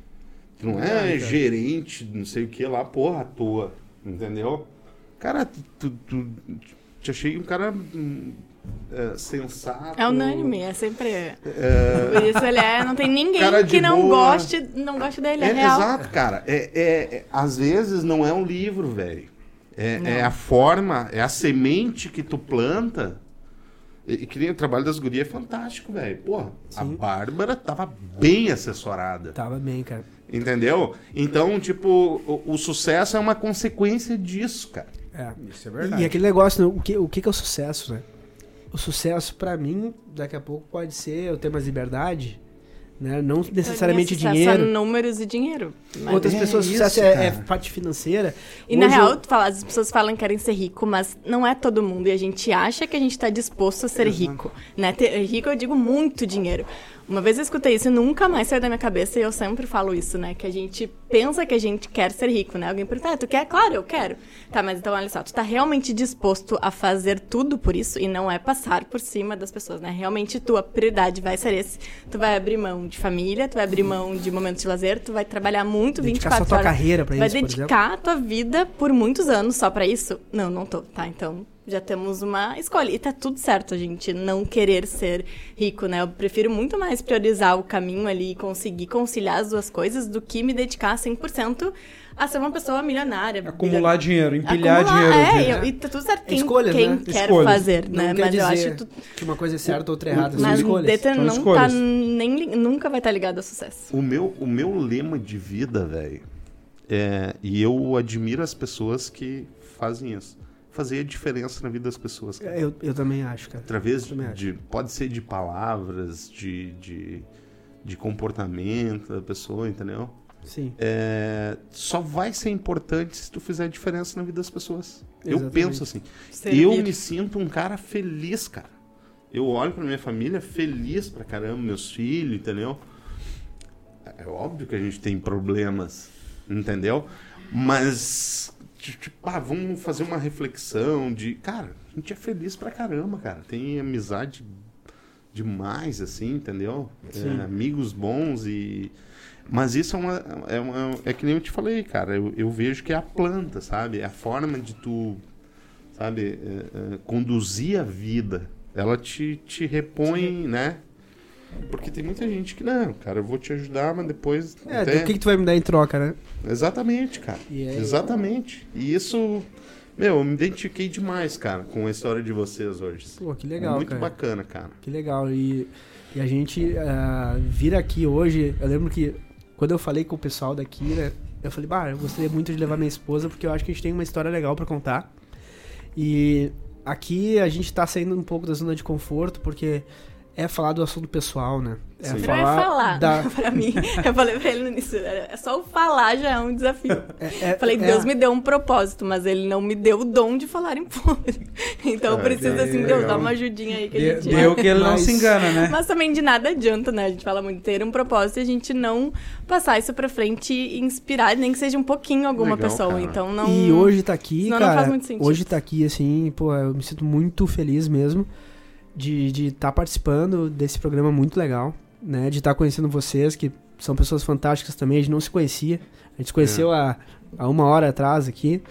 Tu não é, É, cara. gerente, não sei o que lá, porra, à toa, entendeu? Cara, tu, tu, tu te achei um cara hum, é, sensato. É unânime, é sempre... Por isso ele é... Não tem ninguém Cara de que não boa. goste, não goste dele, é, É, real. exato, cara. É, é- é- às vezes não é um livro, velho. É, Não. é a forma, é a semente que tu planta. E, e que nem o trabalho das gurias é fantástico, velho. Porra, a Sim. Bárbara tava bem assessorada. Tava bem, cara. Entendeu? Então, tipo, o, o sucesso é uma consequência disso, cara. É. Isso é verdade. E aquele negócio, né, o que, o que que é o sucesso, né? O sucesso, pra mim, daqui a pouco pode ser eu ter mais liberdade, né? Não necessariamente Sucesso dinheiro. É números e dinheiro. Mas- Outras É pessoas, isso, sucesso é, é cara. parte financeira. E na Hoje real, eu- tu fala, as pessoas falam que querem ser rico, mas não é todo mundo. E a gente acha que a gente tá disposto a ser rico. Né? Ter, rico, eu digo muito dinheiro. Uma vez eu escutei isso e nunca mais saiu da minha cabeça e eu sempre falo isso, né? Que a gente pensa que a gente quer ser rico, né? Alguém pergunta, ah, tu quer? Claro, eu quero. Tá, mas então olha só, tu tá realmente disposto a fazer tudo por isso e não é passar por cima das pessoas, né? Realmente tua prioridade vai ser esse. Tu vai abrir mão de família, tu vai abrir mão de momentos de lazer, tu vai trabalhar muito Dedicar vinte e quatro só tua horas. carreira pra vai isso, por dedicar a tua vida por muitos anos só pra isso? Não, não tô. Tá, então já temos uma escolha. E tá tudo certo a gente não querer ser rico, né? Eu prefiro muito mais priorizar o caminho ali e conseguir conciliar as duas coisas do que me dedicar cem por cento a ser uma pessoa milionária. Acumular dinheiro, empilhar Acumular, dinheiro. É, dinheiro. e, e tá tudo certo. Quem, Escolhas, quem né? quer Escolhas. fazer, Não né? quer Mas eu dizer acho tu, que uma coisa é certa ou outra errada. São mas escolhas. Deta São não escolhas. tá nem li- nunca vai estar ligado ao sucesso. O meu, o meu lema de vida, velho, é, e eu admiro as pessoas que fazem isso. Fazer a diferença na vida das pessoas, cara. Eu, eu também acho, cara. Através Também acho. de, pode ser de palavras, de, de, de comportamento da pessoa, entendeu? Sim. É, só vai ser importante se tu fizer a diferença na vida das pessoas. Eu Exatamente. penso assim. Servir. Eu me sinto um cara feliz, cara. Eu olho pra minha família feliz pra caramba, meus filhos, entendeu? É óbvio que a gente tem problemas, entendeu? Mas, tipo, ah, vamos fazer uma reflexão de... Cara, a gente é feliz pra caramba, cara. Tem amizade demais, assim, entendeu? Sim. É, amigos bons e... Mas isso é uma, é uma... É que nem eu te falei, cara. Eu, eu vejo que é a planta, sabe? É a forma de tu, sabe? É, é, conduzir a vida. Ela te, te repõe, né? Porque tem muita gente que, não, cara, eu vou te ajudar, mas depois... É, até... o que, que tu vai me dar em troca, né? Exatamente, cara. E é- Exatamente. E isso... Meu, eu me identifiquei demais, cara, com a história de vocês hoje. Pô, que legal, é muito cara. bacana, cara. Que legal. E, e a gente ah, vir aqui hoje, eu lembro que quando eu falei com o pessoal daqui, né? Eu falei, bah, eu gostaria muito de levar minha esposa, porque eu acho que a gente tem uma história legal pra contar. E aqui a gente tá saindo um pouco da zona de conforto, porque é falar do assunto pessoal, né? É Sim. Não é falar, da... pra mim. Eu falei pra ele no início, é só o falar já é um desafio. É, é, Falei, é- Deus me deu um propósito, mas ele não me deu o dom de falar em público. Então Ah, precisa, que assim, legal. Deus, dá uma ajudinha aí que Deu, a gente... deu que ele não Mas- se engana, né? Mas também de nada adianta, né? A gente fala muito ter um propósito e a gente não passar isso pra frente e inspirar, nem que seja um pouquinho alguma Legal, pessoa. cara. Então não... E hoje tá aqui, Senão não cara. faz muito sentido. Hoje tá aqui, assim, pô, eu me sinto muito feliz mesmo de estar de tá participando desse programa muito legal. né, de estar conhecendo vocês, que são pessoas fantásticas também, a gente não se conhecia. A gente se conheceu É. há, há uma hora atrás aqui.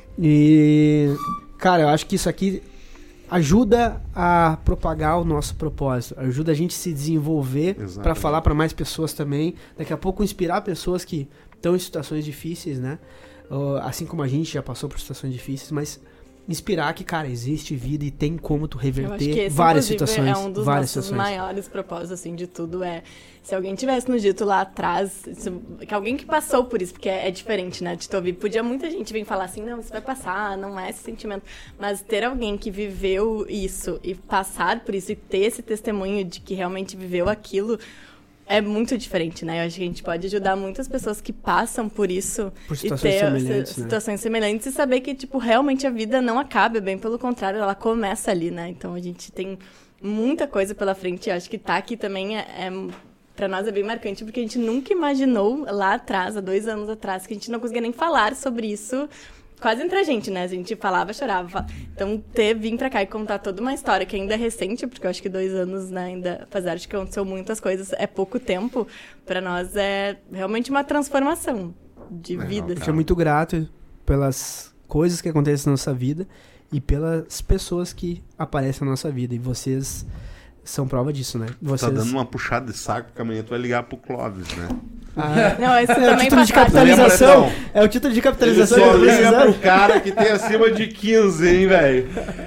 E, cara, eu acho que isso aqui ajuda a propagar o nosso propósito, ajuda a gente a se desenvolver para Exatamente. falar para mais pessoas também. Daqui a pouco inspirar pessoas que estão em situações difíceis, né? Uh, assim como a gente já passou por situações difíceis, mas inspirar que, cara, existe vida e tem como tu Eu acho que reverter esse, várias inclusive, situações. é um dos várias nossos situações. maiores propósitos, assim, de tudo. É, se alguém tivesse nos dito lá atrás, se- que alguém que passou por isso, porque é, é diferente, né, de tu ouvir. Podia muita gente vir falar assim, não, isso vai passar, não é esse sentimento. Mas ter alguém que viveu isso e passar por isso e ter esse testemunho de que realmente viveu aquilo é muito diferente, né? Eu acho que a gente pode ajudar muitas pessoas que passam por isso Por e situações ter semelhantes, si- né? situações semelhantes e saber que, tipo, realmente a vida não acaba, bem pelo contrário, ela começa ali, né? Então a gente tem muita coisa pela frente e acho que tá aqui também é, é para nós é bem marcante, porque a gente nunca imaginou lá atrás, há dois anos atrás, que a gente não conseguia nem falar sobre isso. Quase entre a gente, né? A gente falava, chorava. Falava. Então, ter, vir pra cá e contar toda uma história que ainda é recente, porque eu acho que dois anos, né, ainda, apesar de que aconteceu muitas coisas, é pouco tempo, pra nós é realmente uma transformação de Legal, vida. A assim. gente é muito grato pelas coisas que acontecem na nossa vida e pelas pessoas que aparecem na nossa vida. E vocês são prova disso, né? Vocês... Tá dando uma puxada de saco que amanhã tu vai ligar pro Clóvis, né? Ah, Não, esse é o também título de faz parte. capitalização. Lembra, É o título de Ele capitalização só que eu tô liga precisando. pro cara que tem acima de quinze, hein, velho?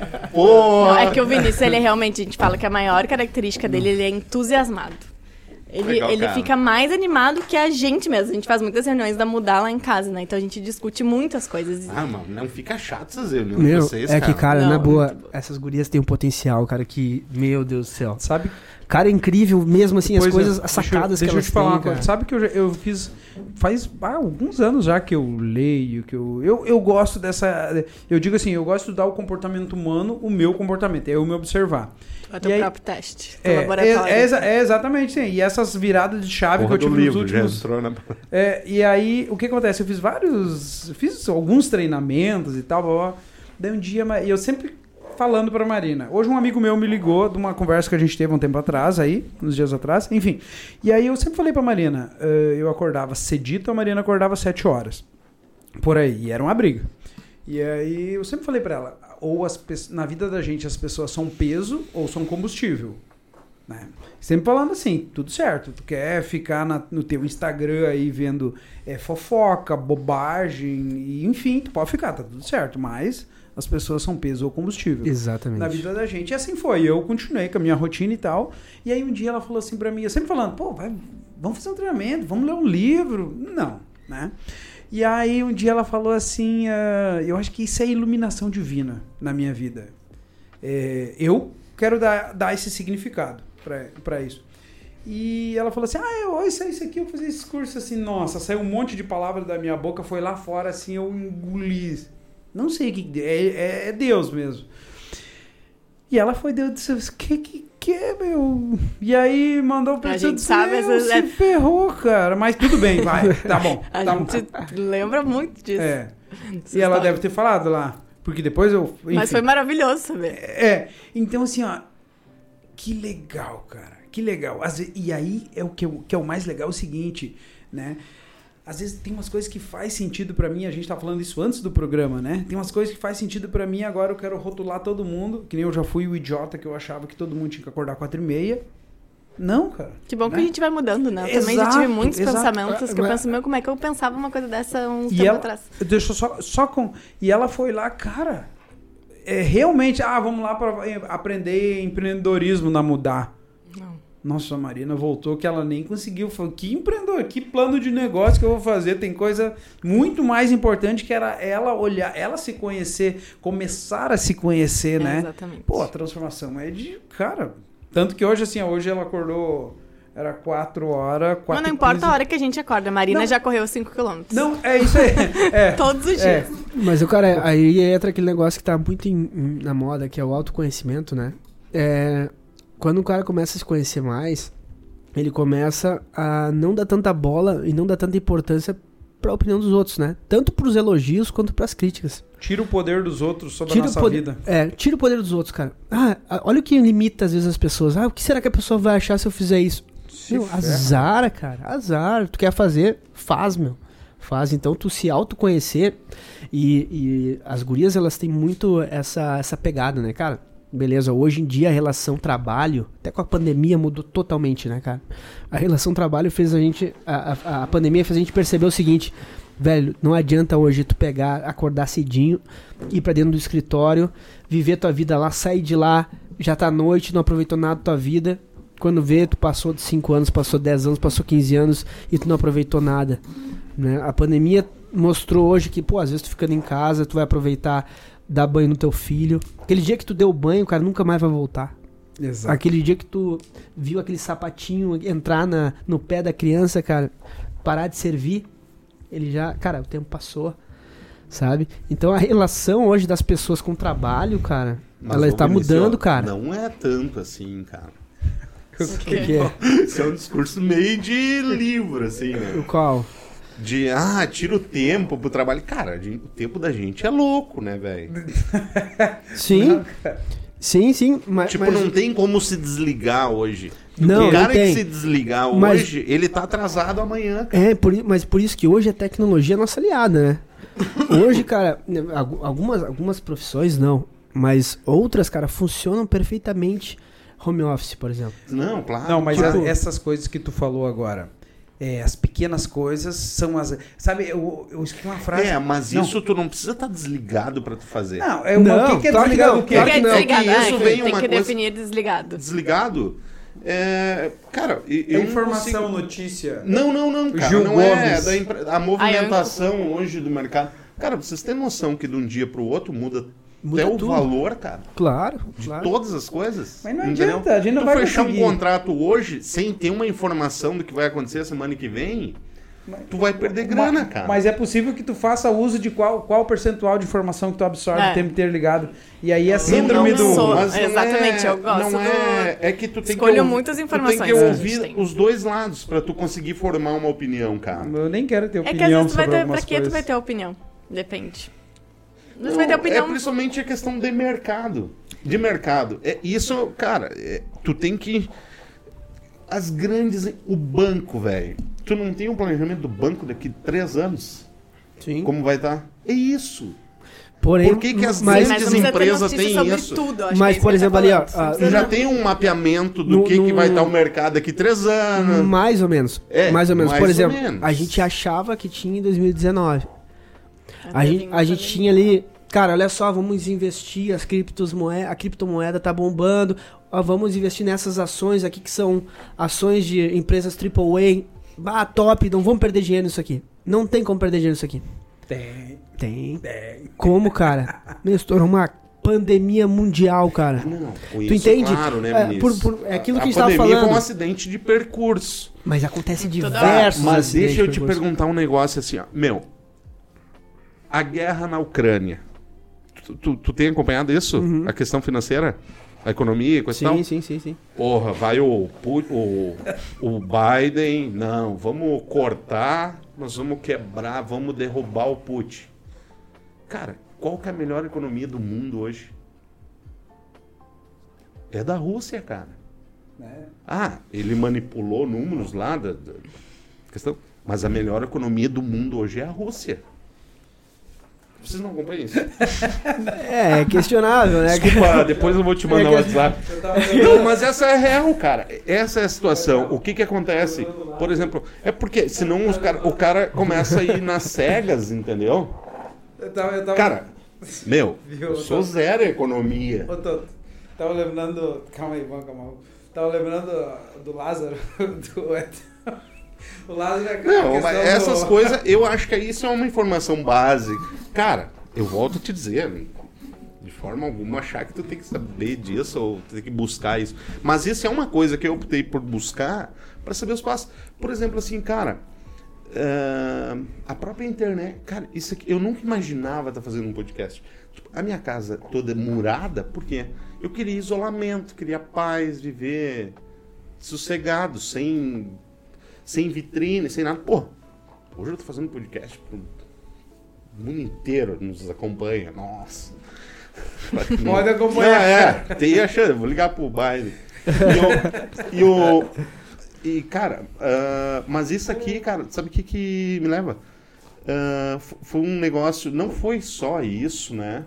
Pô! Não, é que o Vinícius, ele é realmente, a gente fala que a maior característica dele, ele é entusiasmado. Ele, Legal, ele cara. fica mais animado que a gente mesmo. A gente faz muitas reuniões da Mudar lá em casa, né? Então a gente discute muitas coisas. Ah, mano, não fica chato essas reuniões Meu, de vocês, é que, cara, Não, na é boa, muito bom. essas gurias têm um potencial, cara, que, meu Deus do céu. Sabe? Cara, é incrível mesmo, assim, as Pois é, coisas, deixa as eu- sacadas que deixa eu elas te falar têm, uma coisa. cara. Sabe que eu, já- eu fiz faz ah, alguns anos já que eu leio, que eu, eu eu gosto dessa, eu digo assim, eu gosto de estudar o comportamento humano, o meu comportamento, é eu me observar. É o teu E aí- próprio teste. Teu É, laboratório. é, é exa- é exatamente, sim. E essas viradas de chave Porra que eu do tive livro, nos já últimos. entrou na... É, e aí, o que acontece? Eu fiz vários. eu Fiz alguns treinamentos e tal, blá, blá. Daí um dia, ma- e eu sempre falando pra Marina. Hoje um amigo meu me ligou de uma conversa que a gente teve um tempo atrás, aí, uns dias atrás, enfim. E aí eu sempre falei pra Marina, eh, eu acordava cedito, a Marina acordava sete horas. Por aí, e era uma briga. E aí eu sempre falei pra ela, ou as, pe- na vida da gente as pessoas são peso ou são combustível. Né? Sempre falando assim, tudo certo. Tu quer ficar na- no teu Instagram aí vendo é, fofoca, bobagem, e, enfim, tu pode ficar, tá tudo certo. Mas as pessoas são peso ou combustível Exatamente. na vida da gente. E assim foi. Eu continuei com a minha rotina e tal. E aí um dia ela falou assim pra mim, eu sempre falando, pô, vai, vamos fazer um treinamento, vamos ler um livro. Não, né? E aí um dia ela falou assim, ah, eu acho que isso é iluminação divina na minha vida. É, eu quero dar, dar esse significado pra, pra isso. E ela falou assim, ah, eu, isso, isso aqui, eu fiz esse curso assim, nossa, saiu um monte de palavras da minha boca, foi lá fora assim, eu engoli. Não sei o que, é, é, é Deus mesmo. E ela foi, Deus disse, que que que é, meu? E aí mandou pra A gente, gente sabe, meu, essas- se é- ferrou, cara. Mas tudo bem, vai, tá bom. A Tá bom. gente lembra muito disso. É. Dessa E ela história. deve ter falado lá, porque depois eu... Mas enfim. foi maravilhoso saber. É, então assim, ó, que legal, cara, que legal. Às ve- e aí é o que, eu- que é o mais legal, é o seguinte, né? Às vezes tem umas coisas que faz sentido pra mim, a gente tá falando isso antes do programa, né? Tem umas coisas que faz sentido pra mim, agora eu quero rotular todo mundo, que nem eu já fui o idiota que eu achava que todo mundo tinha que acordar quatro e meia. Não, cara. Que bom que né? a gente vai mudando, né? Eu também já Exato, tive muitos exato. pensamentos que eu Mas- penso, meu, como é que eu pensava uma coisa dessa uns E tempos ela, atrás? deixa eu só, só com. E ela foi lá, cara. É, realmente, ah, vamos lá para aprender empreendedorismo na Mudar. Não. Nossa, a Marina voltou que ela nem conseguiu. Falou, que empreendedor, que plano de negócio que eu vou fazer? Tem coisa muito mais importante que era ela olhar, ela se conhecer, começar a se conhecer, É, né? exatamente. Pô, a transformação é de. Cara. Tanto que hoje, assim, hoje ela acordou. Era quatro horas. Mas quatro não e importa quinze. a hora que a gente acorda. A Marina Não. já correu cinco quilômetros. Não, é isso aí. É. Todos os É. dias. Mas, cara, aí entra aquele negócio que tá muito em- em- na moda, que é o autoconhecimento, né? É, quando o cara começa a se conhecer mais, ele começa a não dar tanta bola e não dar tanta importância pra opinião dos outros, né? Tanto pros elogios quanto pras críticas. Tira o poder dos outros sobre Tira a o nossa poder, vida. é, tira o poder dos outros, cara. Ah, a- olha o que limita às vezes as pessoas. Ah, o que será que a pessoa vai achar se eu fizer isso? Meu, azar, cara, azar. Tu quer fazer, faz, meu. Faz, então tu se autoconhecer e, e as gurias, elas têm muito essa, essa pegada, né, cara? Beleza, hoje em dia a relação trabalho, até com a pandemia mudou totalmente, né, cara? A relação trabalho fez a gente, a, a, a pandemia fez a gente perceber o seguinte, velho, não adianta hoje tu pegar, acordar cedinho, ir pra dentro do escritório, viver tua vida lá, sair de lá, já tá noite, não aproveitou nada da tua vida, quando vê, tu passou de cinco anos, passou dez anos, passou quinze anos e tu não aproveitou nada, né? A pandemia mostrou hoje que, pô, às vezes tu ficando em casa, tu vai aproveitar, dar banho no teu filho. Aquele dia que tu deu banho, cara, nunca mais vai voltar. Exato. Aquele dia que tu viu aquele sapatinho entrar na, no pé da criança, cara, parar de servir, ele já, cara, o tempo passou, sabe? Então a relação hoje das pessoas com o trabalho, cara, Mas, ela ô, está Vinícius, mudando, cara. Não é tanto assim, cara. O que, que é? Isso é um discurso meio de livro, assim, né? O qual? De, ah, tira o tempo pro trabalho. Cara, o tempo da gente é louco, né, velho? Sim, sim, sim. Mas, Tipo, mas... não tem como se desligar hoje. Não, o cara não tem. que se desligar Mas- hoje, ele tá atrasado amanhã, cara. É, por, i- mas por isso que hoje a tecnologia é nossa aliada, né? Hoje, cara, né, algu- algumas, algumas profissões não, mas outras, cara, funcionam perfeitamente home office, por exemplo. Não, claro. Não, mas Tipo- a- essas coisas que tu falou agora, é, as pequenas coisas são as... Sabe, eu, eu escrevi uma frase... É, mas Não. isso tu não precisa estar desligado pra tu fazer. Não, é uma, Não, o que, que é claro que desligado não, do quê? O claro que é que não. desligado? Que isso Ah, vem tem uma que coisa- definir desligado. Desligado? É, cara, e- eu É informação, não consigo... notícia... Não, não, não, cara. Gil não é Gomes. da empre- a movimentação hoje do mercado. Cara, vocês têm noção que de um dia pro outro muda, Muda até o tudo. valor, cara, Claro, de claro. todas as coisas. Mas não entendeu? adianta, a gente não tu vai fechar conseguir. um contrato hoje sem ter uma informação do que vai acontecer a semana que vem, tu vai perder grana, Ma- cara. Mas é possível que tu faça uso de qual, qual percentual de informação que tu absorve É. o tempo inteiro ligado. E aí a Não, síndrome não, do... sou. mas não Exatamente, é, eu gosto não é, do- é que tu tem Escolho que ouvir- muitas Tu informações tem que que a ouvir gente tem. os dois lados pra tu conseguir formar uma opinião, cara. Eu nem quero ter É que às opinião vezes tu vai sobre ter. algumas Pra que coisas. tu vai ter opinião? Depende. Mas Não, vai ter é opinião. principalmente a questão de mercado. De mercado. É, isso, cara, é, tu tem que. As grandes. O banco, velho. Tu não tem um planejamento do banco daqui três anos? Sim. Como vai estar? É isso. Porém, Por que que as mas, Mas grandes não precisa ter empresas notícia têm sobre isso? tudo, acho Mas, que é por isso que exemplo, eu tô ali, ó, falando. a- Você Tu já não- tem um mapeamento do No- que, que no- vai estar o mercado daqui três anos. mais ou menos. É, mais ou menos. mais Por ou exemplo, menos. a gente achava que tinha em dois mil e dezenove. A Até gente, vir a gente pandemia. tinha ali, cara, olha só, vamos investir, as criptomoedas, a criptomoeda tá bombando, ó, vamos investir nessas ações aqui que são ações de empresas triple A. Ah, top, não vamos perder dinheiro nisso aqui. Não tem como perder dinheiro nisso aqui. Tem, Tem. tem. Como, cara? Meu, estourou uma pandemia mundial, cara. Não, com Tu isso, entende? claro, né, É, Vinícius? por- por- é aquilo A- que a gente a tava pandemia foi um falando. acidente de percurso. Mas acontece Toda diversos Mas acidentes deixa eu te de percurso. perguntar um negócio assim, ó. Meu, a guerra na Ucrânia. Tu, tu, tu tem acompanhado isso? Uhum. A questão financeira? A economia e coisa e Sim, tal? sim, sim, sim. Porra, vai o, Pu- o, o Biden. Não, vamos cortar, nós vamos quebrar, vamos derrubar o Putin. Cara, qual que é a melhor economia do mundo hoje? É da Rússia, cara. Ah, ele manipulou números lá da, da questão. Mas a melhor economia do mundo hoje é a Rússia. Vocês não acompanham isso? É, é questionável, né? Desculpa, depois eu vou te mandar o É que- WhatsApp. Não, mas essa é real, cara. Essa é a situação. O que que acontece? Por exemplo, é porque senão os cara, o cara começa a ir nas cegas, entendeu? Eu tava, eu tava... Cara, meu, Viu, eu sou zero economia. Ô, Toto, tava lembrando... Calma aí, vamos, calma. Tava lembrando do Lázaro, do... O Lázaro é a Não, questão mas essas do- coisas, eu acho que isso é uma informação básica. Cara, eu volto a te dizer, de forma alguma achar que tu tem que saber disso ou tu tem que buscar isso. Mas isso é uma coisa que eu optei por buscar para saber os passos. Por exemplo, assim, cara, uh, a própria internet, cara, isso aqui, eu nunca imaginava estar fazendo um podcast. Tipo, a minha casa toda murada, por quê? Eu queria isolamento, queria paz, viver sossegado, sem sem vitrine, sem nada. Pô, hoje eu tô fazendo podcast pro mundo inteiro nos acompanha. Nossa. Pode acompanhar. Não, é, tem a chance. Vou ligar pro baile. E o, e o- E, cara, uh, mas isso aqui, cara, sabe o que que me leva? Uh, f- foi um negócio, não foi só isso, né?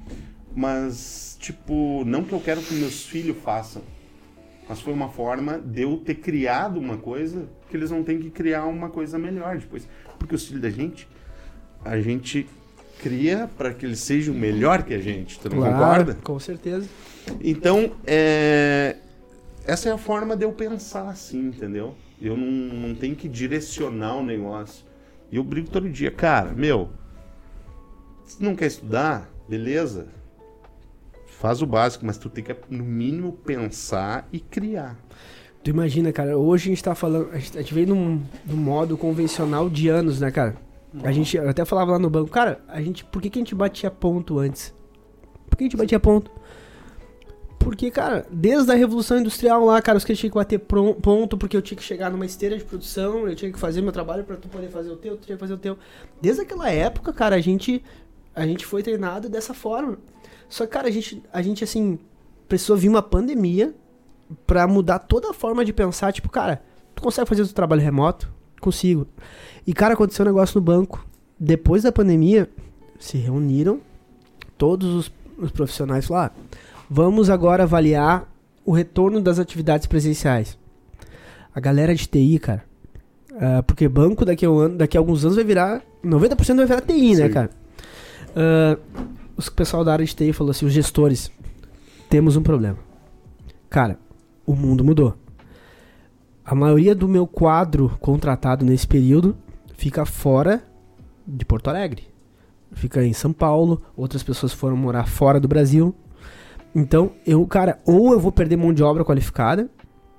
Mas, tipo, não que eu quero que meus filhos façam, mas foi uma forma de eu ter criado uma coisa que eles vão ter que criar uma coisa melhor depois. Porque os filhos da gente, a gente cria para que eles sejam melhor que a gente, tu não Claro, concorda? com certeza. Então, é... essa é a forma de eu pensar assim, entendeu? Eu não, não tenho que direcionar o negócio. E eu brigo todo dia. Cara, meu, se não quer estudar, beleza, faz o básico, mas tu tem que, no mínimo, pensar e criar. Tu imagina, cara, hoje a gente tá falando, a gente, a gente veio num, num modo convencional de anos, né, cara? A gente, eu até falava lá no banco, cara, a gente, por que que a gente batia ponto antes? Por que a gente batia ponto? Porque, cara, desde a Revolução Industrial lá, cara, os que tinham que bater pron- ponto, porque eu tinha que chegar numa esteira de produção, eu tinha que fazer meu trabalho pra tu poder fazer o teu, tu tinha que fazer o teu. Desde aquela época, cara, a gente, a gente foi treinado dessa forma. Só que, cara, a gente, a gente, assim, precisou vir uma pandemia pra mudar toda a forma de pensar. Tipo, cara, tu consegue fazer o teu trabalho remoto? Consigo. E, cara, aconteceu um negócio no banco. Depois da pandemia, se reuniram todos os, os profissionais lá. Vamos agora avaliar o retorno das atividades presenciais. A galera de T I, cara, uh, porque banco daqui a, um ano, daqui a alguns anos vai virar, noventa por cento vai virar T I, né, Sim. cara? Uh, os pessoal da área de T I falou assim, os gestores, temos um problema. Cara, o mundo mudou. A maioria do meu quadro contratado nesse período fica fora de Porto Alegre. Fica em São Paulo, outras pessoas foram morar fora do Brasil. Então, eu, cara, ou eu vou perder mão de obra qualificada,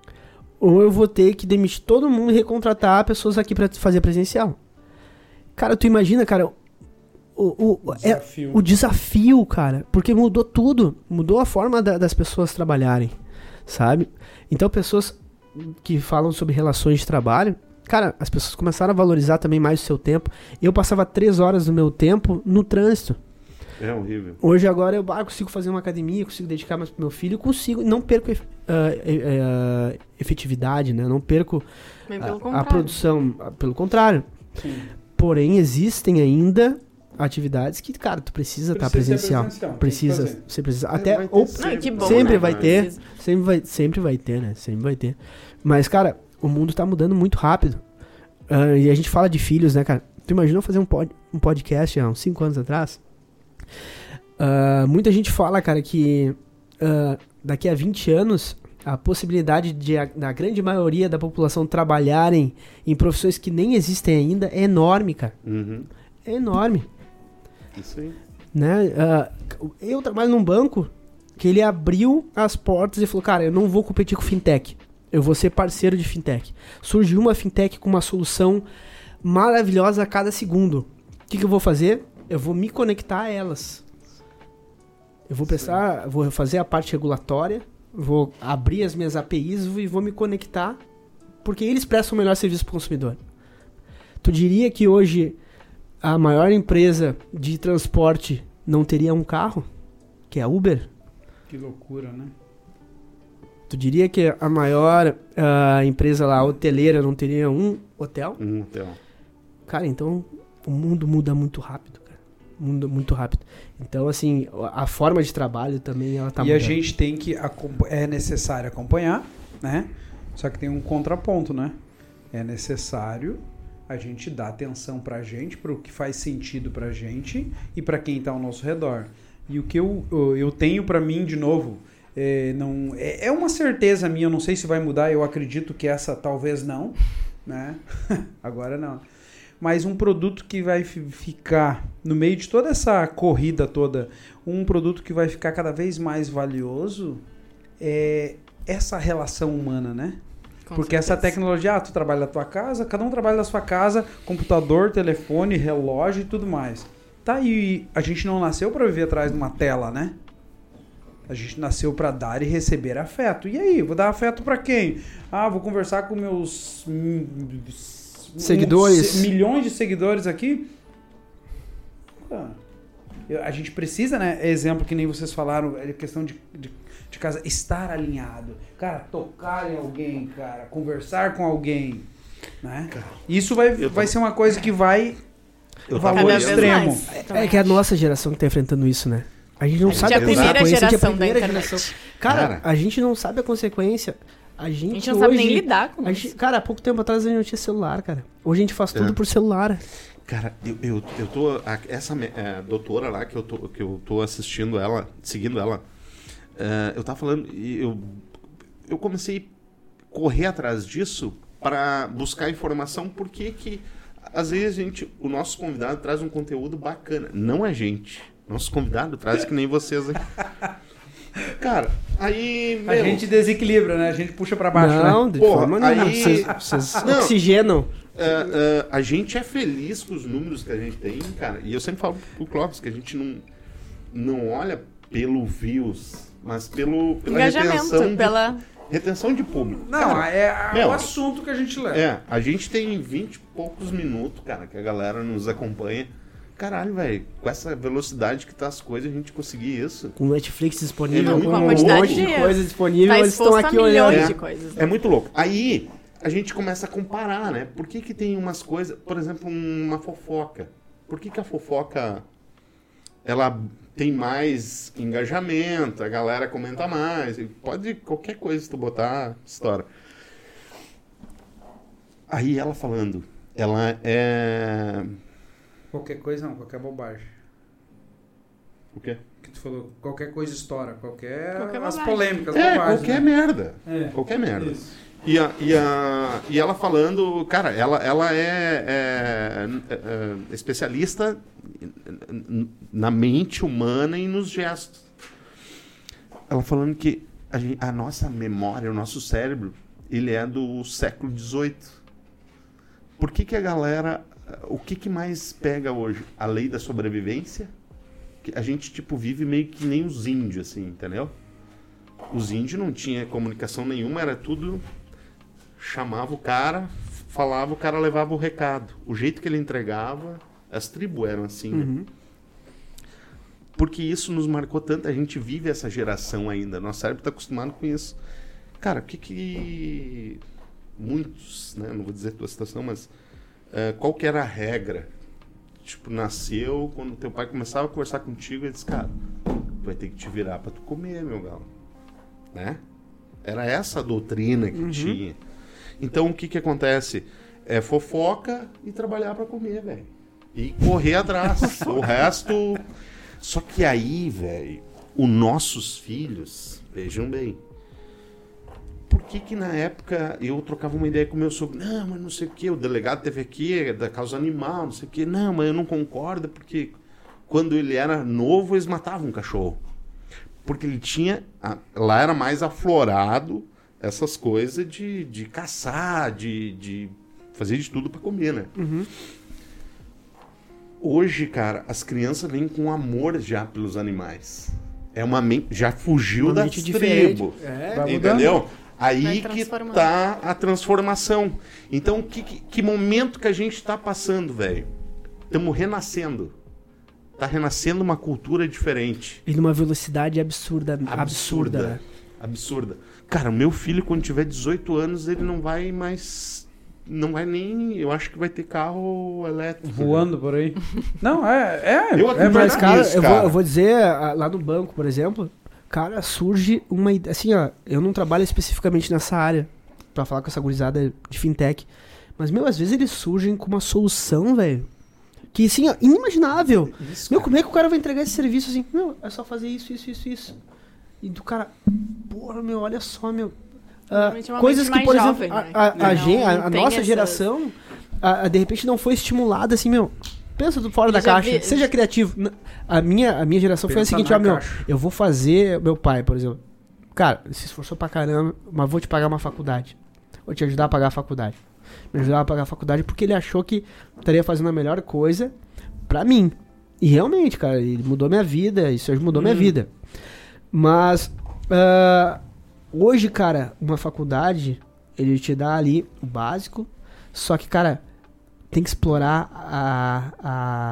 ou eu vou ter que demitir todo mundo e recontratar pessoas aqui pra fazer presencial. Cara, tu imagina, cara, o, o, o, é, Desafio. o desafio, cara, porque mudou tudo, mudou a forma da- das pessoas trabalharem, sabe? Então, pessoas que falam sobre relações de trabalho, cara, as pessoas começaram a valorizar também mais o seu tempo. Eu passava três horas do meu tempo no trânsito. É horrível. Hoje, agora, eu ah, consigo fazer uma academia, consigo dedicar mais pro meu filho, consigo, não perco ef- ah, e- ah, efetividade, né? Não perco Bem a, pelo a contrário. produção, ah, pelo contrário. Sim. Porém, existem ainda atividades que, cara, tu precisa estar Precisa ser presencial. presencial, tem que Precisa, fazer. você precisa. Vai Até, ter ou, sempre. Não, e que bom, sempre né? vai ter, Precisa. sempre vai, sempre vai ter, né? Sempre vai ter. Mas, cara, o mundo tá mudando muito rápido. Ah, e a gente fala de filhos, né, cara? Tu imaginou fazer um, pod, um podcast há uns cinco anos atrás? Ah, muita gente fala, cara, que ah, daqui a vinte anos a possibilidade de a, da grande maioria da população trabalharem em profissões que nem existem ainda é enorme, cara. Uhum. É enorme, Isso aí. né? Ah, eu trabalho num banco que ele abriu as portas e falou, cara, eu não vou competir com fintech. Eu vou ser parceiro de fintech. Surgiu uma fintech com uma solução maravilhosa a cada segundo. O que, que eu vou fazer? Eu vou me conectar a elas. Eu vou prestar, vou fazer a parte regulatória, vou abrir as minhas A P Is e vou me conectar, porque eles prestam o melhor serviço para o consumidor. Tu diria que hoje a maior empresa de transporte não teria um carro? Que é a Uber? Que loucura, né? Tu diria que a maior ah, empresa lá, hoteleira, não teria um hotel? Um hotel. Cara, então o mundo muda muito rápido, cara. Muda muito rápido. Então, assim, a forma de trabalho também, ela tá e mudando. a gente tem que... acompa- É necessário acompanhar, né? Só que tem um contraponto, né? É necessário a gente dar atenção pra gente, pro que faz sentido pra gente e pra quem tá ao nosso redor. E o que eu, eu, eu tenho pra mim, de novo, é, não, é, é uma certeza minha, eu não sei se vai mudar, eu acredito que essa talvez não, né? Agora não. Mas um produto que vai fi- ficar, no meio de toda essa corrida toda, um produto que vai ficar cada vez mais valioso é essa relação humana, né? Com Porque essa certeza. tecnologia, ah, tu trabalha na tua casa, cada um trabalha na sua casa, computador, telefone, relógio e tudo mais. Tá, e a gente não nasceu pra viver atrás de uma tela, né? A gente nasceu pra dar e receber afeto. E aí, vou dar afeto pra quem? Ah, vou conversar com meus hum, Seguidores. um, se- milhões de seguidores aqui. Ah, eu- a gente precisa, né? Exemplo que nem vocês falaram, é questão de, de, de casa, estar alinhado. Cara, tocar em alguém, cara, conversar com alguém, né? Isso vai, eu vai tô- ser uma coisa que vai Eu valor tava Cada vez extremo. mais. É Também que a acho. nossa geração que tá enfrentando isso, né? A gente não A gente sabe é a a primeira consequência, a gente é a geração da primeira internet. geração. Cara, Cara. a gente não sabe a consequência. A gente, A gente não hoje, sabe nem lidar com a isso. gente, cara, há pouco tempo atrás a gente não tinha celular, cara. Hoje a gente faz tudo É. por celular. Cara, eu, eu, eu tô. a- essa me- é, doutora lá que eu, tô, que eu tô assistindo ela, seguindo ela, é, eu tava falando. E eu, eu comecei a correr atrás disso para buscar informação, porque que às vezes a gente, o nosso convidado traz um conteúdo bacana. Não a gente. Nosso convidado traz que nem vocês aqui. Cara, aí. A meu, gente desequilibra, né? A gente puxa pra baixo, não, né? de Porra, forma nenhuma. aí- Vocês, vocês Não. oxigenam. É, é, a gente é feliz com os números que a gente tem, cara. E eu sempre falo pro Clóvis que a gente não, não olha pelo views, mas pelo, pela retenção Engajamento, de, pela... retenção de público. Não, Cara, é, é meu, o assunto que a gente leva. é, a gente tem vinte e poucos minutos, cara, que a galera nos acompanha. Caralho, velho, com essa velocidade que tá as coisas, a gente conseguir isso. Com Netflix disponível, É com muito um quantidade monte de de- coisa disponível, Tá eles estão exposto a aqui milhões olhando. de coisas. né? É muito louco. Aí a gente começa a comparar, né? Por que que tem umas coisas, por exemplo, uma fofoca. Por que que a fofoca ela tem mais engajamento, a galera comenta mais, pode qualquer coisa que tu botar, história. Aí ela falando, ela é Qualquer coisa não, qualquer bobagem. o quê? Que tu falou, qualquer coisa estoura, qualquer, Qualquer as bobagem. polêmicas, É, bobagens, qualquer né? merda. É. Qualquer merda. Isso. E, a, e, a, e ela falando, cara, ela, ela é, é, é, especialista na mente humana e nos gestos. Ela falando que a, gente- a nossa memória, o nosso cérebro, ele é do século dezoito. Por que que a galera... O que que mais pega hoje? A lei da sobrevivência? Que a gente, tipo, vive meio que nem os índios, assim, entendeu? Os índios não tinha comunicação nenhuma, era tudo... Chamava o cara, falava, o cara levava o recado. O jeito que ele entregava, as tribos eram assim, né? Uhum. Porque isso nos marcou tanto, a gente vive essa geração ainda, nosso cérebro está acostumado com isso. Cara, o que que... Muitos, né, não vou dizer a tua situação, mas eh, qual que era a regra? Tipo, nasceu, quando teu pai começava a conversar contigo, ele disse, cara, tu vai ter que te virar para tu comer, meu galo. Né? Era essa a doutrina que tinha. Então, o que que acontece? É fofoca e trabalhar para comer, velho. E correr atrás. O resto... Só que aí, velho, os nossos filhos, vejam bem, por que que na época eu trocava uma ideia com o meu sogro? Não, mas não sei o que, o delegado teve aqui, é da causa animal, não sei o que. Não, mas eu não concordo, porque quando ele era novo, eles matavam um cachorro. Porque ele tinha... a- Lá era mais aflorado essas coisas de, de caçar, de, de fazer de tudo para comer, né? Hoje, cara, as crianças vêm com amor já pelos animais. É uma mente... Já fugiu Uma da mente diferente. tribo. É. Vai Entendeu? Aí Vai que transformando. tá a transformação. Então, que, que, que momento que a gente tá passando, velho? Estamos renascendo. Tá renascendo uma cultura diferente. E numa velocidade absurda. Absurda. Absurda. né? Absurda. Cara, meu filho, quando tiver dezoito anos, ele não vai mais... Não vai nem... Eu acho que vai ter carro elétrico. Voando por aí. Não, é. É, Eu é acredito. Mas, cara, Isso, eu, cara. Vou, eu vou dizer, ah, lá no banco, por exemplo, cara, surge uma ideia. Assim, ó, eu não trabalho especificamente nessa área pra falar com essa gurizada de fintech. Mas, meu, às vezes eles surgem com uma solução, velho. Que, assim, ó, inimaginável. Isso, Meu, cara. como é que o cara vai entregar esse serviço assim? Meu, é só fazer isso, isso, isso, isso. E do cara, porra, meu, olha só, meu. Ah, Normalmente é uma coisas mente que, por mais exemplo, jovem, a, né? a, a, Não gen- a- a tem nossa essas- geração, a- a, de repente, não foi estimulada assim, meu. Pensa do fora Eu da já caixa, vi- seja criativo. N- A minha, a minha geração foi a Pensa seguinte, na ó, meu, caixa. eu vou fazer, meu pai, por exemplo. Cara, se esforçou pra caramba, mas vou te pagar uma faculdade. Vou te ajudar a pagar a faculdade. Me ajudar a pagar a faculdade porque ele achou que estaria fazendo a melhor coisa pra mim. E realmente, cara, ele mudou minha vida, isso mudou minha vida. Mas, ah, hoje, cara, uma faculdade, ele te dá ali o básico, só que, cara, tem que explorar a, a,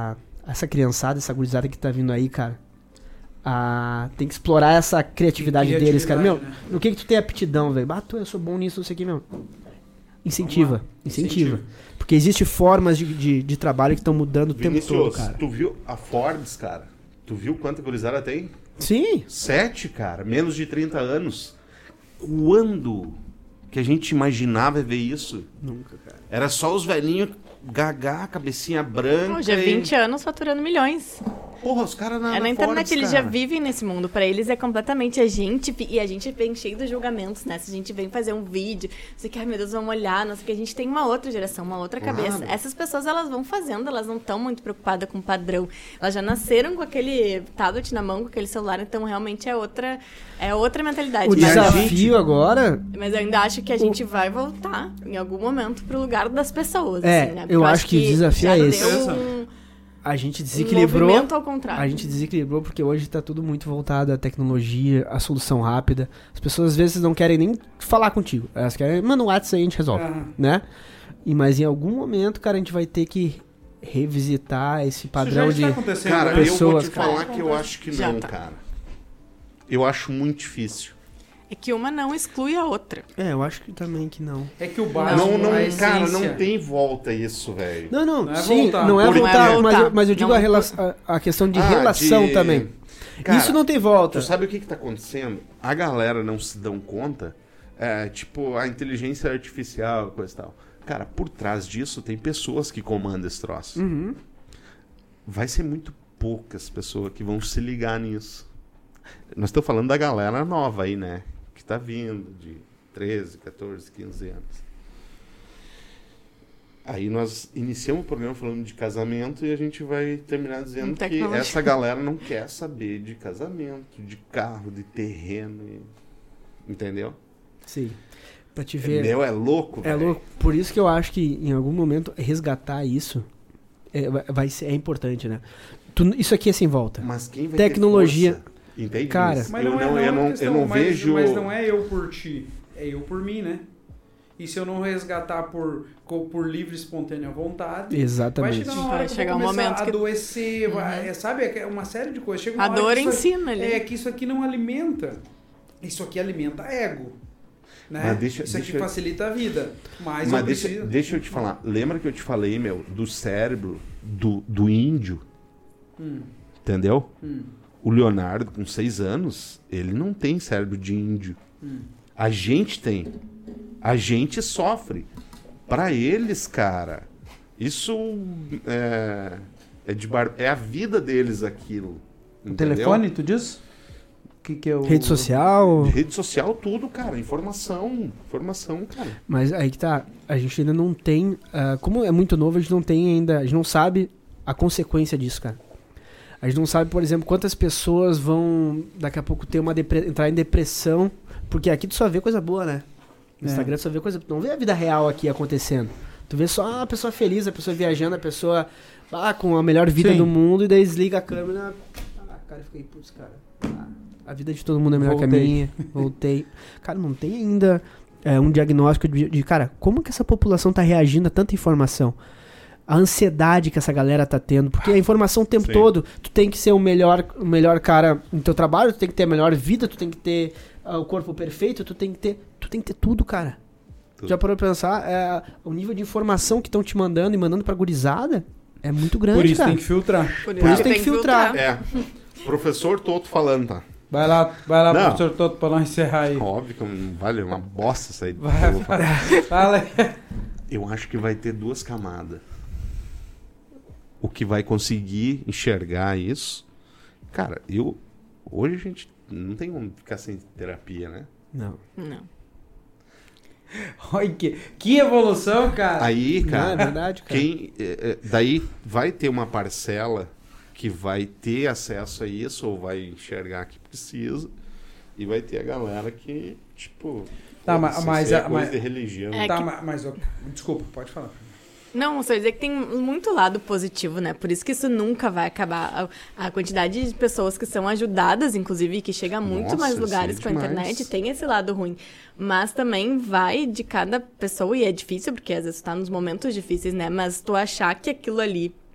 essa criançada, essa gurizada que tá vindo aí, cara, a, tem que explorar essa criatividade, Criatividade, deles, cara. Meu, né? no que que tu tem aptidão, velho? Ah, tu, eu sou bom nisso, não sei o que, meu. Incentiva, incentiva. Porque existem formas de, de, de trabalho que estão mudando o tempo todo, Vinícius, cara. tu viu a Forbes, cara? Tu viu quanta gurizada tem? Sim. Sete, cara. Menos de trinta anos. Quando que a gente imaginava ver isso? Nunca, cara. Era só os velhinhos gagá, cabecinha branca. Hoje é e- vinte anos faturando milhões. Porra, os caras na, É na na internet, Forbes, eles cara. já vivem nesse mundo. Pra eles é completamente a gente. E a gente vem cheio dos julgamentos, né? Se a gente vem fazer um vídeo, você que, ai meu Deus, vamos olhar, não sei o que. A gente tem uma outra geração, uma outra Claro. cabeça. Essas pessoas, elas vão fazendo, elas não estão muito preocupadas com o padrão. Elas já nasceram com aquele tablet na mão, com aquele celular, então realmente é outra, é outra mentalidade. O E a desafio gente- agora Mas eu ainda acho que a gente vai voltar, em algum momento, pro lugar das pessoas. É, assim, né? Porque eu acho que o desafio já é esse. deu um, a gente um desequilibrou. movimento ao contrário. A gente desequilibrou porque hoje tá tudo muito voltado à tecnologia, à solução rápida. As pessoas às vezes não querem nem falar contigo. Elas querem, manda um WhatsApp aí, a gente resolve, Aham. né? E, mas em algum momento, cara, a gente vai ter que revisitar esse padrão Isso já de... está acontecendo, Cara, né? eu vou pessoas, te cara. falar que eu acho que Já não, tá. cara. Eu acho muito difícil. É que uma não exclui a outra. É, eu acho que também que não. É que o básico, não, não, a cara, essência- não tem volta isso, velho. Não, não, Não é sim, voltar. não é Não é voltar, voltar. Mas, eu, mas eu digo Não- a, rela- a, a questão de Ah, relação de- também. Cara, Isso não tem volta. Tu sabe o que que tá acontecendo? A galera não se dão conta, é, tipo, a inteligência artificial, coisa e tal. Cara, por trás disso tem pessoas que comandam esse troço. Uhum. Vai ser muito poucas pessoas que vão se ligar nisso. Nós estamos falando da galera nova aí, né? Que tá vindo de treze, quatorze, quinze anos. Aí nós iniciamos o programa falando de casamento e a gente vai terminar dizendo que Tecnologia. essa galera não quer saber de casamento, de carro, de terreno. e- Entendeu? Sim. Pra te ver... Meu, é louco, É velho. louco. Por isso que eu acho que em algum momento resgatar isso é, vai- vai ser, é importante, né? Tu- isso aqui é sem volta. Mas quem vai Tecnologia. ter força? Entende? Cara, isso? Mas eu não, não, é, eu não, não, é questão, eu não mas, vejo. Mas não é eu por ti, é eu por mim, né? E se eu não resgatar por, co- por livre e espontânea vontade, Exatamente. vai chegar uma Vai hora que eu chegar vou um começar momento a que- adoecer, vai, é, sabe? É uma série de coisas. Chega uma A hora dor que isso- ensina ali. É que isso aqui não alimenta. Isso aqui alimenta ego. Né? Mas deixa- isso aqui deixa- facilita a vida. Mas, Mas eu deixa, preciso... deixa eu te falar. Lembra que eu te falei, meu, do cérebro do, do índio? Hum, Entendeu? hum, O Leonardo, com seis anos, ele não tem cérebro de índio. hum. A gente tem. A gente sofre. Pra eles, cara, isso é, é, de bar... é a vida deles aquilo. O entendeu? telefone, tu diz? Que que é o... Rede social. Rede social, tudo, cara. Informação. Informação, cara. Mas aí que tá. A gente ainda não tem. ah, como é muito novo, a gente não tem ainda. A gente não sabe a consequência disso, cara. A gente não sabe, por exemplo, quantas pessoas vão daqui a pouco ter uma depre- entrar em depressão. Porque aqui tu só vê coisa boa, né? No É. Instagram tu só vê coisa. Tu não vê a vida real aqui acontecendo. Tu vê só a pessoa feliz, a pessoa viajando, a pessoa ah, com a melhor vida Sim. do mundo, e daí desliga a câmera. Ah, cara, eu fiquei, putz, cara. ah, a vida de todo mundo é melhor que a Voltei. minha. Voltei. Cara, não tem ainda é, um diagnóstico de, de, cara, como que essa população tá reagindo a tanta informação? A ansiedade que essa galera tá tendo. Porque a informação o tempo Sim. todo, tu tem que ser o melhor, o melhor cara no teu trabalho, tu tem que ter a melhor vida, tu tem que ter ah, o corpo perfeito, tu tem que ter. Tu tem que ter tudo, cara. Tudo. Já parou pra pensar? É, o nível de informação que estão te mandando e mandando pra gurizada é muito grande, Por isso cara. tem que filtrar. Por Por isso tem que filtrar. É. Professor Toto falando, tá? Vai lá, vai lá, Não. professor Toto, pra nós encerrar aí. Óbvio que não vale uma bosta isso aí. Vai, vai. Fala aí. Eu acho que vai ter duas camadas. O que vai conseguir enxergar isso. Cara, eu. Hoje a gente não tem como ficar sem terapia, né? Não. Não. Olha que, que evolução, cara. Aí, Não, é cara, verdade, cara. quem. é, é, daí vai ter uma parcela que vai ter acesso a isso, ou vai enxergar que precisa. E vai ter a galera que, tipo. Tá, foda-se, mas- mas isso é a- coisa mas- de religião. É Tá, que- ma- mas, ó, desculpa, pode falar. Não, só dizer que tem muito lado positivo, né? Por isso que isso nunca vai acabar. A, a quantidade de pessoas que são ajudadas, inclusive, que chega a muito Nossa, mais isso lugares é com a demais. internet, tem esse lado ruim. Mas também vai de cada pessoa, e é difícil, porque às vezes tu tá nos momentos difíceis, né? Mas tu achar que aquilo ali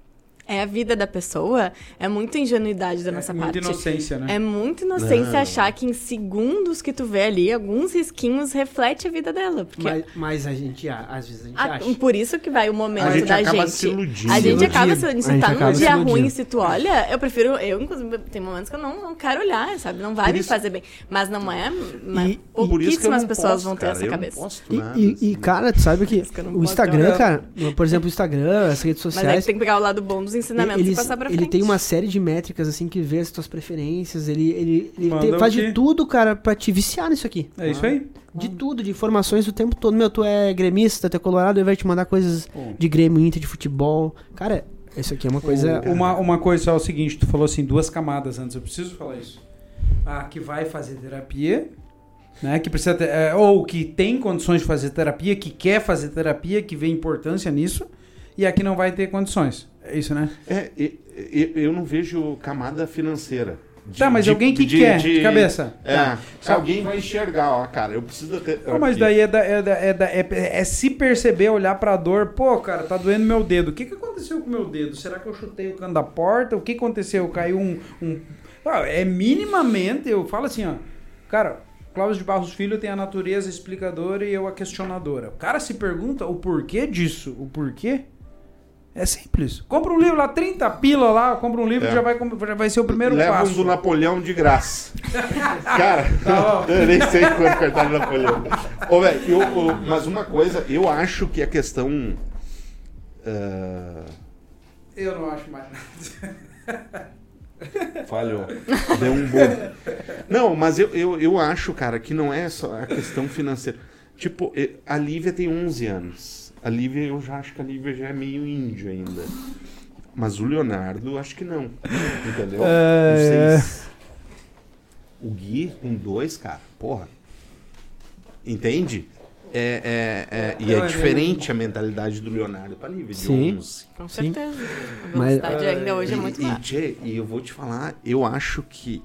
é a vida da pessoa, é muita ingenuidade da nossa é parte. muita inocência, né? É muita inocência Não. achar que em segundos que tu vê ali, alguns risquinhos reflete a vida dela. Porque Mas, mas a gente, a- às vezes a gente a- acha. por isso que vai o momento A gente da acaba gente. se iludindo. A gente Iludindo. acaba se, A se gente tá num acaba se dia iludindo. ruim, se tu olha, eu prefiro, eu inclusive, tem momentos que eu não, não quero olhar, sabe? Não vai Por me isso- fazer bem. Mas não é, mas E- Por isso que eu pouquíssimas não pessoas posto, vão ter cara, essa eu cabeça. Não posto E, nada, e- assim. e, cara, tu sabe que que eu não o posso Instagram, olhar. cara, por exemplo, o Instagram, as redes Mas aí sociais, tu tem que pegar o lado bom dos ensinamentos ele, e passar pra ele frente. tem uma série de métricas, assim, que vê as tuas preferências, ele, ele, ele Manda tem- o faz que- de tudo, cara, pra te viciar nisso aqui. É isso aí. De tudo, de informações o tempo todo. Meu, tu é gremista, tu é colorado, ele vai te mandar coisas Pô. de Grêmio, Inter, de futebol. Cara, isso aqui é uma coisa... Uma, uma coisa só é o seguinte, tu falou assim, duas camadas antes, eu preciso falar isso. A que vai fazer terapia, né? Que precisa ter, é, ou que tem condições de fazer terapia, que quer fazer terapia, que vê importância nisso, e a que não vai ter condições. É isso, né? É, e- e- eu não vejo camada financeira. De- Tá, mas de- alguém que quer, de cabeça. É, Tá. se alguém vai enxergar, ó, cara, eu preciso da terapia. Não, mas daí é, da- é, da- é, da- é- é se perceber, olhar pra dor. Pô, cara, tá doendo meu dedo. O que que aconteceu com o meu dedo? Será que eu chutei o cano da porta? O que aconteceu? Caiu um... um... Ah, é minimamente, eu falo assim, ó. Cara, Cláudio de Barros Filho tem a natureza explicadora e eu a questionadora. O cara se pergunta o porquê disso. O porquê? É simples. Compra um livro lá, trinta pila lá, compra um livro É. e já vai, com- já vai ser o primeiro Leva um passo. do Napoleão de graça. Cara, Tá bom. eu nem sei quanto cartão do Napoleão. Ô, velho, eu- eu- mas uma coisa, eu acho que a questão. ah, Eu não acho mais nada. Falhou. Deu um bom. Não, mas eu, eu, eu acho, cara, que não é só a questão financeira. Tipo, eh, a Lívia tem onze anos. A Lívia, eu já acho que a Lívia já é meio índio ainda. Mas o Leonardo, acho que não. Entendeu? É. Não sei se... O Gui tem dois, cara. Porra. Entende? É, é, é, e é diferente a mentalidade do Leonardo pra Lívia, de Sim. onze. Com Sim. certeza. A Mas- velocidade ainda hoje é muito e, maior. e, Tchê, e eu vou te falar, eu acho que.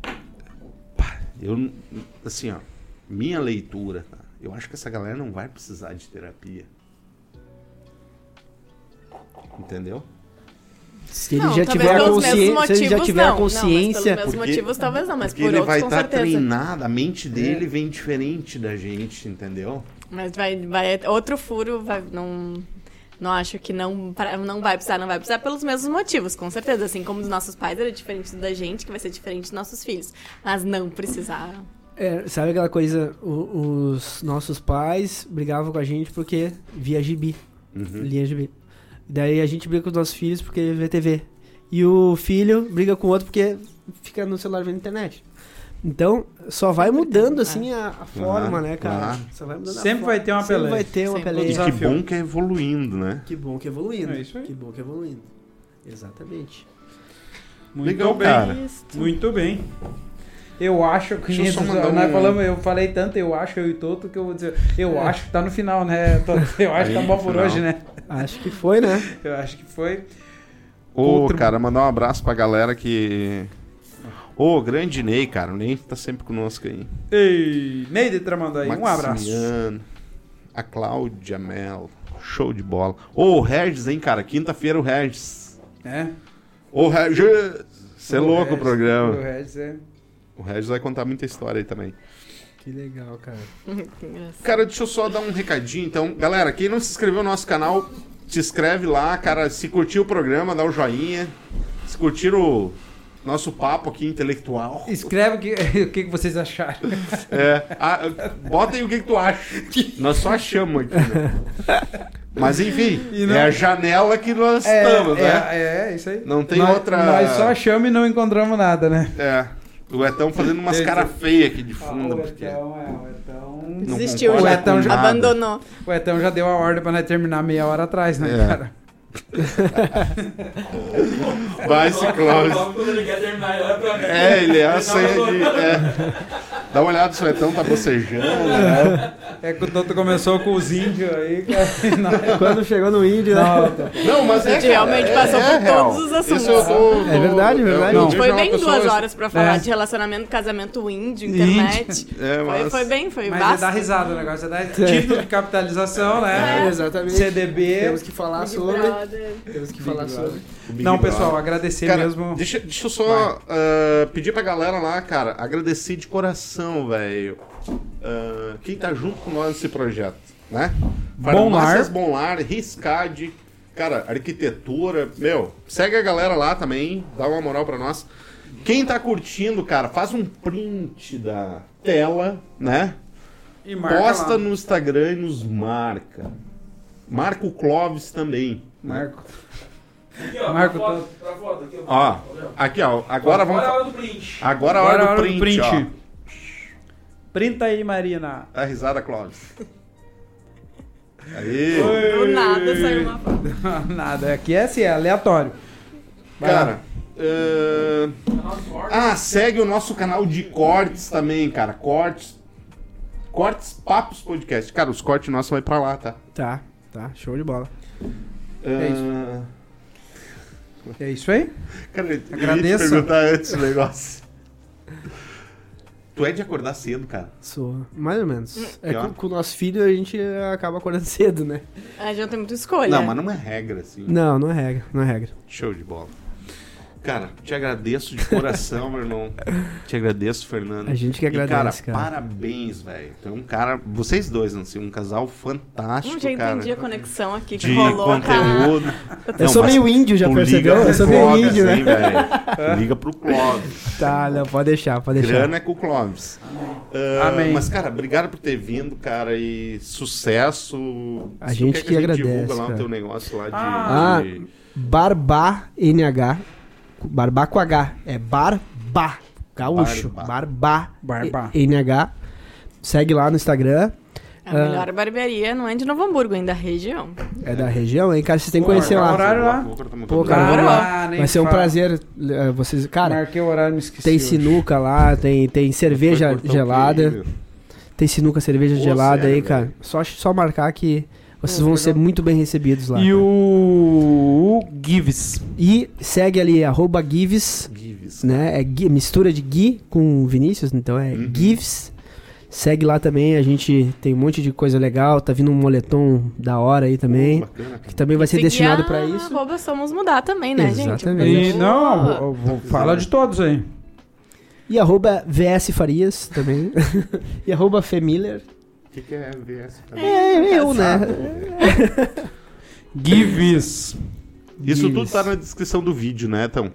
Pá, eu. Assim, ó. Minha leitura, tá? Eu acho que essa galera não vai precisar de terapia. Entendeu? Se ele Não, já talvez tiver a pelos mesmos consciência, se ele já motivos, tiver não. a consciência... Não, mas pelos Porque- motivos talvez não, mas Porque por ele outros vai com estar certeza. treinado, a mente dele É. vem diferente da gente, entendeu? Mas vai, vai outro furo, vai, não, não acho que não, pra- não vai precisar, não vai precisar pelos mesmos motivos, com certeza. Assim como dos nossos pais era diferente da gente, que vai ser diferente dos nossos filhos. Mas não precisar. É, sabe aquela coisa, o- os nossos pais brigavam com a gente porque via gibi, Uhum. lia gibi. Daí a gente briga com os nossos filhos porque vê T V. E o filho briga com o outro porque fica no celular vendo internet. Então, só vai mudando assim a, a forma, Claro, né, cara? claro. Só vai mudando a Sempre forma. vai ter uma Sempre peleia. vai ter uma Sempre. E peleia. Desafio. que bom que é evoluindo, né? Que bom que evoluindo. É isso aí. Que bom que evoluindo. Exatamente. Muito Legal, bem. cara. Muito bem. Eu acho que Deixa eu só mandar nós um- falamos, eu falei tanto, eu acho, eu e Toto, que eu vou dizer. Eu acho que tá no final, né, Toto? Eu acho que tá Aí, bom no por final. hoje, né? Acho que foi, né? Eu acho que foi. Ô, Outro- cara, mandar um abraço pra galera que. Ô, grande Ney, cara. O Ney tá sempre conosco aí. Ei, Neide Tramandaí, um abraço. Maximiano, a Cláudia Mello. Show de bola. Ô, o Regis, hein, cara? Quinta-feira o Regis. É. Ô, Regis! Você é O louco o Regis- programa. O Regis é... O Regis vai contar muita história aí também. Que legal, cara. Que engraçado. Cara, deixa eu só dar um recadinho, então. Galera, quem não se inscreveu no nosso canal, se inscreve lá, cara. Se curtiu o programa, dá um joinha. Se curtiram o nosso papo aqui intelectual. Escreve o que, o que que vocês acharam. É, ah, bota aí o que, que tu acha. Nós só achamos aqui, né? Mas enfim, E não- é a janela que nós É, estamos, né? é, é, isso aí. Não tem nós, outra- Nós só achamos e não encontramos nada, né? É. O Etão fazendo umas Esse- caras feias aqui de o fundo. porque Etão, é, o Etão... não Desistiu concorda já, com nada. abandonou. O Etão já deu a ordem pra nós terminar meia hora atrás, né, É. cara? Vai, Ciclóvis. Quando ele quer terminar, ele olha pra mim. É, ele é a Ele senha tava de. falando. É. Dá uma olhada, o Suetão tá bocejando, né? É que o Toto começou com os índios aí, cara. Quando chegou no índio, né? Não, mas é, A gente realmente cara, passou é, é por real. todos os assuntos. Isso eu tô- É verdade, é eu- verdade. eu A gente vejo foi uma bem pessoa- duas horas pra falar É. de relacionamento, casamento índio, Índio. internet. É, Foi, mas- foi bem, foi Mas é basta. dar risada o negócio, é dar título de capitalização, né? É, exatamente. C D B. Temos que falar Big sobre. Brother. Temos que falar sobre. O Big Não, Brother. pessoal, agradecer Cara, mesmo. Deixa, deixa eu só ah, pedir pra galera lá, cara, agradecer de coração, velho. Ah, quem tá junto com nós nesse projeto, né? Bom Lar. Farmácias Bom Lar, Riscad, cara, arquitetura, meu, segue a galera lá também, dá uma moral pra nós. Quem tá curtindo, cara, faz um print da tela, né? E marca Posta lá. no Instagram e nos marca. Marca o Clóvis também. Marco. Aqui, ó, Marco, pra foto, pra foto, aqui, ó. Ó, Tá vendo? aqui, ó, agora vamos... Agora é a fa- hora do print. Agora é a Agora hora do print, ó. Printa aí, Marina. Dá risada, Clóvis. Aí. Do nada saiu uma foto. Nada, aqui é assim, é aleatório. Vai lá. Cara, ahn, Canal de corte. ah, segue o nosso canal de cortes também, cara. Cortes. Cortes Papos Podcast. Cara, os cortes nossos vai pra lá, tá? Tá, tá. Show de bola. É isso. Ah, É isso aí? Cara, eu ia te Agradeço. perguntar antes o negócio. Tu é de acordar cedo, cara. Sou. Mais ou menos. É, E ó. com, com o nosso filho a gente acaba acordando cedo, né? A gente não tem muita escolha. Não, mas não é regra, assim. Não, não é regra, não é regra. Show de bola. Cara, te agradeço de coração, meu irmão. Te agradeço, Fernando. A gente que E, agradece, cara. cara. Parabéns, velho. Então, um cara... Vocês dois, assim, um casal fantástico, Hum, já cara. entendi a conexão aqui que De rolou. conteúdo. Eu Não, sou mas meio índio, já tu percebeu? liga Eu sou pro meio Clóvis, índio, né? hein, velho? Tu liga pro Clóvis. Tá, não, pode deixar, pode deixar. Grana é com o Clóvis. Ah, Amém. Mas, cara, obrigado por ter vindo, cara, e sucesso. A Se tu gente quer que a gente agradece, divulga lá cara. o teu negócio lá de... Ah. de- Barbá N H. Barbá com H. É Barbá. Gaúcho. Barbá. Barbá. Barbá. N H. Segue lá no Instagram. A melhor barbearia não é de Novo Hamburgo, ainda da região. É da região, hein, cara? Vocês têm que Pô, conhecer marcar lá. horário lá. Vou cortar meu Pô, cabelo. cara, Ah, vamos Demorou. lá. nem Vai ser um fala. prazer. eh, Vocês, cara, Marquei o horário, me esqueci. tem hoje. sinuca lá, tem, tem cerveja Vai cortar o gelada. quê, meu? Tem sinuca, cerveja Pô, gelada sério, aí, cara. velho? Só, só marcar que vocês Pô, vão legal. ser muito bem recebidos lá. E o Gives. E segue ali, arroba Gives, Gives. né? É Gui- mistura de Gui com Vinícius, então é Uhum. Gives. Segue lá também, a gente tem um monte de coisa legal. Tá vindo um moletom da hora aí também. Bacana, cara. Que também vai ser Seguir destinado a pra isso. Arroba Somos Mudar também, né, gente? Exatamente. E, não, vou- vou- fala de todos aí. E arroba V S Farias também. E arroba Femiller. O que, que é V S? É, eu, né? Gives. Isso Gives. tudo tá na descrição do vídeo, né, então?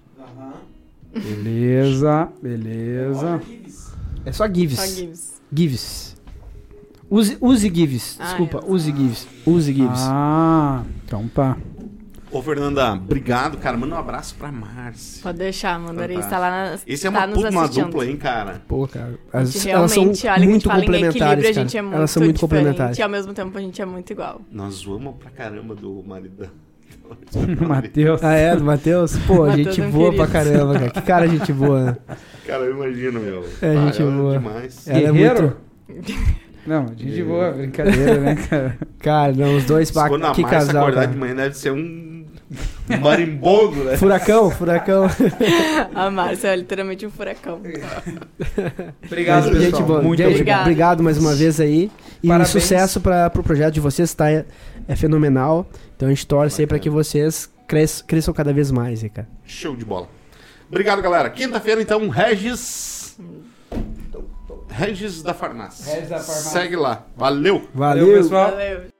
Beleza, beleza. É só Gives. Só Gives. Gives. Use, use Gives. Ah, Desculpa, é. use Gives. Use Gives. Ah, então tá. Ô, Fernanda, obrigado, cara. Manda um abraço pra Márcia. Pode deixar, mandaria Fantástico. estar lá na, Esse é tá uma nos puta uma assistindo. dupla, hein, cara? Pô, cara. A As, gente elas são realmente, olha, que a gente muito fala em complementares, equilíbrio, a cara. gente é muito Elas são muito diferente complementares. e ao mesmo tempo a gente é muito igual. Nós zoamos pra caramba do maridão. Matheus. Ah, é, do Matheus? Pô, Matheus gente é um boa pra querido. caramba, cara. Que cara gente boa, né? Cara, eu imagino, meu. É, Ah, gente ela boa. demais. Ela é Guerreiro? muito... Não, gente boa, brincadeira, né, cara? Cara, não, os dois, pá, Quando a que Márcia casal, acordar cara. de manhã deve ser um marimbondo, né? Furacão, furacão. A Márcia é literalmente um furacão. Obrigado, Mas, pessoal. gente boa. Muito Gente, obrigado. obrigado mais uma vez aí. E Parabéns. sucesso para pro projeto de vocês, tá? É, é fenomenal. Então a gente torce aí pra que vocês cres, cresçam cada vez mais, aí, cara. Show de bola. Obrigado, galera. Quinta-feira, então, Regis. Regis da Farmácia. Regis da Farmácia. Segue lá. Valeu. Valeu. Valeu, pessoal. Valeu.